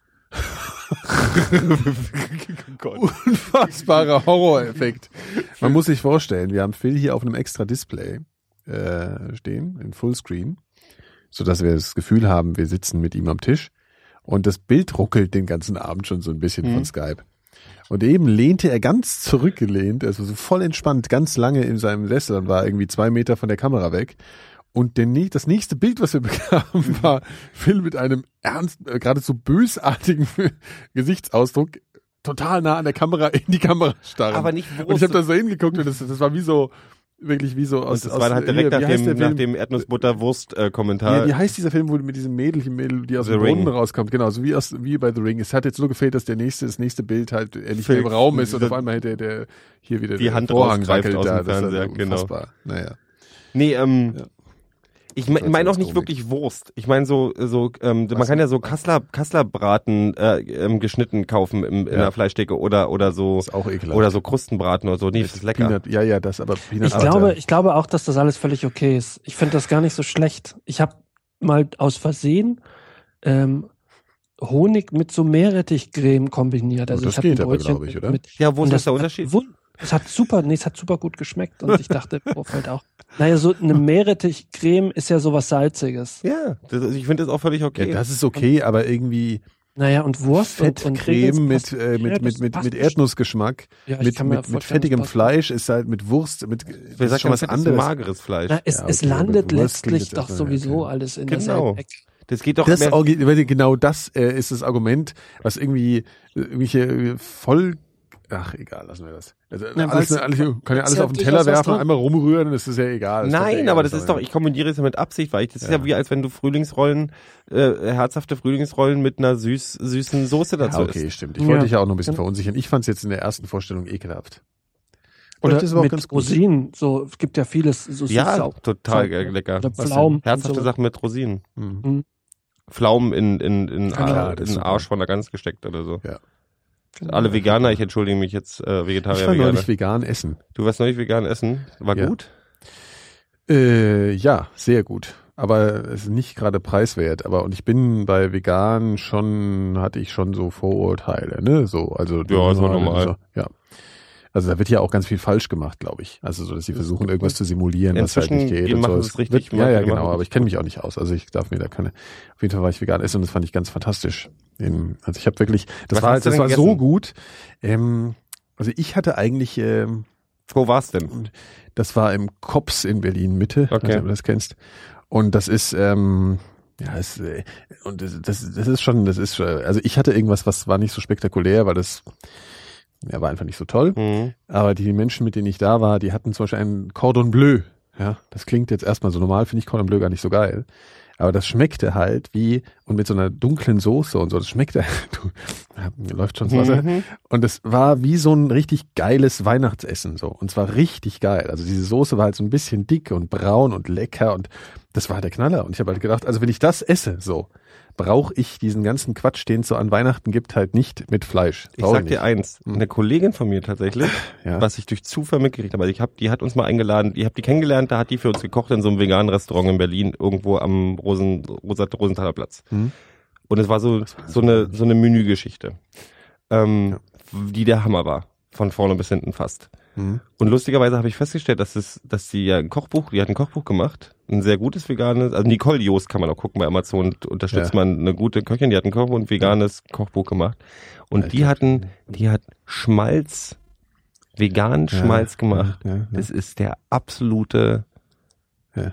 Unfassbarer Horroreffekt. Man muss sich vorstellen, wir haben Phil hier auf einem extra Display stehen, in Fullscreen, so dass wir das Gefühl haben, wir sitzen mit ihm am Tisch Und das Bild ruckelt den ganzen Abend schon so ein bisschen von Skype. Und eben lehnte er ganz zurückgelehnt, also so voll entspannt, ganz lange in seinem Sessel und war irgendwie 2 Meter von der Kamera weg. Und das nächste Bild, was wir bekamen, war Phil mit einem geradezu bösartigen Gesichtsausdruck, total nah an der Kamera, in die Kamera starren. Aber nicht Und ich habe da so hingeguckt und das war wie so, wirklich wie so aus. Und das war halt direkt nach dem Erdnussbutter-Wurst-Kommentar. Ja, wie heißt dieser Film, wo mit diesem Mädel, die aus dem Brunnen rauskommt? Genau, so wie bei The Ring. Es hat jetzt nur gefehlt, dass das nächste Bild halt nicht mehr im Raum ist und auf einmal hätte der hier wieder die Hand Vorhang rausgreift wackelt aus dem da. Fernseher, Genau. Naja. Nee, Ja. ich meine auch nicht wirklich Wurst. Ich meine man kann ja so Kasslerbraten geschnitten kaufen in der Fleischtheke oder so. Ist auch ekelhaft. Oder so Krustenbraten oder so. Nee, das ist lecker. Das aber Peanut Ich glaube auch, dass das alles völlig okay ist. Ich finde das gar nicht so schlecht. Ich habe mal aus Versehen Honig mit so Meerrettichcreme kombiniert. Also das ich hatte geht ein aber, Brötchen glaube ich, oder? Ja, wo ist das der Unterschied? Es hat super gut geschmeckt und ich dachte im Vorfeld auch. Naja, so eine Meerrettichcreme ist ja sowas Salziges. Ja, ich finde das auch völlig okay. Ja, das ist okay, aber irgendwie Naja, und Wurst Fettcreme mit Erdnussgeschmack, ja, mit fettigem Fleisch ist halt mit Wurst, das ist schon was anderes. Mageres Fleisch. Na, es landet letztlich doch sowieso alles in genau. der Ecke. Das geht doch genau das ist das Argument, was irgendwelche ach, egal, lassen wir das. Also kann ja alles auf den Teller werfen, einmal rumrühren, das ist ja egal. Nein, aber das ist doch, ich kommentiere es ja mit Absicht, weil das ist ja wie, als wenn du herzhafte Frühlingsrollen mit einer süßen Soße dazu isst. Okay, stimmt. Ich wollte dich ja auch noch ein bisschen verunsichern. Ich fand es jetzt in der ersten Vorstellung ekelhaft. Oder mit Rosinen, so, es gibt ja vieles, so süß. Ja, total lecker. Oder Pflaumen. Herzhafte Sachen mit Rosinen. Mhm. Pflaumen in den Arsch von der Gans gesteckt oder so. Ja. Alle Veganer, ich entschuldige mich jetzt, Vegetarier, Ich war neulich vegan essen. Du warst neulich vegan essen? War gut? Ja, sehr gut. Aber es ist nicht gerade preiswert. Und ich bin bei vegan hatte ich schon so Vorurteile, ne? So, also. Ja, so normal. Ja. Also da wird ja auch ganz viel falsch gemacht, glaube ich. Also so, dass sie versuchen, irgendwas zu simulieren, was halt nicht geht. Die und machen so. es richtig. Ja, genau, aber ich kenne mich auch nicht aus. Also ich darf mir da keine. Auf jeden Fall war ich vegan essen und das fand ich ganz fantastisch. Also ich habe wirklich, das war so gut. Also ich hatte eigentlich. Wo war's denn? Das war im Kops in Berlin Mitte, okay. Wenn du das kennst. Und das ist also ich hatte irgendwas, was war nicht so spektakulär, weil das war einfach nicht so toll. Mhm. Aber die Menschen, mit denen ich da war, die hatten zum Beispiel einen Cordon Bleu. Ja, das klingt jetzt erstmal so normal, finde ich Cordon Bleu gar nicht so geil. Aber das schmeckte halt und mit so einer dunklen Soße und so, das schmeckte, läuft schon das Wasser. Mhm. Und das war wie so ein richtig geiles Weihnachtsessen, so. Und zwar richtig geil. Also diese Soße war halt so ein bisschen dick und braun und lecker und das war der Knaller. Und ich habe halt gedacht, also wenn ich das esse, so, brauche ich diesen ganzen Quatsch, den es so an Weihnachten gibt, halt nicht mit Fleisch. Ich sag dir eins, eine Kollegin von mir tatsächlich, was ich durch Zufall mitgekriegt habe, also die hat uns mal eingeladen, ich habe die kennengelernt, da hat die für uns gekocht in so einem veganen Restaurant in Berlin, irgendwo am Rosenthaler Platz. Und es war so eine Menügeschichte, die der Hammer war, von vorne bis hinten fast. Und lustigerweise habe ich festgestellt, dass die hat ein Kochbuch gemacht, ein sehr gutes veganes, also Nicole Joost kann man auch gucken bei Amazon, unterstützt man eine gute Köchin, die hat ein Kochbuch und veganes Kochbuch gemacht. Und die hat Schmalz, veganen Schmalz gemacht. Ja. Das ist der absolute, das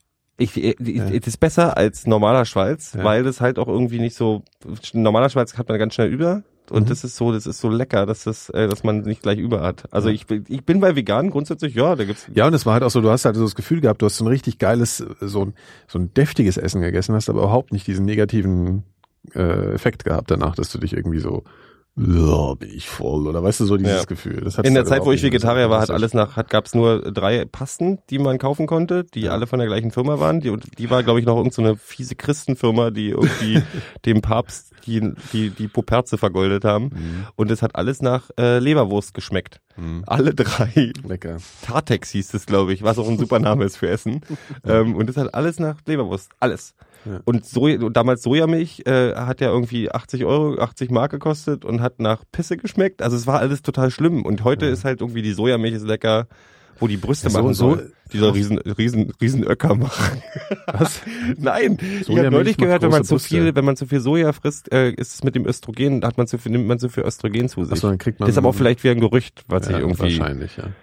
ist besser als normaler Schmalz, weil das halt auch irgendwie nicht so, normaler Schmalz hat man ganz schnell über. Und das ist so lecker, dass man nicht gleich über hat. Also ich bin bei Veganen grundsätzlich, da gibt's. Ja, und es war halt auch so, du hast halt so das Gefühl gehabt, du hast so ein richtig geiles, so ein deftiges Essen gegessen, hast aber überhaupt nicht diesen negativen Effekt gehabt danach, dass du dich irgendwie so, bin ich voll, oder weißt du, so dieses Gefühl. Das in der Zeit, wo ich Vegetarier war, gab's nur 3 Pasten, die man kaufen konnte, die alle von der gleichen Firma waren. Die war, glaube ich, noch irgend so eine fiese Christenfirma, die irgendwie dem Papst die Poperze vergoldet haben. Und es hat alles nach Leberwurst geschmeckt. Alle 3. Lecker. Tartex hieß es, glaube ich, was auch ein super Name ist für Essen. Und es hat alles nach Leberwurst. Alles. Ja. Und damals Sojamilch hat ja irgendwie 80 Mark gekostet und hat nach Pisse geschmeckt. Also es war alles total schlimm. Und heute ist halt irgendwie die Sojamilch ist lecker wo die Brüste machen soll. Dieser riesen Öcker machen. Was? Nein, ich habe neulich gehört, wenn man zu viel Soja frisst, ist es mit dem Östrogen, nimmt man zu viel Östrogen zu sich. Achso, dann kriegt man, das ist aber auch vielleicht wieder ein Gerücht, was ich irgendwie... Wahrscheinlich, ja.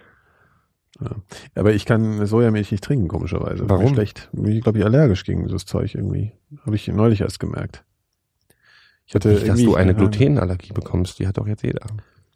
Aber ich kann Sojamilch nicht trinken, komischerweise. Warum? Schlecht. Bin ich, glaube ich, allergisch gegen dieses Zeug irgendwie. Habe ich neulich erst gemerkt. Ich hatte nicht, dass du eine Glutenallergie bekommst, die hat doch jetzt jeder.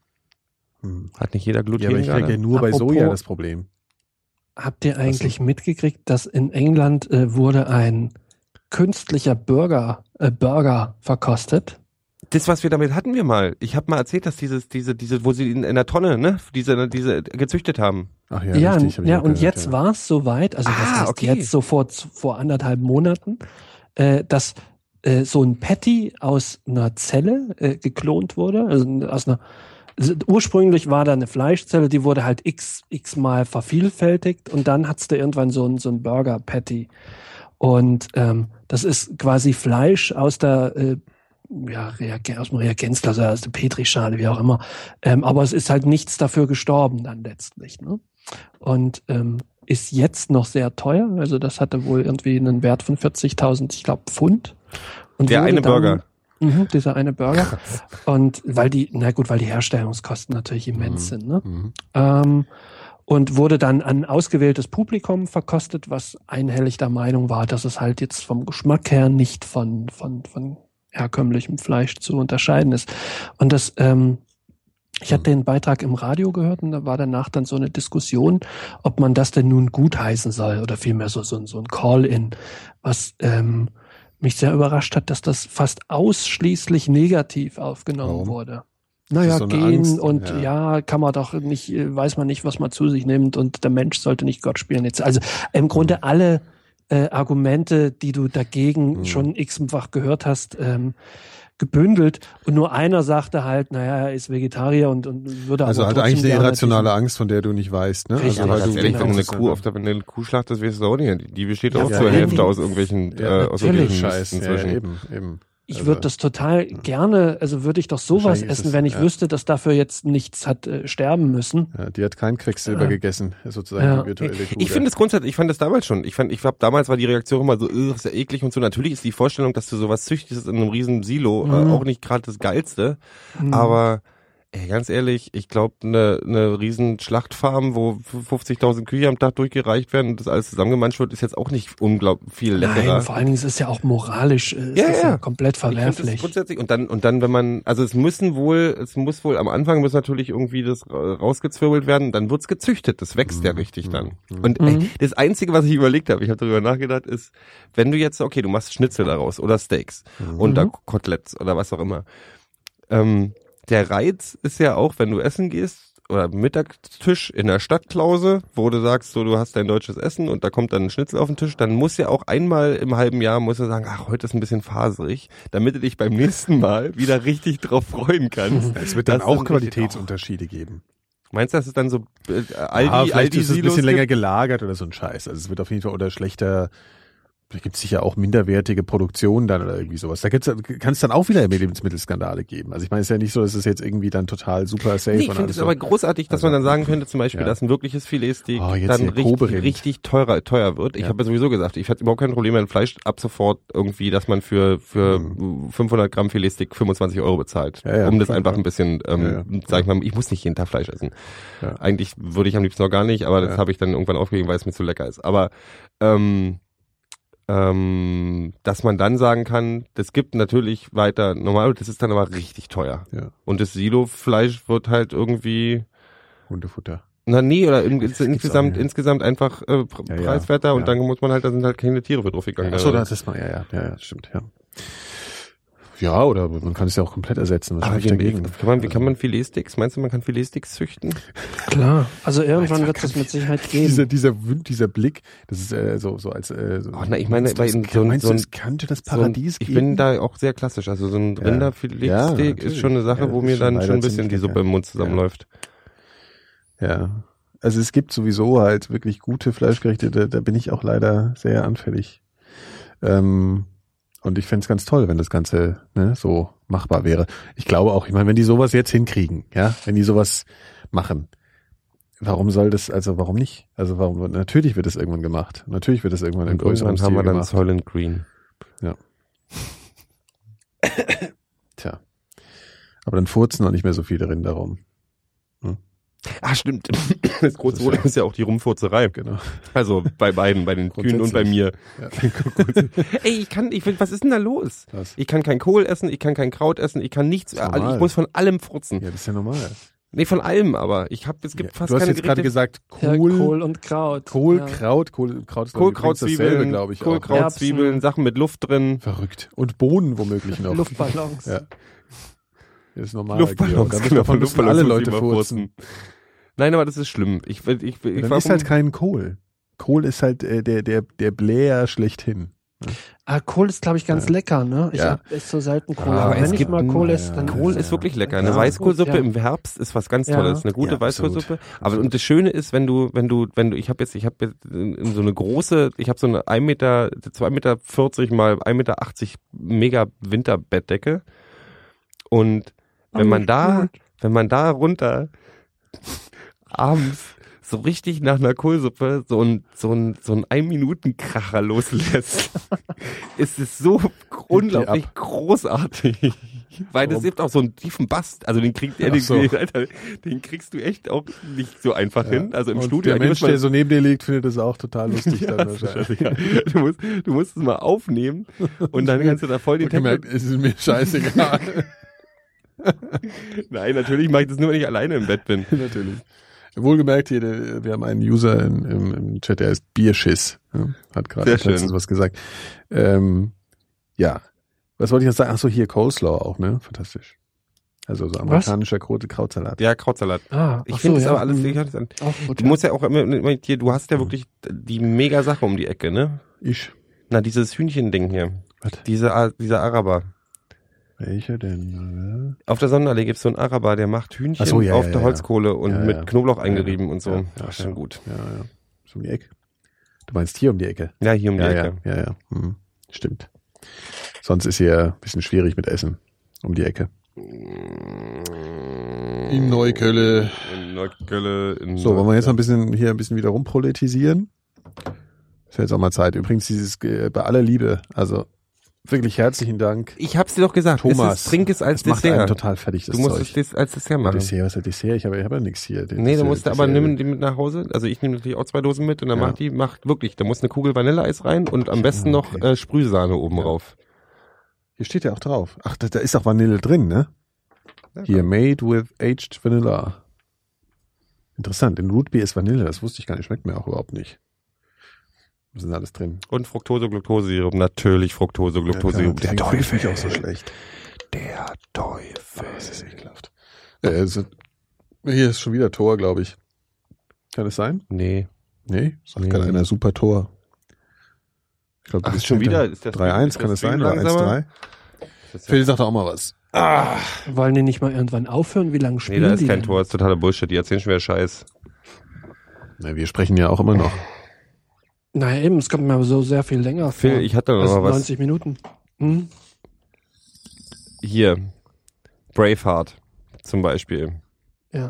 Hat nicht jeder Gluten? Ja, aber ich kriege ja nur bei Soja das Problem. Habt ihr eigentlich mitgekriegt, dass in England wurde ein künstlicher Burger verkostet? Das, was wir damit hatten wir mal. Ich habe mal erzählt, dass diese, wo sie in der Tonne, ne, diese gezüchtet haben. Ach ja, richtig, und jetzt war es soweit, also das heißt jetzt so vor 1,5 Monaten, dass so ein Patty aus einer Zelle geklont wurde, also ursprünglich war da eine Fleischzelle, die wurde halt x-mal vervielfältigt und dann hat's da irgendwann so ein Burger-Patty. Und das ist quasi Fleisch aus der aus dem Reagenzglas, aus der Petrischale, wie auch immer. Aber es ist halt nichts dafür gestorben dann letztlich. Ne? Und ist jetzt noch sehr teuer. Also das hatte wohl irgendwie einen Wert von 40.000, ich glaube, Pfund. Und der eine Burger. Dieser eine Burger. Und weil die Herstellungskosten natürlich immens sind. Ne? Und wurde dann an ausgewähltes Publikum verkostet, was einhellig der Meinung war, dass es halt jetzt vom Geschmack her nicht von herkömmlichem Fleisch zu unterscheiden ist. Und das, ich hatte den Beitrag im Radio gehört und da war danach dann so eine Diskussion, ob man das denn nun gutheißen soll oder vielmehr so ein Call-in, was mich sehr überrascht hat, dass das fast ausschließlich negativ aufgenommen wurde. Naja, so gehen Angst, und kann man doch nicht, weiß man nicht, was man zu sich nimmt und der Mensch sollte nicht Gott spielen. Jetzt, also im Grunde alle Argumente, die du dagegen schon x-fach gehört hast, gebündelt und nur einer sagte halt, naja, er ist Vegetarier und würde also aber halt eigentlich eine irrationale Angst, von der du nicht weißt, ne? Also weil du ehrlich, wenn du eine Kuh schlachtest, weißt du auch nicht. Die besteht auch zur Hälfte aus irgendwelchen Scheiß inzwischen. Ja, eben. Ich würde das total gerne, also würde ich doch sowas essen, wenn ich wüsste, dass dafür jetzt nichts hat sterben müssen. Ja, die hat kein Quecksilber gegessen, sozusagen die virtuelle Kuh. Ich finde es grundsätzlich, ich fand das damals schon. Ich glaube, damals war die Reaktion immer so, ist ja eklig und so. Natürlich ist die Vorstellung, dass du sowas züchtest in einem riesen Silo auch nicht gerade das Geilste, aber ganz ehrlich, ich glaube, eine riesen Schlachtfarm, wo 50.000 Kühe am Tag durchgereicht werden und das alles zusammengemanscht wird, ist jetzt auch nicht unglaublich viel leckerer. Nein, vor allen Dingen, es ist ja auch moralisch, komplett verwerflich. Grundsätzlich, und dann, wenn man, also es muss wohl am Anfang natürlich irgendwie das rausgezwirbelt werden, dann wird's gezüchtet, das wächst ja richtig dann. Und das Einzige, was ich überlegt habe, ich habe darüber nachgedacht, ist, wenn du jetzt, du machst Schnitzel daraus oder Steaks und da Koteletts oder was auch immer, der Reiz ist ja auch, wenn du essen gehst oder Mittagstisch in der Stadtklause, wo du sagst, so du hast dein deutsches Essen und da kommt dann ein Schnitzel auf den Tisch, dann muss ja auch einmal im halben Jahr sagen, ach, heute ist ein bisschen faserig, damit du dich beim nächsten Mal wieder richtig drauf freuen kannst. Es wird dann auch Qualitätsunterschiede geben. Meinst du, dass es dann so vielleicht ist es ein bisschen länger gelagert oder so ein Scheiß. Also es wird auf jeden Fall oder schlechter. Da gibt's sicher auch minderwertige Produktionen dann oder irgendwie sowas. Da kann es dann auch wieder Lebensmittelskandale geben. Also ich meine, es ist ja nicht so, dass es jetzt irgendwie dann total super safe ist. Ich finde es aber großartig, dass man dann sagen könnte, zum Beispiel, dass ein wirkliches Filetsteak dann richtig teuer wird. Ich habe ja sowieso gesagt, ich hatte überhaupt kein Problem mit Fleisch ab sofort irgendwie, dass man für 500 Gramm Filetsteak 25 € bezahlt. Um das einfach ein bisschen, sag ich mal, ich muss nicht jeden Tag Fleisch essen. Ja. Eigentlich würde ich am liebsten noch gar nicht, aber das habe ich dann irgendwann aufgegeben, weil es mir zu lecker ist. Aber dass man dann sagen kann, das gibt natürlich weiter normal, das ist dann aber richtig teuer. Ja. Und das Silo-Fleisch wird halt irgendwie Hundefutter. Oder insgesamt einfach preiswerter und dann muss man halt, da sind halt keine Tiere für draufgegangen. Achso, das ist mal, stimmt, ja. Ja, oder man kann es ja auch komplett ersetzen. Wie kann man Filetsticks? Meinst du, man kann Filetsticks züchten? Klar. Also irgendwann wird es mit Sicherheit geben. Dieser Blick, das ist ich meine, es könnte das Paradies geben? Ich bin da auch sehr klassisch. Also so ein Rinderfiletsteak ist schon eine Sache, wo mir dann schon ein bisschen die Suppe im Mund zusammenläuft. Ja. Also es gibt sowieso halt wirklich gute Fleischgerichte, da bin ich auch leider sehr anfällig. Und ich fände es ganz toll, wenn das Ganze so machbar wäre. Ich glaube auch, wenn die sowas jetzt hinkriegen, wenn die sowas machen, Warum soll das, also warum nicht? Also warum, natürlich wird das irgendwann gemacht. Natürlich wird das irgendwann in größerem Stil haben wir dann gemacht. Soylent Green. Ja. Tja. Aber dann furzen noch nicht mehr so viele Rinder rum. Stimmt. Das große Problem ist ja auch die Rumfurzerei. Genau. Also bei beiden, bei den Kühen und bei mir. Ja. Ey, was ist denn da los? Was? Ich kann kein Kohl essen, ich kann kein Kraut essen, ich kann nichts, also ich muss von allem furzen. Ja, das ist ja normal. Nee, von allem, aber es gibt fast Du hast keine jetzt gerade Gerichte. gesagt, Kohl und Kraut. Kraut ist Kohlkraut, dasselbe, Zwiebeln, glaube ich. Kohlkraut, Erbsen. Zwiebeln, Sachen mit Luft drin. Verrückt. Und Bohnen womöglich noch. Luftballons. Ja. Das ist normal. Luftballons, Davon müssen alle muss Leute ich immer furzen. Nein, aber das ist schlimm. Ich Dann ist halt kein Kohl. Kohl ist halt der Bläher schlechthin. Kohl ist, glaube ich, ganz lecker, ne? Ich esse so selten Kohl. Aber Aber es wenn ich gibt- mal Kohl esse, dann Kohl ist wirklich lecker. Eine Weißkohlsuppe Ja. im Herbst ist was ganz Ja. Tolles. Eine gute Ja, absolut. Weißkohlsuppe. Aber und das Schöne ist, wenn du, ich habe jetzt in so eine große, ich habe so eine 2,40 Meter mal 1,80 Meter mega Winterbettdecke. Und wenn man da runter abends so richtig nach einer Kohlsuppe so ein 1-Minuten-Kracher loslässt, ist es so unglaublich großartig. Weil das gibt auch so einen tiefen Bass. Also den kriegst du echt auch nicht so einfach hin. Also im Und Studio. der Mensch, der so neben dir liegt, findet das auch total lustig. Ja, dann das ist wahrscheinlich. scheißegal. Du musst es mal aufnehmen und dann kannst du da voll den Okay, Text. es ist mir scheißegal. Nein, natürlich mache ich das nur, wenn ich alleine im Bett bin. Natürlich. Wohlgemerkt hier, wir haben einen User im Chat, der heißt Bierschiss. Ja, hat gerade Sehr schön. letztens was gesagt. Ja. Was wollte ich jetzt sagen? Ach so, hier Coleslaw auch, ne? Fantastisch. Also so amerikanischer Krautsalat. Ja, Krautsalat. Ich ach finde so, das aber alles. Du musst ja auch immer, du hast ja wirklich die mega Sache um die Ecke, ne? Na, dieses Hühnchending hier. Was? Dieser Araber. Welcher denn? Auf der Sonderallee gibt's so einen Araber, der macht Hühnchen Ach so, ja, auf ja, der ja. Holzkohle und Ja, mit ja. Knoblauch Ja, eingerieben ja. und so. Ja, Das ist schon gut. Ja. Ist um die Ecke. Du meinst hier um die Ecke? Ja, hier um die Ecke. Ja. Stimmt. Sonst ist hier ein bisschen schwierig mit Essen. Um die Ecke. In Neukölle. So, wollen wir jetzt noch ein bisschen wieder rumpolitisieren? Ist ja jetzt auch mal Zeit. Übrigens bei aller Liebe, also wirklich herzlichen Dank. Ich hab's dir doch gesagt, Thomas, trink es als das macht einen Dessert. total fertig, das Du musst Zeug. es als Dessert machen. Dessert, was ist Dessert? Ich habe ja nichts hier. Nee, du musst aber nimm die mit nach Hause. Also ich nehme natürlich auch 2 Dosen mit und dann macht wirklich, da muss eine Kugel Vanilleeis rein und am besten noch Sprühsahne oben rauf. Hier steht ja auch drauf. Ach, da ist auch Vanille drin, ne? Hier, made with aged vanilla. Interessant, in Rootbeer ist Vanille, das wusste ich gar nicht, schmeckt mir auch überhaupt nicht. Was ist denn alles drin? Und Fructose, Glucose-Sirup, natürlich Fructose, Glucose-Sirup. Der Teufel finde ich auch so schlecht. Der Teufel. Das ist ekelhaft. Hier ist schon wieder Tor, glaube ich. Kann es sein? Nee. Nee, sagt gerade einer super Tor. Ich glaube, Ach, schon wieder? Ist das 3-1, kann es sein? Oder langsamer? 1-3? Phil sagt doch auch mal was. Wollen die nicht mal irgendwann aufhören? Wie lange Nee, spielen da ist die kein denn? Tor, ist totaler Bullshit. Die erzählen schon wieder Scheiß. Na, wir sprechen ja auch immer noch. Na eben, es kommt mir aber so sehr viel länger vor. Phil, ich hatte noch als mal was. 90 Minuten. Hm? Hier. Braveheart zum Beispiel. Ja.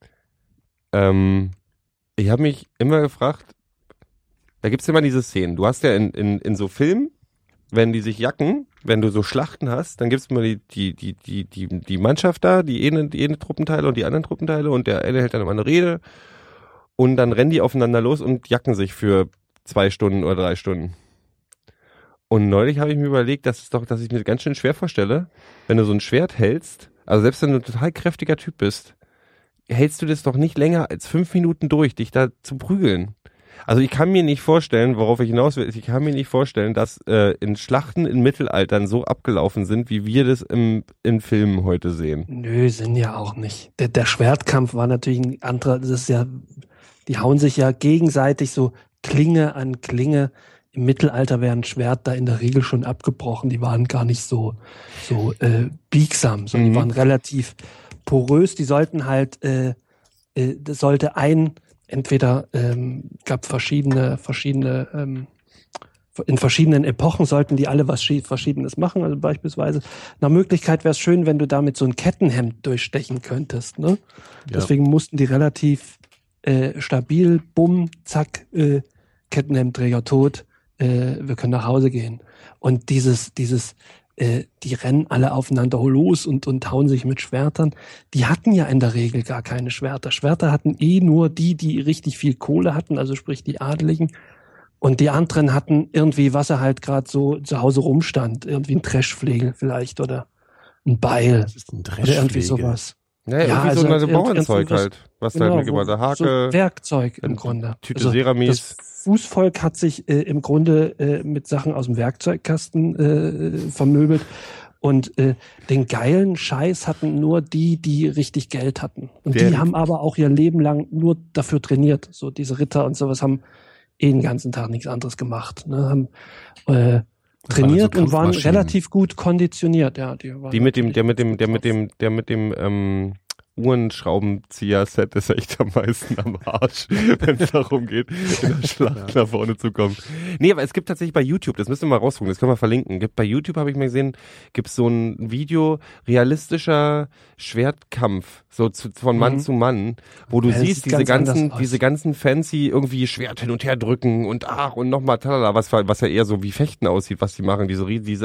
Ich habe mich immer gefragt, da gibt's immer diese Szenen. Du hast ja in so Filmen, wenn die sich jacken, wenn du so Schlachten hast, dann gibt's immer die Mannschaft da, die eine Truppenteile und die anderen Truppenteile und der eine hält dann immer eine Rede und dann rennen die aufeinander los und jacken sich für 2 Stunden oder 3 Stunden. Und neulich habe ich mir überlegt, dass ich mir ganz schön schwer vorstelle, wenn du so ein Schwert hältst, also selbst wenn du ein total kräftiger Typ bist, hältst du das doch nicht länger als 5 Minuten durch, dich da zu prügeln. Also ich kann mir nicht vorstellen, worauf ich hinaus will, ich kann mir nicht vorstellen, dass in Schlachten in Mittelaltern so abgelaufen sind, wie wir das in Filmen heute sehen. Nö, sind ja auch nicht. Der Schwertkampf war natürlich ein anderer, das ist ja, die hauen sich ja gegenseitig so Klinge an Klinge. Im Mittelalter wäre ein Schwert da in der Regel schon abgebrochen. Die waren gar nicht so biegsam, sondern die waren relativ porös. Die sollten halt, das sollte entweder gab verschiedene in verschiedenen Epochen sollten die alle was Verschiedenes machen. Also beispielsweise nach Möglichkeit wäre es schön, wenn du damit so ein Kettenhemd durchstechen könntest. Ne? Ja. Deswegen mussten die relativ stabil, bumm, zack, Kettenhemdträger tot, wir können nach Hause gehen. Und die rennen alle aufeinander los und hauen sich mit Schwertern. Die hatten ja in der Regel gar keine Schwerter. Schwerter hatten nur die richtig viel Kohle hatten, also sprich die Adeligen. Und die anderen hatten irgendwie, was er halt gerade so zu Hause rumstand. Irgendwie ein Dreschflegel vielleicht oder ein Beil. Das ist ein oder irgendwie sowas. Ja, irgendwie so ein Bauernzeug halt. Was da mitgebracht hat. Hake. So Werkzeug im Grunde. Tüte Seramis. Das Fußvolk hat sich im Grunde mit Sachen aus dem Werkzeugkasten vermöbelt. Und den geilen Scheiß hatten nur die richtig Geld hatten. Und die haben aber auch ihr Leben lang nur dafür trainiert. So diese Ritter und sowas haben den ganzen Tag nichts anderes gemacht. Ne? Haben trainiert und waren relativ gut konditioniert. Ja, der mit dem Uhrenschraubenzieher-Set ist echt am meisten am Arsch, wenn es darum geht, in der Schlacht nach vorne zu kommen. Nee, aber es gibt tatsächlich bei YouTube, das müssen wir mal raussuchen, das können wir verlinken. Bei YouTube habe ich mal gesehen, gibt es so ein Video, realistischer Schwertkampf, so von Mann zu Mann, wo du siehst, diese ganzen fancy irgendwie Schwert hin und her drücken und nochmal talala, was ja eher so wie Fechten aussieht, was die machen, die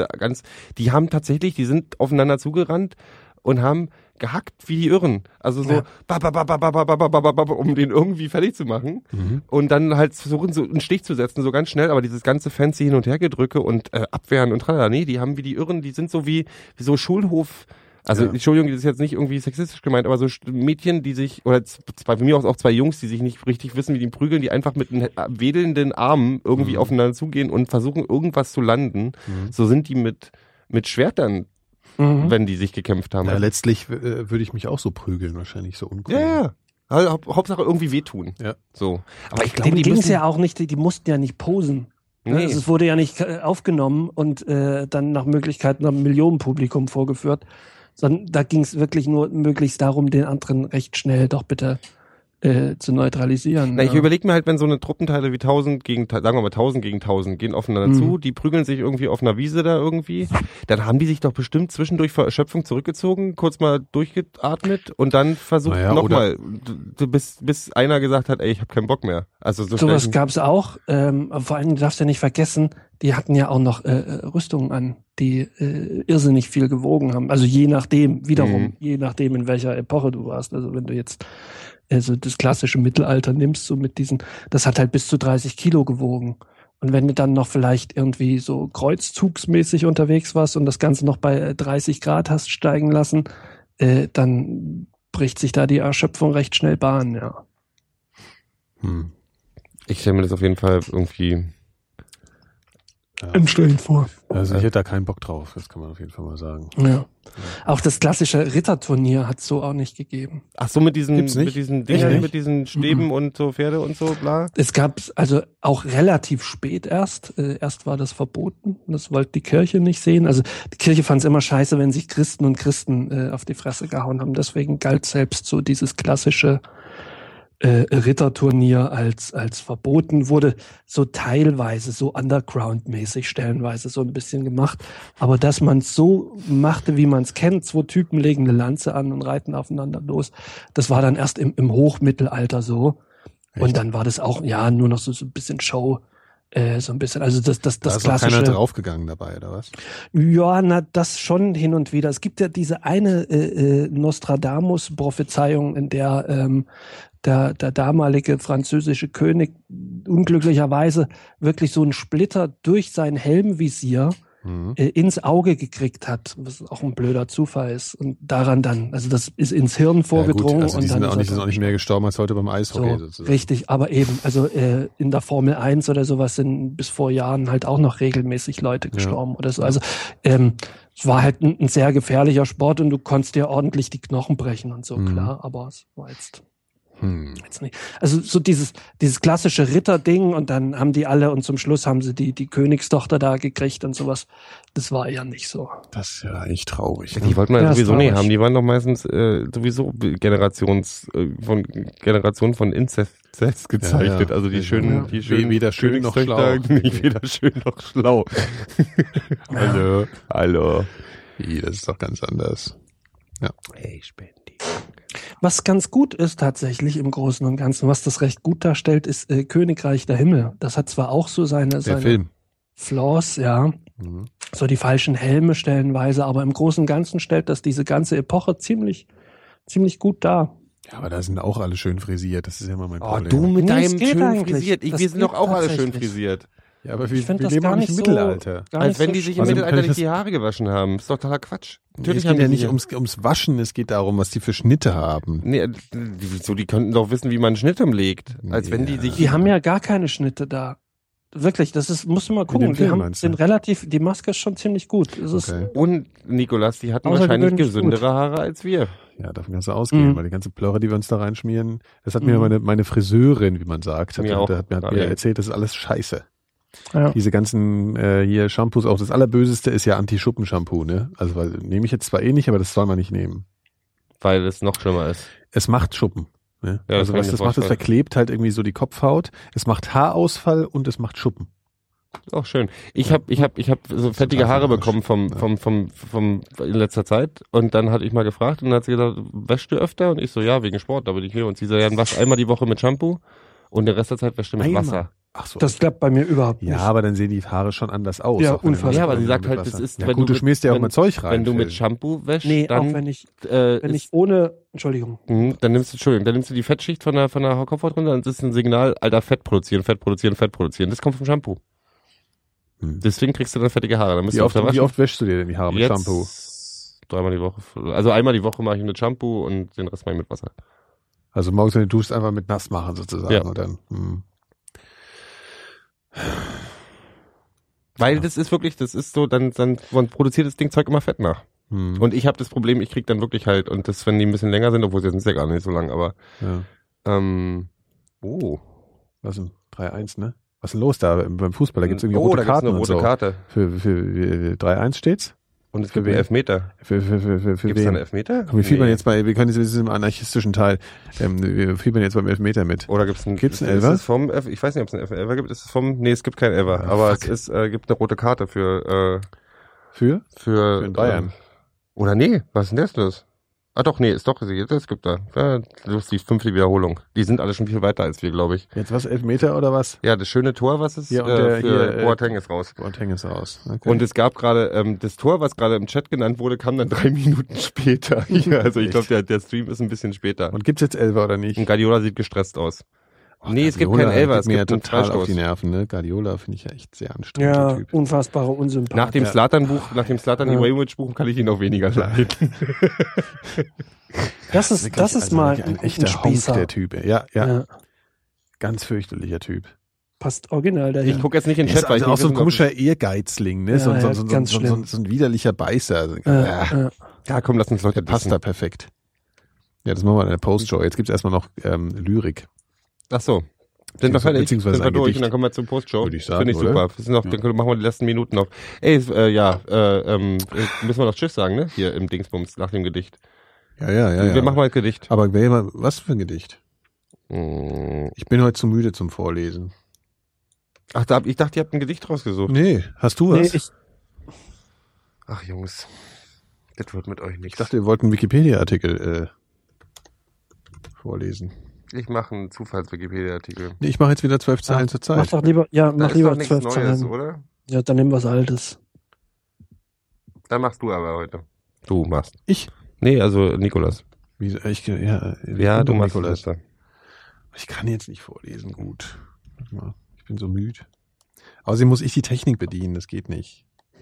sind aufeinander zugerannt und haben gehackt wie die Irren. Also so, um den irgendwie fertig zu machen. Mhm. Und dann halt versuchen, so einen Stich zu setzen, so ganz schnell, aber dieses ganze fancy Hin- und Hergedrücke und Abwehren und tralala, nee, die haben wie die Irren, die sind so wie so Schulhof, also Entschuldigung, das ist jetzt nicht irgendwie sexistisch gemeint, aber so Mädchen, die sich, oder von mir aus auch zwei Jungs, die sich nicht richtig wissen, wie die prügeln, die einfach mit wedelnden Armen irgendwie aufeinander zugehen und versuchen, irgendwas zu landen. Mhm. So sind die mit Schwertern, wenn die sich gekämpft haben. Ja, letztlich würde ich mich auch so prügeln, wahrscheinlich so uncool. Ja. Also, Hauptsache irgendwie wehtun. Ja. So. Aber ich glaube, die ging es ja auch nicht, die mussten ja nicht posen. Nee. Also es wurde ja nicht aufgenommen und dann nach Möglichkeit einem Millionenpublikum vorgeführt, sondern da ging es wirklich nur möglichst darum, den anderen recht schnell doch bitte zu neutralisieren. Na, ich überlege mir halt, wenn so eine Truppenteile wie 1000 gegen 1000 gehen aufeinander zu, die prügeln sich irgendwie auf einer Wiese da irgendwie, dann haben die sich doch bestimmt zwischendurch vor Erschöpfung zurückgezogen, kurz mal durchgeatmet und dann versucht nochmal, bis einer gesagt hat, ey, ich habe keinen Bock mehr. Also sowas gab's auch, aber vor allem, du darfst ja nicht vergessen, die hatten ja auch noch Rüstungen an, die irrsinnig viel gewogen haben. Also je nachdem, je nachdem, in welcher Epoche du warst. Also wenn du jetzt also das klassische Mittelalter nimmst, so mit diesen, das hat halt bis zu 30 Kilo gewogen. Und wenn du dann noch vielleicht irgendwie so kreuzzugsmäßig unterwegs warst und das Ganze noch bei 30 Grad hast steigen lassen, dann bricht sich da die Erschöpfung recht schnell Bahn, ja. Ich stelle mir das auf jeden Fall irgendwie anstrengend vor. Also ich hätte da keinen Bock drauf, das kann man auf jeden Fall mal sagen. Ja. Auch das klassische Ritterturnier hat es so auch nicht gegeben. Ach so, mit diesen Dingern, mit diesen Stäben und so Pferde und so, bla? Es gab also auch relativ spät erst. Erst war das verboten. Das wollte die Kirche nicht sehen. Also die Kirche fand es immer scheiße, wenn sich Christen und Christen auf die Fresse gehauen haben. Deswegen galt selbst so dieses klassische Ritterturnier als verboten, wurde so teilweise, so underground-mäßig stellenweise so ein bisschen gemacht. Aber dass man es so machte, wie man es kennt, 2 Typen legen eine Lanze an und reiten aufeinander los, das war dann erst im Hochmittelalter so. Echt? Und dann war das auch, nur noch so ein bisschen Show. So ein bisschen, also das da ist klassische. Keiner draufgegangen dabei, oder was? Ja, das schon hin und wieder. Es gibt ja diese eine Nostradamus-Prophezeiung, in der der damalige französische König unglücklicherweise wirklich so einen Splitter durch sein Helmvisier ins Auge gekriegt hat, was auch ein blöder Zufall ist. Und daran dann, also das ist ins Hirn vorgedrungen. Ja, gut, also die sind auch nicht mehr gestorben als heute beim Eishockey. Sozusagen. Richtig, aber eben, also in der Formel 1 oder sowas sind bis vor Jahren halt auch noch regelmäßig Leute gestorben oder so. Also es war halt ein sehr gefährlicher Sport und du konntest dir ordentlich die Knochen brechen und so, klar, aber es war jetzt nicht. Also so dieses klassische Ritterding und dann haben die alle und zum Schluss haben sie die Königstochter da gekriegt und sowas. Das war ja nicht so. Das ist ja echt traurig. Die wollten man sowieso nicht haben. Die waren doch meistens sowieso Generation von Inzest gezeichnet. Ja. Also die schönen weder schön noch schlau. Nicht weder schön noch schlau. Hallo. Das ist doch ganz anders. Ja. Ich bin die. Was ganz gut ist tatsächlich im Großen und Ganzen, was das recht gut darstellt, ist Königreich der Himmel. Das hat zwar auch so seine Film. Flaws, ja, so die falschen Helme stellenweise, aber im Großen und Ganzen stellt das diese ganze Epoche ziemlich gut dar. Ja, aber da sind auch alle schön frisiert. Das ist ja immer mein Problem. Du mit Nee, es deinem geht schön eigentlich. frisiert. Das Wir sind doch geht auch alle schön tatsächlich. frisiert. Ja, aber Ich wir find das leben gar auch nicht nicht im so- Mittelalter. Gar Als nicht wenn so die sich im Also, Mittelalter kann ich nicht die Haare gewaschen haben. Ist doch totaler Quatsch. Es Natürlich geht haben ja die nicht sich- ums Waschen, es geht darum, was die für Schnitte haben. Nee, wieso? Die könnten doch wissen, wie man Schnitt umlegt. Als wenn die sich... Die haben ja gar keine Schnitte da. Wirklich, musst du mal gucken. dem Die Film meinst du? die Maske ist schon ziemlich gut. Es ist, Okay. Und, Nikolas, die hatten Außergewöhnlich wahrscheinlich gut. gesündere Haare als wir. Ja, davon kannst du ausgehen, Mhm. weil die ganze Plörre, die wir uns da reinschmieren, das hat mir meine Friseurin, wie man sagt, hat Mir auch. mir erzählt, das ist alles scheiße. ja. Diese ganzen hier Shampoos, auch das Allerböseste ist ja Anti-Schuppen-Shampoo, ne? Also weil nehme ich jetzt zwar eh nicht, aber das soll man nicht nehmen. Weil es noch schlimmer ist. Es macht Schuppen. Ne? Ja, also das kann was ich das mir macht, das vorstellen. verklebt halt irgendwie so die Kopfhaut. Es macht Haarausfall und es macht Schuppen. Auch schön. Ich hab so fettige Total Haare für den bekommen vom in letzter Zeit und dann hatte ich mal gefragt und dann hat sie gesagt, wäschst du öfter? Und ich so, ja, wegen Sport, da bin ich hier. Und sie so, ja, dann wasch einmal die Woche mit Shampoo und den Rest der Zeit wäschst du mit Einmal? Wasser. Ach so. Das klappt bei mir überhaupt nicht. ja, aber dann sehen die Haare schon anders aus. Ja, auch wenn du unfassbar. das Ja, aber sie mit sagt halt, Wasser- das ist, ja, wenn gut, du schmierst ja auch wenn- mal Zeug rein. Wenn du mit Phil. Shampoo wäschst, Nee, dann, auch wenn ich ohne, Entschuldigung. dann nimmst du die Fettschicht von der Kopfhaut runter und das ist ein Signal, Alter, Fett produzieren. Das kommt vom Shampoo. Deswegen kriegst du dann fettige Haare. Dann musst Wie du oft, öfter wie waschen. oft wäschst du dir denn die Haare mit Jetzt Shampoo? 3-mal die Woche. Also einmal die Woche mache ich mit Shampoo und den Rest mache ich mit Wasser. Also morgens, wenn du duschst, einfach mit nass machen sozusagen. Ja. Und dann, Weil das ist wirklich, das ist so, dann man produziert das Zeug immer Fett nach. Und ich habe das Problem, ich krieg dann wirklich halt, und das, wenn die ein bisschen länger sind, obwohl sie sind ja gar nicht so lang, aber ja. Was denn? 3-1, ne? Was ist denn los da beim Fußball? Da gibt's irgendwie da rote gibt's Karten eine und rote so. Karte. Für 3-1 steht's? Und es Für gibt einen wen? Elfmeter. Für Gibt's da einen wen? Elfmeter? Komm, wir fiebern jetzt wir können jetzt im anarchistischen Teil, wir fiebern jetzt beim Elfmeter mit. Oder gibt's einen Elfer? Ist es vom ich weiß nicht, ob es einen Elfer gibt. Ist es vom, nee, es gibt keinen Elfer. Ah, aber fuck. es gibt eine rote Karte für Für Bayern. Oder nee, was ist denn das los? Ah doch, nee, ist doch, das gibt da. Ja, das ist die 5. Wiederholung. Die sind alle schon viel weiter als wir, glaube ich. Jetzt was, Elfmeter oder was? Ja, das schöne Tor, was ist, Ja, und der für hier, Boateng ist raus. Boateng ist raus. Okay. Und es gab gerade, das Tor, was gerade im Chat genannt wurde, kam dann 3 Minuten später. Ja, also ich glaube, der Stream ist ein bisschen später. Und gibt's jetzt Elfer oder nicht? Und Guardiola sieht gestresst aus. Oh, nee, es gibt Guardiola keinen Elfer, geht es mir gibt ja einen total auf Freistoß. die Nerven, ne? Guardiola finde ich ja echt sehr anstrengend, der Ja, Typ. unfassbare Unsympathie. Nach dem Zlatan-Buch, nach dem Zlatan Ibrahimovic-Buch kann ich ihn auch weniger leiden. Das ist mal ein echter Honk, Spießer. der Typ. Ja. Ganz fürchterlicher Typ. Passt original dahin. Ich gucke jetzt nicht in den Ist Chat, weil ich also auch nicht so ein wissen, komischer Ehrgeizling, ne? Ja, so, ja, ganz so schlimm. ein widerlicher Beißer. ja, komm, lass uns Leute Der passt dissen. da perfekt. Ja, das machen wir in der Postshow. Jetzt gibt's erstmal noch Lyrik. Ach so. Sind wir fertig? Sind Beziehungsweise wir ein durch Gedicht. und dann kommen wir zur Postshow. Würde ich sagen, Finde ich oder? super. Wir sind noch, dann machen wir die letzten Minuten noch. Müssen wir noch Tschüss sagen, ne? Hier im Dingsbums, nach dem Gedicht. Ja. Wir machen mal ein Gedicht. Aber was für ein Gedicht? Ich bin heute zu müde zum Vorlesen. Ach, ich dachte, ihr habt ein Gedicht rausgesucht. Nee, hast du was? Nee, Ach, Jungs. Das wird mit euch Ich nichts. dachte, ihr wollt einen Wikipedia-Artikel vorlesen. Ich mache einen Zufalls-Wikipedia-Artikel. Nee, ich mache jetzt wieder 12 Zeilen zur mach Zeit. doch lieber, Da mach ist lieber doch nichts 12 Neues, Zeilen. oder? Ja, dann nehmen wir was Altes. Dann machst du aber heute. Du machst. Ich? Nee, also Nikolas. Ja, du machst Nikolas. das. Ich kann jetzt nicht vorlesen, gut. Warte mal, ich bin so müde. Außerdem muss ich die Technik bedienen, das geht nicht.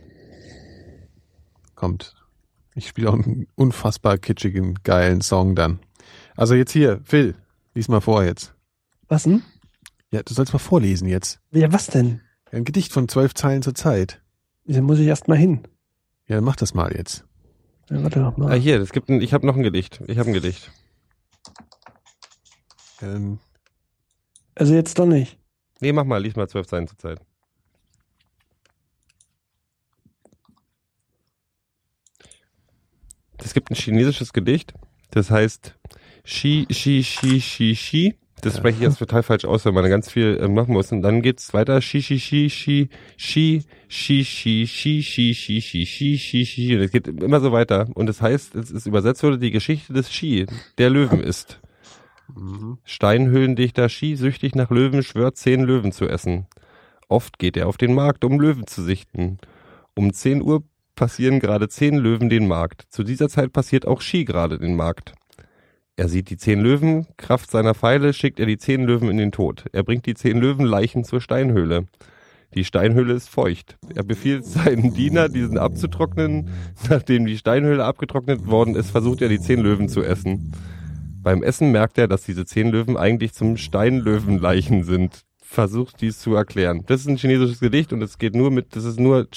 Kommt. Ich spiele auch einen unfassbar kitschigen, geilen Song dann. Also jetzt hier, Phil, lies mal vor jetzt. Was denn? Ja, du sollst mal vorlesen jetzt. Ja, was denn? Ein Gedicht von 12 Zeilen zur Zeit. Da muss ich erst mal hin. Ja, dann mach das mal jetzt. Ja, warte doch mal. Ah, hier, ich habe noch ein Gedicht. Ich habe ein Gedicht. Also jetzt doch nicht. Nee, mach mal, lies mal 12 Zeilen zur Zeit. Es gibt ein chinesisches Gedicht, das heißt Shi. Das spreche ich jetzt total falsch aus, weil man ganz viel machen muss. Und dann geht's weiter. Und es geht immer so weiter. Und das heißt, es ist übersetzt wurde, die Geschichte des Shi, der Löwen ist. Steinhöhlendichter Shi, süchtig nach Löwen, schwört 10 Löwen zu essen. Oft geht er auf den Markt, um Löwen zu sichten. Um 10 Uhr passieren gerade 10 Löwen den Markt. Zu dieser Zeit passiert auch Shi gerade den Markt. Er sieht die 10 Löwen, Kraft seiner Pfeile schickt er die 10 Löwen in den Tod. Er bringt die 10 Löwenleichen zur Steinhöhle. Die Steinhöhle ist feucht. Er befiehlt seinen Diener, diesen abzutrocknen. Nachdem die Steinhöhle abgetrocknet worden ist, versucht er die 10 Löwen zu essen. Beim Essen merkt er, dass diese 10 Löwen eigentlich zum Steinlöwenleichen sind. Versucht dies zu erklären. Das ist ein chinesisches Gedicht und es geht nur mit, das ist nur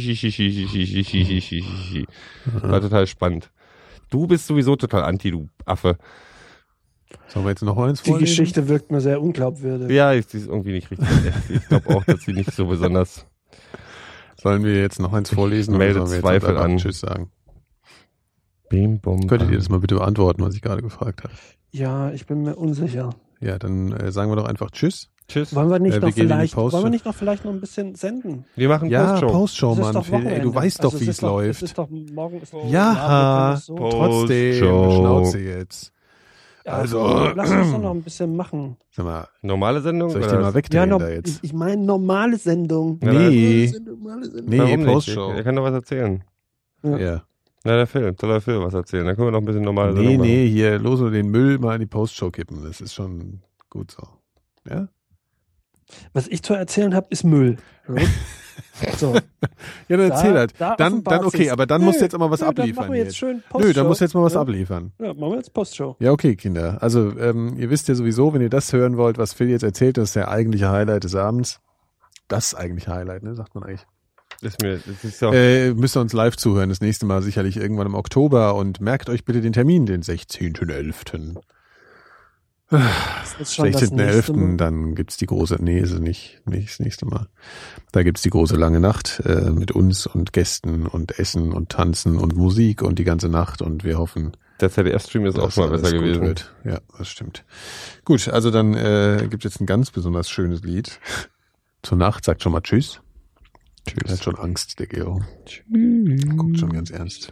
War total spannend. Du bist sowieso total anti, du Affe. Sollen wir jetzt noch eins vorlesen? Die Geschichte wirkt mir sehr unglaubwürdig. Ja, die ist irgendwie nicht richtig. Ich glaube auch, dass sie nicht so besonders. Sollen wir jetzt noch eins vorlesen? Melde oder sollen wir Zweifel jetzt an. Tschüss sagen? Bim, bom, Könntet ihr das mal bitte beantworten, was ich gerade gefragt habe? Ja, ich bin mir unsicher. Ja, dann sagen wir doch einfach Tschüss. Tschüss. Wollen wir nicht, noch noch vielleicht noch ein bisschen senden? Wir machen Ja, Postshow. Postshow, Es ist Mann. doch Phil, ey, du Wochenende. weißt doch, Also wie es läuft. Es ist doch, morgen ist Ja, wir können es so. trotzdem, Postshow. Schnauze jetzt. Ja, Also, lass uns doch noch ein bisschen machen. sag mal, Normale Sendung? soll ich oder? den mal wegdrehen da jetzt? Ich meine normale Sendung. Ja, Nee, nee, Warum nicht? Postshow. Er kann doch was erzählen. Ja. Na, der Phil was erzählen. Dann können wir noch ein bisschen normale Sendung machen. Nee, hier, los und den Müll mal in die Postshow kippen. Das ist schon gut so. Ja? Was ich zu erzählen habe, ist Müll. So. Ja, dann erzähl halt. Da Dann okay, sich's. aber dann musst du jetzt immer was Dann abliefern. machen wir jetzt schön Nö, Postshow. dann musst du jetzt mal was Ja. abliefern. Ja, machen wir jetzt Postshow. Ja, okay, Kinder. Also, ihr wisst ja sowieso, wenn ihr das hören wollt, was Phil jetzt erzählt, das ist der eigentliche Highlight des Abends. Das eigentliche Highlight, ne, sagt man eigentlich. Das ist doch, Müsst ihr uns live zuhören, das nächste Mal sicherlich irgendwann im Oktober und merkt euch bitte den Termin, den 16.11. Das ist schon das nächste 16.11. Mal. Dann gibt's die große, nee, ist nicht das nächste Mal. Da gibt's die große lange Nacht mit uns und Gästen und Essen und Tanzen und Musik und die ganze Nacht und wir hoffen, der ZDF-Stream ist auch dass schon mal alles besser gut gewesen. wird. Ja, das stimmt. Gut, also dann gibt's jetzt ein ganz besonders schönes Lied. Zur Nacht sagt schon mal Tschüss. Er hat schon Angst, der Geo. Guckt schon ganz ernst.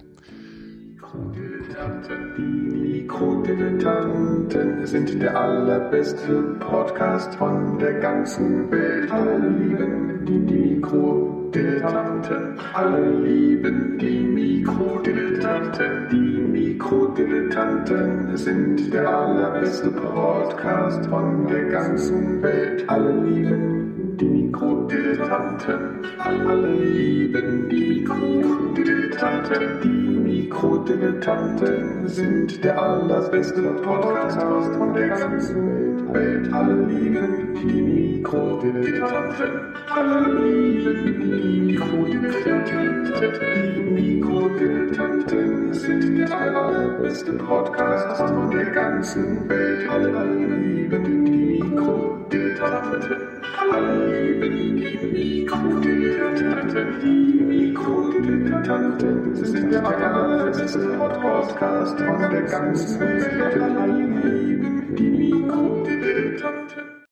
Die Mikrodilettanten sind der allerbeste Podcast von der ganzen Welt. Alle lieben die Mikrodilettanten. Alle lieben die Mikrodilettanten. Die Mikrodilettanten sind der allerbeste Podcast von der ganzen Welt. Alle lieben die Mikrodilettanten. Alle lieben die Mikrodilettanten. Die Mikrodilettanten sind der allerbeste Podcast von der ganzen Welt. Alle lieben die Mikrodilettanten. Alle lieben die Mikrodilettanten. Die Mikrodilettanten sind der allerbeste Podcast von der ganzen Welt. Alle lieben die Mikrodilettanten. Alle lieben die Mikrodilettanten. Die Mikrodilettanten sind der allerbeste Podcast von der ganzen Welt. Alle lieben die Mikrodilettanten.